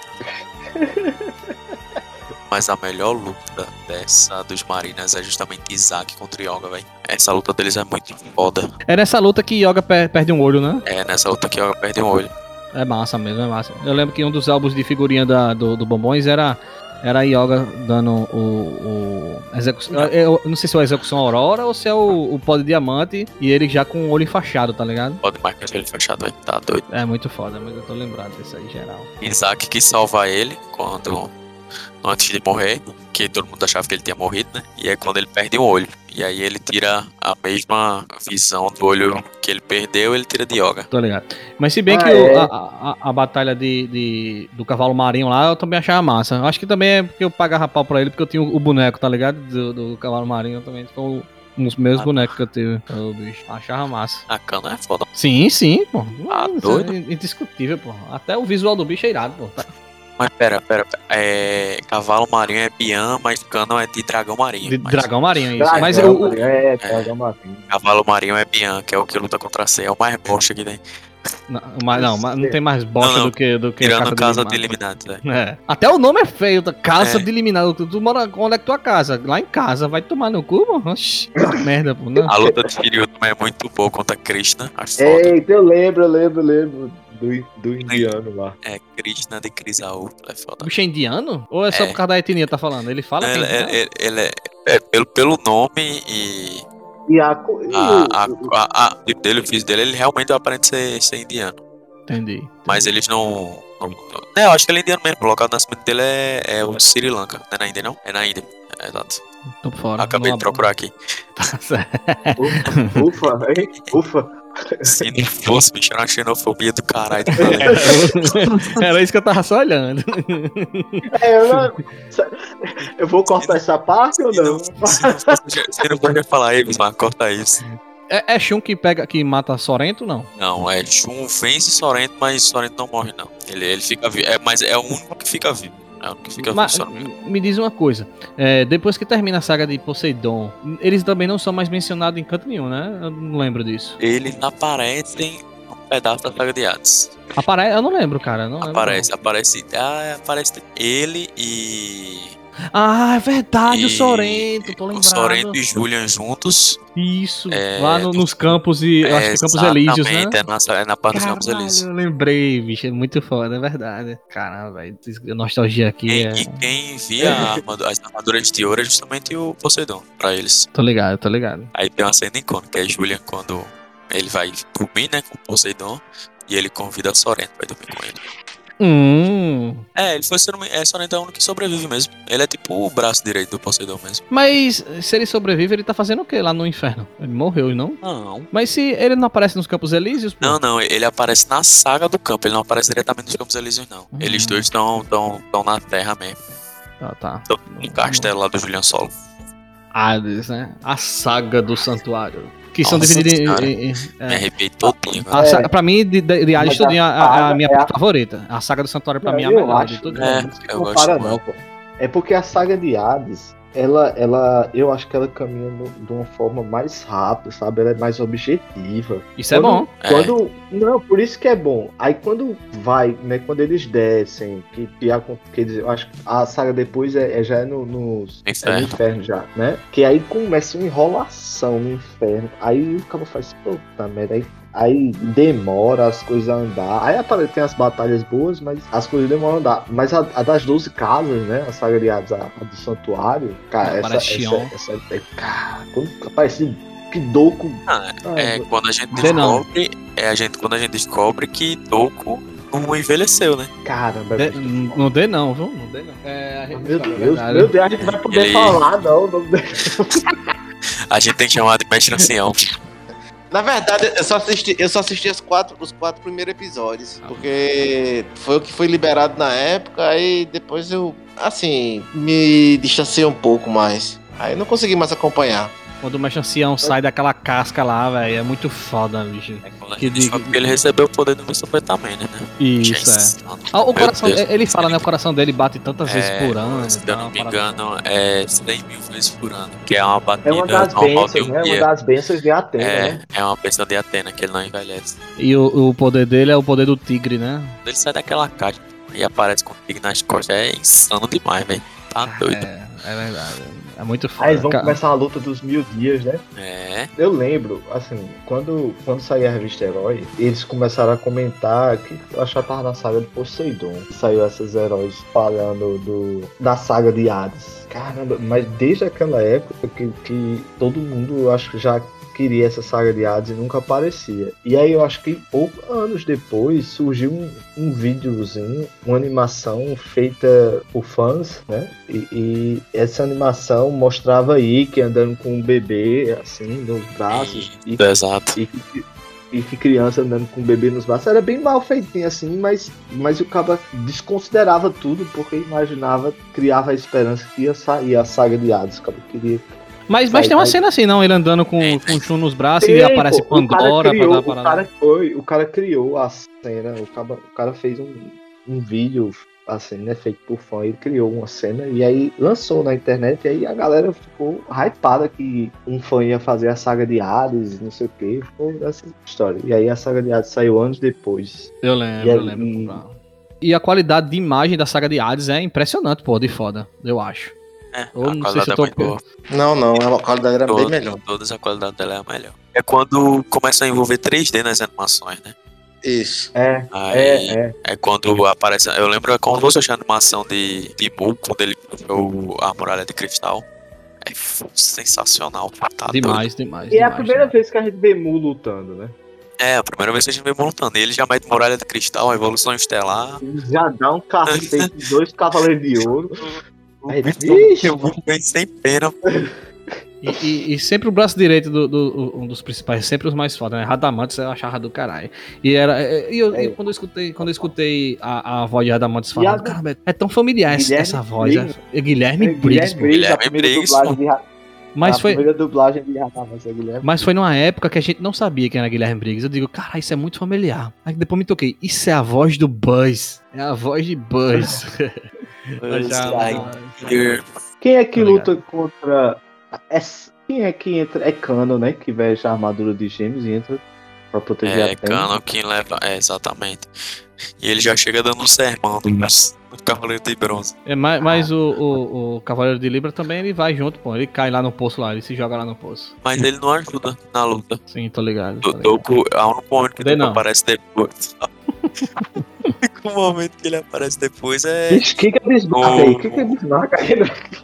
Mas a melhor luta dessa dos marinas é justamente Isaac contra Yoga, velho. Essa luta deles é muito foda. É nessa luta que Yoga per- perde um olho, né? É nessa luta que Yoga perde um olho. É massa mesmo, é massa. Eu lembro que um dos álbuns de figurinha da, do, do Bombons era, era Yoga dando o. o execução, eu, eu não sei se é a execução Aurora ou se é o, o pó de diamante e ele já com o olho enfaixado, tá ligado? Pode mais que ele fechado, velho. Tá doido. É muito foda, mas eu tô lembrado desse aí geral. Isaac que salva ele quando. Antes de morrer, que todo mundo achava que ele tinha morrido, né? E é quando ele perde um olho. E aí ele tira a mesma visão do olho que ele perdeu, ele tira de Yoga. Tô ligado. Mas se bem Ah, que o- é? a, a, a batalha de, de- do cavalo marinho lá, eu também achava massa. Acho que também é porque eu pagava pau pra ele, porque eu tinha o, o boneco, tá ligado? Do, do cavalo marinho também. Foi o- um dos meus Ah, bonecos que eu tive. Ô, bicho. Achava massa. A cana é foda. Sim, sim, pô. Ah, Isso doido. é indiscutível, pô. Até o visual do bicho é irado, pô. Mas pera, pera, pera. É, cavalo marinho é Bian, mas cano é de dragão marinho. De Mas dragão marinho, isso. Dragão, Mas o, o- É, dragão marinho. Cavalo marinho é Bian, que é o que luta contra a C. É o mais bosta que tem. não, mas não, mas não tem mais bosta Não, não. do que do que Tirando casa de de Eliminados. eliminados, velho. É. Até o nome é feio, tá? Casa É. de eliminado. Tu, tu mora onde é que tua casa? Lá em casa, vai tomar no cu, mano? Oxi, merda, pô. Não. A luta de Shiryu também é muito boa contra Krishna. Acho foda. Eita, eu lembro, eu lembro, eu lembro do, do indiano lá. É, Krishna de Krisaú. É O foda. bicho é indiano? Ou é só É. por causa da etnia, tá falando? Ele fala que é Ele, indiano? ele, ele é, é pelo, pelo nome e E a, co- e a, o- a, a, a tipo dele, o físico dele, ele realmente aparenta ser, ser indiano. Entendi. Mas eles não. não, não é, eu acho que ele é indiano mesmo. O local de nascimento dele é, é o Sri Lanka. Não é na Índia, não? É na Índia. É, exato. Tô por fora. Acabei de procurar aqui. Tá certo. Ufa, ufa, hein? Ufa. Se não fosse, bicho, era uma xenofobia do caralho. Do caralho. Era isso que eu tava só olhando. É, eu, não- eu vou cortar essa parte ou Se não, não? se não fosse, se não pode falar aí, mas corta isso. É, é Shun que pega, que mata Sorrento, não? Não, é Shun vence Sorrento, mas Sorrento não morre, não. Ele, ele fica vivo. É, mas é o único que fica vivo. É o único que fica Mas, vivo, se eu não me engano. me diz uma coisa. É, depois que termina a saga de Poseidon, eles também não são mais mencionados em canto nenhum, né? Eu não lembro disso. Eles aparecem num pedaço da saga de Hades. Apare... Eu não lembro, cara. eu Não lembro, Aparece, aparece. Ah, aparece ele e. não. Ah, é verdade, o e- Sorrento, tô O lembrado. Sorrento e Julian juntos. Isso, É, lá no- nos campos e. Eu acho que é Campos Elíseos, né? Exatamente, é na, é na parte dos Campos Caralho, Elíseos. eu lembrei, bicho, é muito foda, é verdade. Caramba, velho, a nostalgia aqui Quem- é... E quem envia a armadura- as armaduras de ouro é justamente o Poseidon pra eles. Tô ligado, tô ligado. Aí tem uma cena icônica, é Julian quando ele vai dormir, né, com o Poseidon, e ele convida a Sorrento pra dormir com ele. Hum. É, ele foi ser é, Sorrento é o único que sobrevive mesmo. Ele é tipo o braço direito do Poseidon mesmo. Mas se ele sobrevive, ele tá fazendo o que lá no inferno? Ele morreu, não? Não. Mas se ele não aparece nos Campos Elíseos, pô? Não, não, ele aparece na saga do campo, ele não aparece diretamente nos Campos Elíseos, não. Hum. Eles dois estão tão, tão na Terra mesmo. Tá, tá. Tão no castelo lá do Julian Solo. Hades, né? A saga do santuário. Que são Nossa divididas em... senhora. em- em- Me é. arrepiei todinho, velho. A É. saga, pra mim, de, de, de Hades, Mas tudinho, a a, a- a saga minha é a- parte favorita. A saga do santuário pra Não, mim é a eu melhor acho de tudo. É, não se eu gosto compara muito. não, pô. É porque a saga de Hades, ela, ela, eu acho que ela caminha no- de uma forma mais rápida, sabe? Ela é mais objetiva. Isso é Quando- bom. É. Quando, não, por isso que é bom. Aí quando vai, né? Quando eles descem, que, que acon- quer dizer, eu acho que a saga depois é, é- já é no, nos- é Inferno. no inferno já, né? Que aí começa uma enrolação no inferno. Aí o cara faz, puta merda, aí Aí demora as coisas a andar. Aí apare- tem as batalhas boas, mas as coisas demoram a andar. Mas a, a das doze casas, né? A saga de Hades, a, a do santuário. Cara, essa, Aparece essa, Xion. essa, é, cara, quando aparece Kidoku. Ah, ah, é quando a gente Vê não. descobre. É a gente, quando a gente descobre que Toco não envelheceu, né? Caramba, De- bicho. não dê não, viu? Não dê não. É, a gente Meu fala a Deus, verdade. meu Deus, a gente vai poder Ele- falar, não. não. A gente tem que chamar de mestre ancião. Na verdade, eu só assisti, eu só assisti as quatro, os quatro primeiros episódios. Porque foi o que foi liberado na época, aí depois eu, assim, me distanciei um pouco mais. Aí eu não consegui mais acompanhar. Quando o mestre ancião sai daquela casca lá, velho, é muito foda, bicho. É quando a Que gente diga- descobre que ele recebeu o poder do mister Tamém, né? Isso, é. insano. Ah, o Meu coração, Deus. ele fala, né? O coração dele bate tantas vezes É, por ano. se e eu tal, não me uma parada engano, é cem mil vezes por ano. Que é uma batida É uma das normal de bênçãos, um né? Uma dia. das bênçãos de Atena, É, né? é uma bênção de Atena, que ele não envelhece. assim. E o, o poder dele é o poder do tigre, né? Quando ele sai daquela caixa e aparece com o tigre nas costas, é insano demais, velho. Tá doido. É, é verdade. É muito foda. Aí eles vão Ca- começar a luta dos mil dias, né? É. Eu lembro, assim, quando, quando saiu a revista Herói, eles começaram a comentar que eu acho que já tava na saga do Poseidon. Saiu esses heróis falando do, da saga de Hades. Caramba, mas desde aquela época que, que todo mundo, eu acho que já queria essa saga de Hades e nunca aparecia. E aí eu acho que poucos anos depois surgiu um, um videozinho, uma animação feita por fãs, né? E, e essa animação mostrava Ikki andando com um bebê, assim, nos braços. E, Exato. e, que- e que criança andando com um bebê nos braços. Era bem mal feitinho, assim, mas, mas o cara desconsiderava tudo, porque imaginava, criava a esperança que ia sair a saga de Hades. O cara queria... Mas, mas Sai, tem uma sai. cena assim, não? Ele andando com, Tem, com tem. o Shun nos braços e Tem, aparece pô, o cara Pandora criou, pra dar o parada. cara foi, o cara criou a cena, o cara, o cara fez um, um vídeo assim, né, feito por fã, ele criou uma cena e aí lançou na internet e aí a galera ficou hypada que um fã ia fazer a saga de Hades, não sei o que, ficou essa história. E aí a saga de Hades saiu anos depois. Eu lembro, E aí- eu lembro. E a qualidade de imagem da saga de Hades é impressionante, pô, de foda, eu acho. É, Eu a não sei se qualidade eu é tô- muito boa. Não, não, a qualidade era bem Todo- melhor. Todas a qualidade dela é a melhor. É quando começa a envolver três D nas animações, né? Isso. É, Aí, é, é. é quando aparece. Eu lembro é quando você achou a animação de, de Mu, quando ele puxou a muralha de cristal. É f- sensacional. Tá Demais, demais. E é a demais, primeira demais. vez que a gente vê Mu lutando, né? doido. É, a primeira vez que a gente vê montando. Ele já mete muralha de cristal, a evolução estelar. Já dá um cacete, dois cavaleiros de ouro. Aí, Vixe, eu bem sem pena. E, e, e sempre o braço direito do, do- um dos principais, sempre os mais foda, né? Radamantes eu achava do caralho. E era. E eu, e quando eu escutei, quando eu escutei a, a voz de Radamantes falando, a- caramba, é tão familiar essa, Guilherme essa voz. Briggs. É, Guilherme Briggs, pô. Briggs, a Guilherme primeira Briggs, dublagem de Ra- Mas a foi, primeira dublagem de Radamantes é Guilherme. mas foi numa época que a gente não sabia quem era Guilherme Briggs. Eu digo, cara, isso é muito familiar. Aí depois me toquei, isso é a voz do Buzz. É a voz de Buzz. Eu já- Ai, Quem é que Tá ligado. luta contra. É- Quem é que entra? É Cano, né? Que veste a armadura de gêmeos e entra pra proteger É, a Terra. Cano quem leva. É, exatamente. E ele já chega dando um sermão do do Cavaleiro de Bronze. É, mas mas o, o, o Cavaleiro de Libra também ele vai junto, pô. Ele cai lá no poço lá, ele se joga lá no poço. Mas ele não ajuda na luta. Sim, tô ligado. Tô O ligado. Doku, a único momento que o Daí Doku não. aparece depois. O único momento que ele aparece depois é O que que é Bismarck O- aí? O que que é Bismarck aí?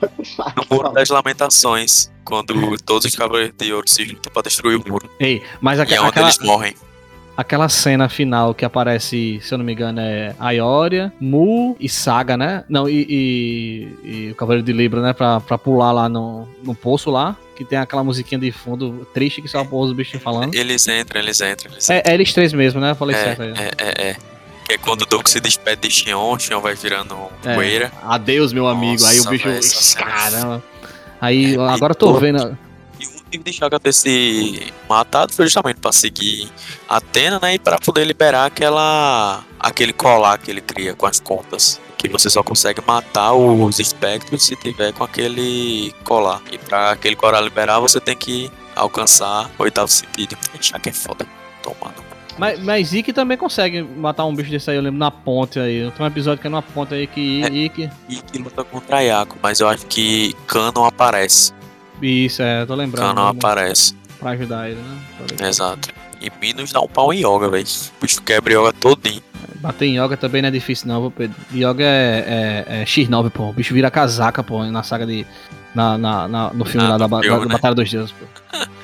no Muro das Lamentações. Quando todos os Cavaleiros de Ouro se juntam pra destruir o muro. Ei, mas E aque- é onde aquela, eles morrem. aquela cena final que aparece, se eu não me engano, é Aioria, Mu e Saga, né? Não, e, e- e o Cavaleiro de Libra, né? Pra, pra pular lá no, no poço lá. Que tem aquela musiquinha de fundo triste que só os bichos falando. Eles entram, eles entram, eles É, é eles três mesmo, né? Eu falei É, certo aí. é, é, é. Que é quando o Doku se despede de Xion, Xion vai virando um É. poeira. Adeus, meu amigo. Aí o Nossa, bicho. véi, essa cena- Caramba. Aí, É, agora eu e tô todo- vendo. E o motivo de Chaga ter se matado foi justamente pra seguir Atena, né? E pra poder liberar aquela, aquele colar que ele cria com as contas. Que você só consegue matar os espectros se tiver com aquele colar. E pra aquele colar liberar, você tem que alcançar o oitavo sentido. Chaga é foda. Tomando. Mas, mas Ikki também consegue matar um bicho desse aí, eu lembro, na ponte aí. Tem um episódio que é numa ponte aí que É. Ikki. E que luta contra Yako, mas eu acho que Kano aparece. Isso, é, tô lembrando. Kano né, aparece. Pra ajudar ele, né? Tô ligado. Exato. E Minos dá um pau em Yoga, velho. O bicho quebra Yoga todinho. Bater em Yoga também não é difícil, não, viu, Pedro? Yoga é, é, é xis nove, pô. O bicho vira casaca, pô, na saga de. Na, na, na- no filme Ah, lá da, no ba- filme, da né? Batalha dos Deuses, pô.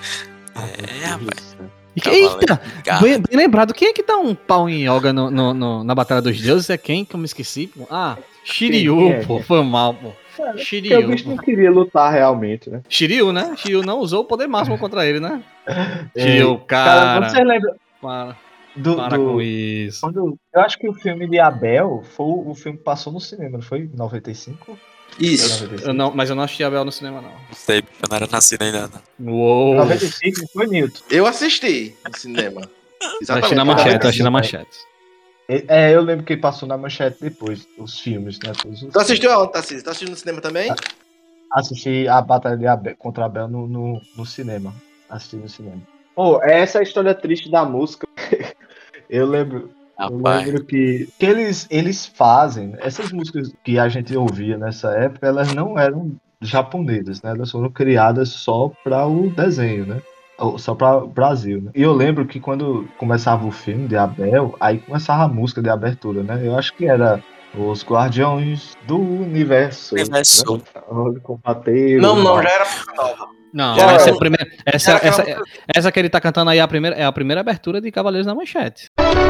É, rapaz. E que- Cavaleiro eita! de garra. Bem, bem lembrado, quem é que dá um pau em Yoga no, no- no- na Batalha dos Deuses? É quem que eu me esqueci? Pô? Ah, Shiryu, Quem é? pô. Foi mal, pô. Porque o Shiryu. bicho pô. não queria lutar realmente, né? Shiryu, né? Shiryu não usou o poder máximo contra ele, né? É, Shiryu, Cara, cara. você lembra Para, do. para do- com isso. quando, eu acho que o filme de Abel foi o, o filme que passou no cinema, não foi? noventa e cinco? Isso. Foi noventa e cinco? Eu não, mas eu não assisti Abel no cinema, não. Não sei, porque eu não era nascido ainda. Não. Uou! noventa e cinco não foi, Nilton? Eu assisti no cinema. Eu assisti na manchete, eu assisti na manchete. É, eu lembro que passou na manchete depois, os filmes, né? Todos os Tu assistiu aonde, Tarcísio? Tu assistiu no cinema também? Assisti a batalha de Abel, contra Abel no, no, no cinema. Assisti no cinema. Pô, essa é a história triste da música. Eu lembro, eu Rapaz, lembro que, que eles, eles fazem, essas músicas que a gente ouvia nessa época, elas não eram japonesas, né? Elas foram criadas só para o desenho, né? Ou só para o Brasil, né? E eu lembro que quando começava o filme de Abel, aí começava a música de abertura, né? Eu acho que era Os Guardiões do Universo. Universo. Né? Onde combateram Não, o não, mal. já era música nova. Não, Já essa, é era- a primeira, essa, era essa, aquela essa que ele tá cantando aí é a primeira, é a primeira abertura de Cavaleiros na Manchete.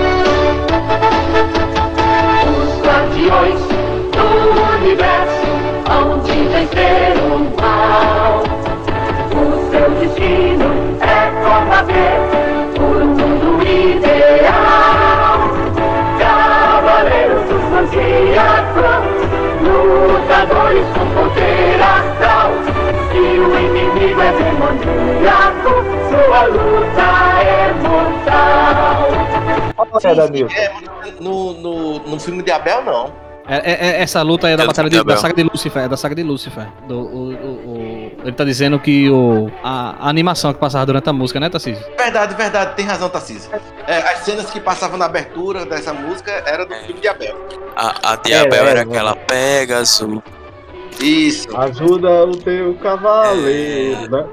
Os guardiões do universo hão de vencer o mal. O seu destino é combater por um mundo ideal. Cavaleiros do zodíaco, lutadores com poder astral. Se o inimigo é demoníaco, sua luta é mortal. Olha, Danilo. No, no, no filme de Abel, não. É, é- é- essa luta aí é da É do batalha filme de, de da Abel. saga de Lúcifer, é da saga de Lúcifer. Do, o, o- o- ele tá dizendo que o, a, a animação que passava durante a música, né, Tarcísio? Verdade, verdade, tem razão, Tarcísio. É, as cenas que passavam na abertura dessa música era do filme de Abel. a, a Diabel É, era é, aquela Pegasus. Isso. Ajuda o teu cavaleiro, né?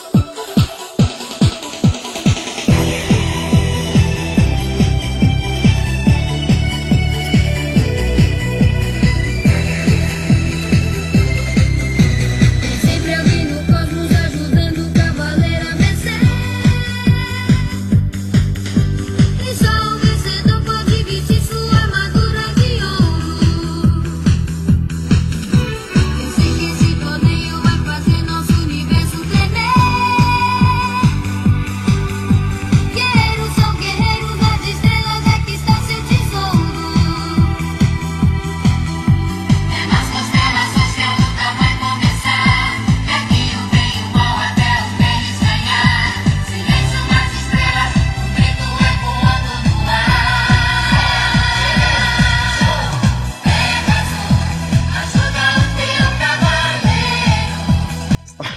Sempre alguém no cosmos ajudando o cavaleiro a vencer. E só o vencedor pode vestir sua armadura de ouro. Se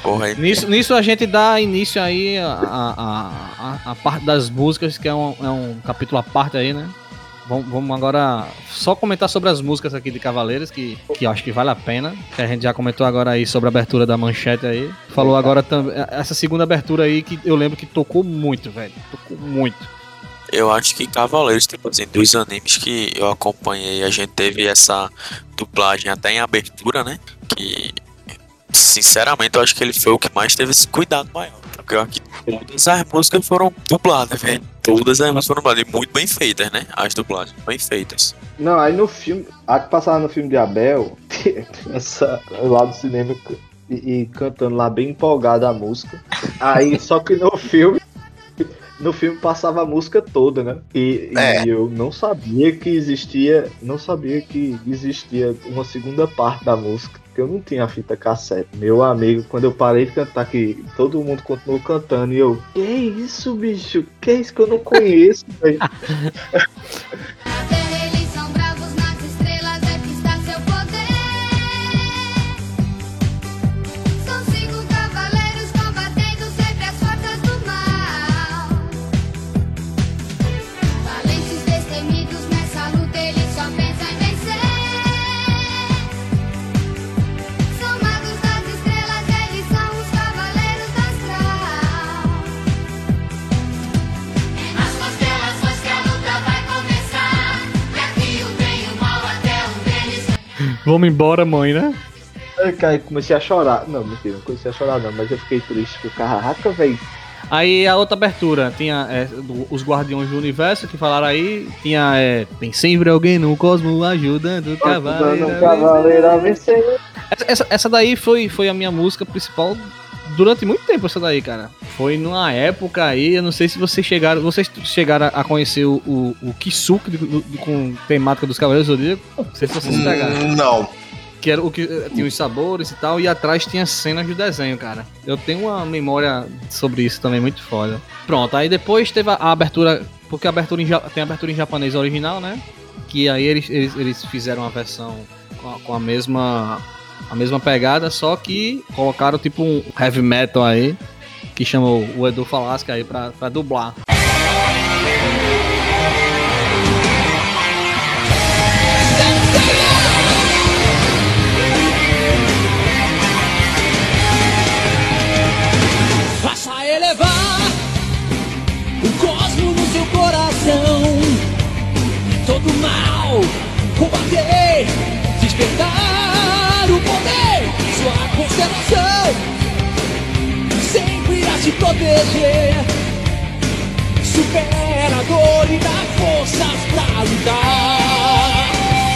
Porra, aí. Nisso, nisso a gente dá início aí a, a, a, a parte das músicas, que é um, é um capítulo à parte aí, né? Vamos, vamos agora só comentar sobre as músicas aqui de Cavaleiros, que, que eu acho que vale a pena. Que a gente já comentou agora aí sobre a abertura da manchete aí. Falou agora também. Essa segunda abertura aí que eu lembro que tocou muito, velho. Tocou muito. Eu acho que Cavaleiros, tipo assim, dos animes que eu acompanhei, a gente teve essa dublagem até em abertura, né? Que, sinceramente, eu acho que ele foi o que mais teve esse cuidado maior. Porque eu acho que todas as músicas foram dubladas, velho. Todas as músicas foram dubladas. E muito bem feitas, né? As dublagens, bem feitas. Não, aí no filme, a que passava no filme de Abel, essa lá do cinema e, e cantando lá bem empolgada a música. Aí, só que no filme, no filme passava a música toda, né? E, É. e eu não sabia que existia, não sabia que existia uma segunda parte da música. Porque eu não tinha a fita cassete. Meu amigo, quando eu parei de cantar, que todo mundo continuou cantando, e eu, que isso, bicho? Que é isso que eu não conheço, velho? Na terra eles são bravos, nas estrelas é que está seu poder. São cinco cavaleiros combatendo sempre as forças do mal. Valentes, destemidos, nessa luta eles só pensam em vencer. São magos das estrelas, eles são os cavaleiros da astral. É nas constelações que a luta vai começar. E aqui o bem e o mal até um deles. Vamos embora, mãe, né? Aí, cara, comecei a chorar. Não, mentira, não comecei a chorar não, mas eu fiquei triste, porque caraca, velho. Aí a outra abertura tinha é, do- os Guardiões do Universo que falaram aí. Tinha é, tem sempre alguém no cosmo ajudando o cavaleiro. Um cavaleiro a vencer. Essa, essa, essa daí foi, foi a minha música principal durante muito tempo, essa daí, cara. Foi numa época aí, eu não sei se vocês chegaram. Vocês chegaram a conhecer o, o, o Kisuke do- do- com temática dos Cavaleiros do Zodíaco? Não sei se vocês pegaram. Hum, Não. Que era o que eh, tinha os sabores e tal, e atrás tinha cenas do desenho, cara. Eu tenho uma memória sobre isso também muito foda. Pronto, aí depois teve a, a abertura, porque a abertura em, ja- tem a abertura em japonês original, né? Que aí eles, eles, eles fizeram a versão com a, com a mesma a mesma pegada, só que colocaram tipo um heavy metal aí, que chamou o Edu Falasca aí pra, pra dublar. Faça elevar o cosmo no seu coração. Todo mal combater, despertar o poder. Sua constelação sempre irá te proteger. Supera a dor e dá forças pra lutar.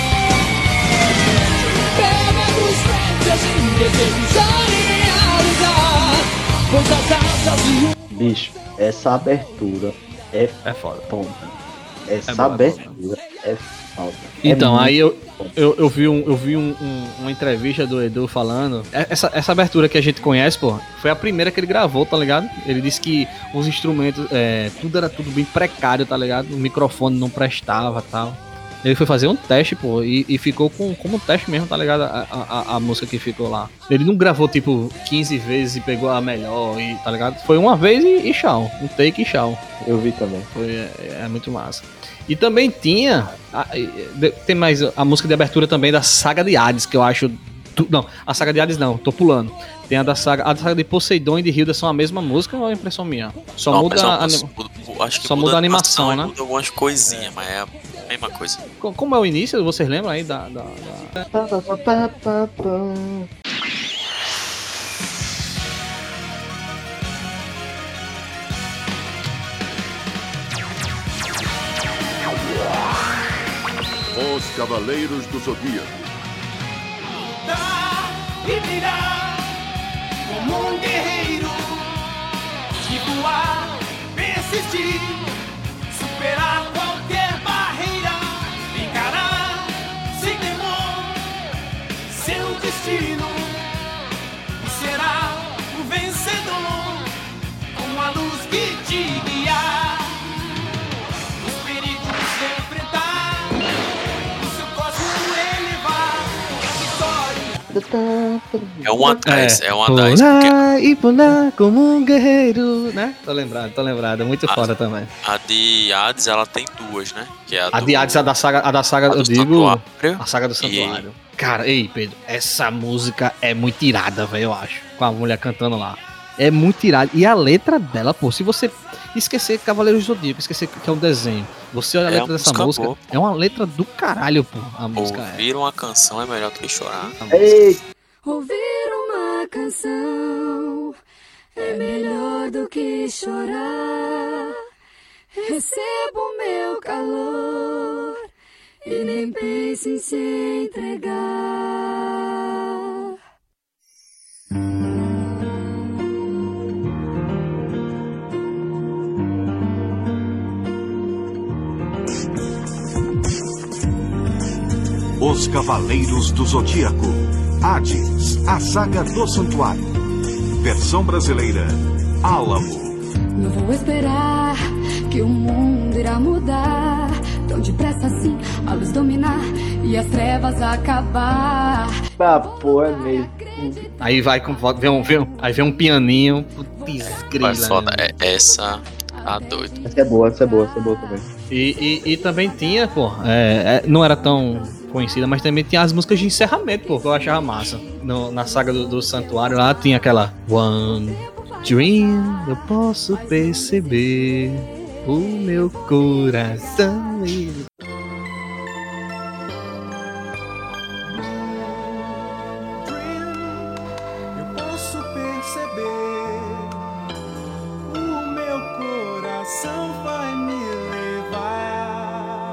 Pega nos frentes e desejos a realizar. Pois as asas e o Bicho, essa abertura é É foda. foda. Essa É boa, é abertura é foda. É Então, muito aí eu, eu, eu vi, um, eu vi um, um- uma entrevista do Edu falando. É- Essa, essa abertura que a gente conhece, pô, foi a primeira que ele gravou, tá ligado? Ele disse que os instrumentos, é, tudo era tudo bem precário, tá ligado? O microfone não prestava e tal. Ele foi fazer um teste, pô, e, e ficou com, como um teste mesmo, tá ligado? A, a, a- a música que ficou lá. Ele não gravou, tipo, quinze vezes e pegou a melhor, e, tá ligado? Foi uma vez e, e tchau. Um take e tchau. Eu vi também. Foi, é, é muito massa. E também tinha. a- de- tem mais a música de abertura também da saga de Hades, que eu acho. tu- não, a saga de Hades não, tô pulando. Tem a da saga. A da saga de Poseidon e de Hilda são a mesma música ou é impressão minha? Só Não, muda mas é uma a. música- anima- muda- acho que só muda a animação, e né? Muda algumas coisinhas, mas é a mesma coisa. Co- Como é o início? Vocês lembram aí da. da- da- Os Cavaleiros do Zodíaco. e brilhar como um guerreiro, de voar, persistir, superar qualquer barreira, encarar sem temor seu destino e será o vencedor com a luz que te guiar, os perigos enfrentar, o seu cosmo elevar, a vitória. É uma, é, é uma das. Pular e pular como um guerreiro, né? Tô lembrado, tô lembrado. Muito A- foda também. A de Hades, ela tem duas, né? Que é a, A do, de Hades, a da saga, a da saga a do eu digo. Santuário. A saga do Santuário. Cara, ei, Pedro, essa música é muito irada, velho, eu acho. Com a mulher cantando lá. É muito irada. E a letra dela, pô, se você esquecer Cavaleiros do Zodíaco, esquecer que é um desenho, você olha a É letra uma dessa música música, boa. é uma letra do caralho, pô. A música é. Ouvir uma canção é melhor do que chorar. A música. Ei, Ouvir uma canção é melhor do que chorar. Recebo meu calor e nem pense em se entregar. Os Cavaleiros do Zodíaco. Hades, a saga do Santuário. Versão brasileira, Álamo. Não vou esperar que o mundo irá mudar tão depressa assim, a luz dominar e as trevas acabar. tá, pô, é mesmo. Aí vai com. Vem um, vem um- aí vem um pianinho. Putz, grila, Mas foda, né? é essa a doido. Essa é boa, essa é boa, essa é boa também. E, e, e também tinha, pô, é, é, não era tão conhecida, mas também tinha as músicas de encerramento, pô, que eu achava massa. No- na saga do, do Santuário lá tinha aquela One Dream, eu posso perceber o meu coração. e- Eu posso perceber, o meu coração vai me levar.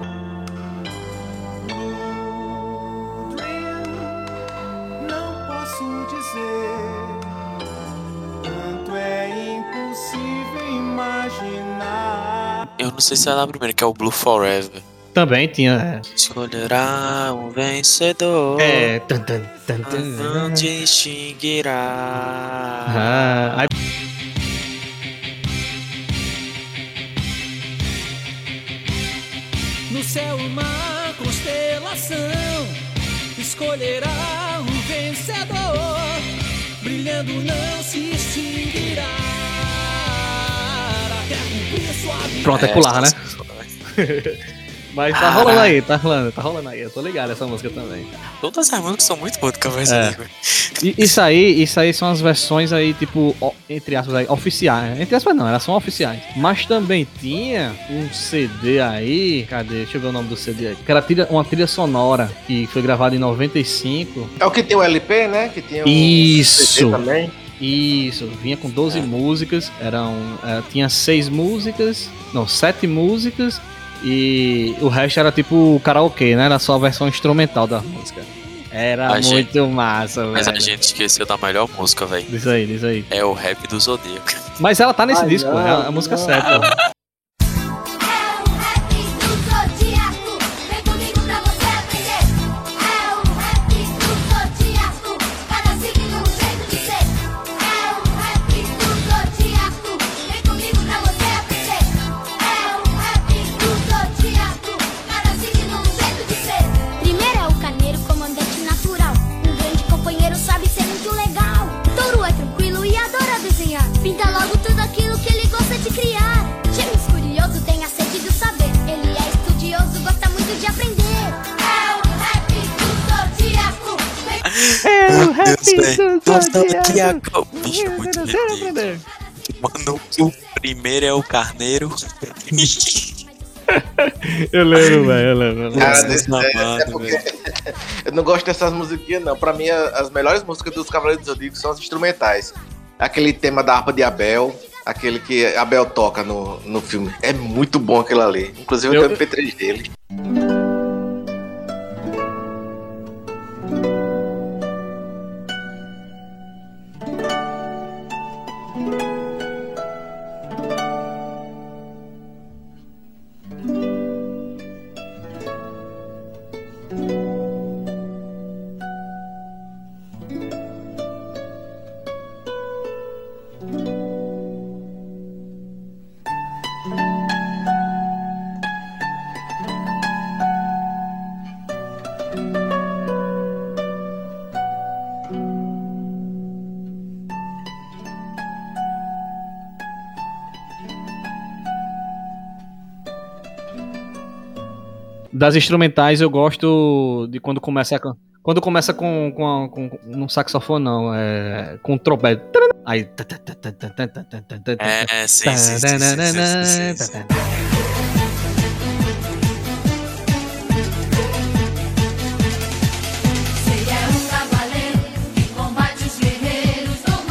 Blue Dream, não posso dizer, tanto é impossível imaginar. Eu não sei se é a primeira, que é o Blue Forever. Também tinha. Escolherá um vencedor. É. é tan, tan, tan, tan, Não distinguirá. Ah, aí No céu uma constelação escolherá um vencedor, brilhando não se extinguirá até cumprir sua vida. pronto, é pular, né? essa- Mas tá rolando aí, tá rolando, tá rolando aí. Eu tô ligado essa música também. Todas as músicas são muito boas do Cavaleiros É. do Zodíaco. E isso aí, isso aí são as versões aí, tipo, o- entre aspas, aí, oficiais. Entre aspas não, elas são oficiais. Mas também tinha um C D aí, cadê? Deixa eu ver o nome do C D aí. Que era trilha- uma trilha sonora que foi gravada em noventa e cinco. É o que tem o L P, né? Que tinha um Isso. C D também. Isso, vinha com doze músicas, eram, é, tinha seis músicas, não, sete músicas, e o resto era tipo karaokê, né? Era só a versão instrumental da música. Era A muito massa, Mas a velho. gente esqueceu da melhor música, velho. Diz aí, diz aí. É o rap do Zodíaco. Mas ela tá nesse Ai, disco, não, é a, a música não. certa. É o rap do Zodíaco, vem comigo pra você aprender. É o rap do Zodíaco, cada signo um jeito de ser. É o rap do Zodíaco, vem comigo pra você aprender. É o rap do Zodíaco, cada signo um jeito de ser. Primeiro é o carneiro, comandante natural. Um grande companheiro, sabe ser muito legal. Touro é tranquilo e adora desenhar. Pinta logo tudo aquilo que ele gosta de criar. Gêmeos curioso, tem a sede do saber. Ele é estudioso, gosta muito de aprender. É o rap do Zodíaco. Vem É o rap Deus, do velho. Zodíaco. Bicho, é muito Quero ridículo. aprender. Mano, o primeiro é o carneiro. Eu lembro, velho, eu lembro. eu lembro. Cara, Nossa, desse- amado, é, é porque eu não gosto dessas musiquinhas, não. Pra mim, a- as melhores músicas dos Cavaleiros do Zodíaco são as instrumentais. Aquele tema da harpa de Abel, aquele que Abel toca no, no filme. É muito bom aquilo ali. Inclusive, eu Eu- tenho o M P três dele. Das instrumentais eu gosto de quando começa a, quando começa com com, a, com não saxofone não, é com trompete. Aí É, sim, sim, sim, sim, sim, sim, sim. Ele é um cavaleiro que combate os guerreiros do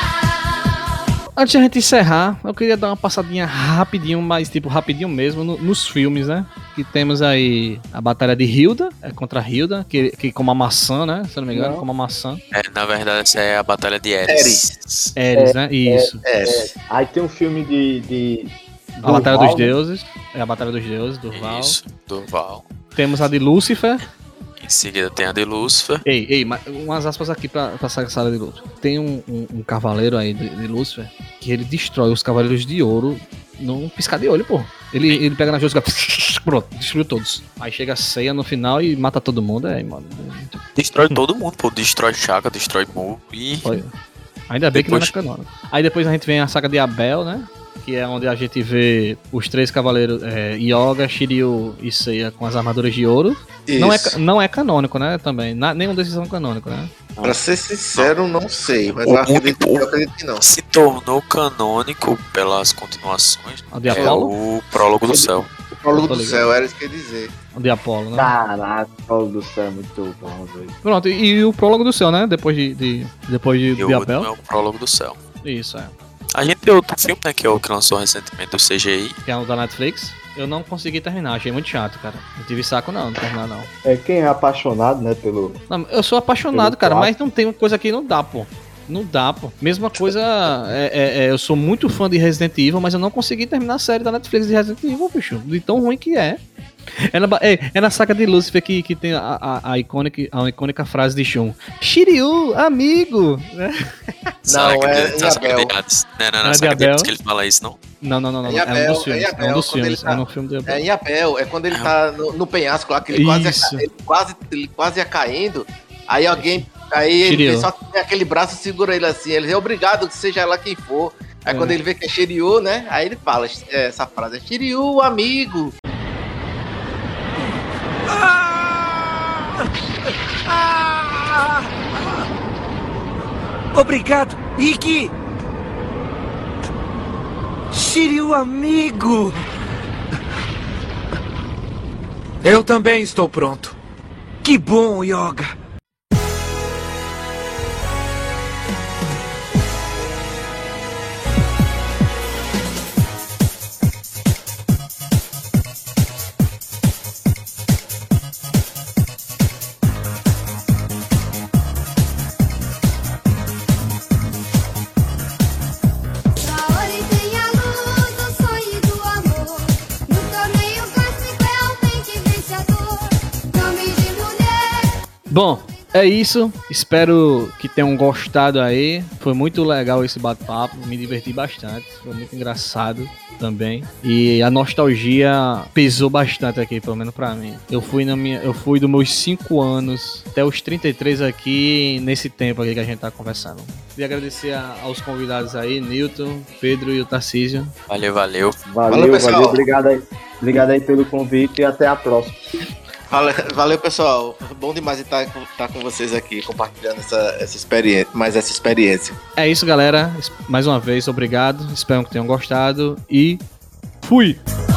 mar. Antes de a gente encerrar, eu queria dar uma passadinha rapidinho, mas tipo rapidinho mesmo, no- nos filmes, né? Que temos aí a batalha de Hilda, é contra Hilda, que, que com uma maçã, né? Se eu não me engano, Não. com uma maçã. É, na verdade, essa é a Batalha de Ares. Eris, né? Isso. É. Aí tem um filme de. de A Batalha Durval, dos né? Deuses. É a Batalha dos Deuses, Durval. Isso, Durval. Temos a de Lúcifer. Em seguida tem a de Lúcifer. Ei, ei, mas umas aspas aqui pra, pra essa sala de luta. Tem um, um, um cavaleiro aí de, de Lúcifer que ele destrói os cavaleiros de ouro num piscar de olho, pô. Ele, ele pega na joia e fica. Pronto, destruiu todos. Aí chega a ceia no final e mata todo mundo. É, mano. Destrói todo mundo, pô. Destrói Chaka, destrói Mu. E Olha. Ainda bem Depois- que não é canônico. Aí depois a gente vem a saga de Abel, né? Que é onde a gente vê os três cavaleiros, é, Yoga, Shiryu e Seiya com as armaduras de ouro. Não é, ca- não é canônico, né? Também. Na- nenhum desses são canônicos, né? Pra ser sincero, não sei, mas O eu acredito, único- eu acredito que não. se tornou canônico pelas continuações. O de É Apolo? o Prólogo do Céu. O prólogo Tô do ligado. céu, era isso que eu ia dizer. O de Apolo, né? Caraca, Paulo do céu, é muito bom, velho. Pronto, e, e o prólogo do céu, né? Depois de, de- depois de, E de o Abel. último é o Prólogo do Céu. Isso, é. A gente tem outro filme, né, que é o que lançou recentemente do C G I. Que é o da Netflix. Eu não consegui terminar, achei muito chato, cara. Não tive saco não, não terminar não. É quem é apaixonado, né, pelo. Não, eu sou apaixonado, Pelo cara, quatro. mas não tem uma coisa que não dá, pô. Não dá, pô. Mesma coisa, é, é- é, eu sou muito fã de Resident Evil, mas eu não consegui terminar a série da Netflix de Resident Evil, bicho. De tão ruim que é. É na, ba- é, é na saga de Lucifer que, que tem a, a, a, icônica, a icônica frase de Shun. Shiryu, amigo! Né? Sabe Não, que é tem- em na saga Abel. de Hades. Não, não, É na de saga de Abel. Hades que ele fala isso, não? Não, não, não, não. É em não. É um Abel, dos filmes. é em É um Abel, dos quando filmes. ele tá- É no filme de Abel. É em Abel, é quando ele tá no, no penhasco lá, que ele quase, Isso. ia, ele quase, ele quase ia caindo. Aí alguém. Aí ele Shiryu. vê só que tem aquele braço segura ele assim. Ele diz, obrigado, que seja lá quem for. Aí É. quando ele vê que é Shiryu, né? Aí ele fala é, essa frase: é Shiryu, amigo. Obrigado, Ikki! Shiryu, amigo! Eu também estou pronto. Que bom, Yoga! Saori tem a luz do sonho e do amor. No torneio cósmico realmente vencedor. Nome de mulher. Bom, é isso. Espero que tenham gostado aí. Foi muito legal esse bate-papo. Me diverti bastante. Foi muito engraçado também. E a nostalgia pesou bastante aqui, pelo menos pra mim. Eu fui, na minha, eu fui dos meus cinco anos até os trinta e três aqui, nesse tempo aqui que a gente tá conversando. Queria agradecer a- aos convidados aí, Newton, Pedro e o Tarcísio. Valeu, valeu. Valeu, Valeu, pessoal. valeu, obrigado aí. Obrigado aí pelo convite e até a próxima. Valeu, valeu, pessoal. Bom demais estar, estar com vocês aqui, compartilhando essa, essa experiência, mais essa experiência. É isso, galera. Mais uma vez, obrigado. Espero que tenham gostado e fui!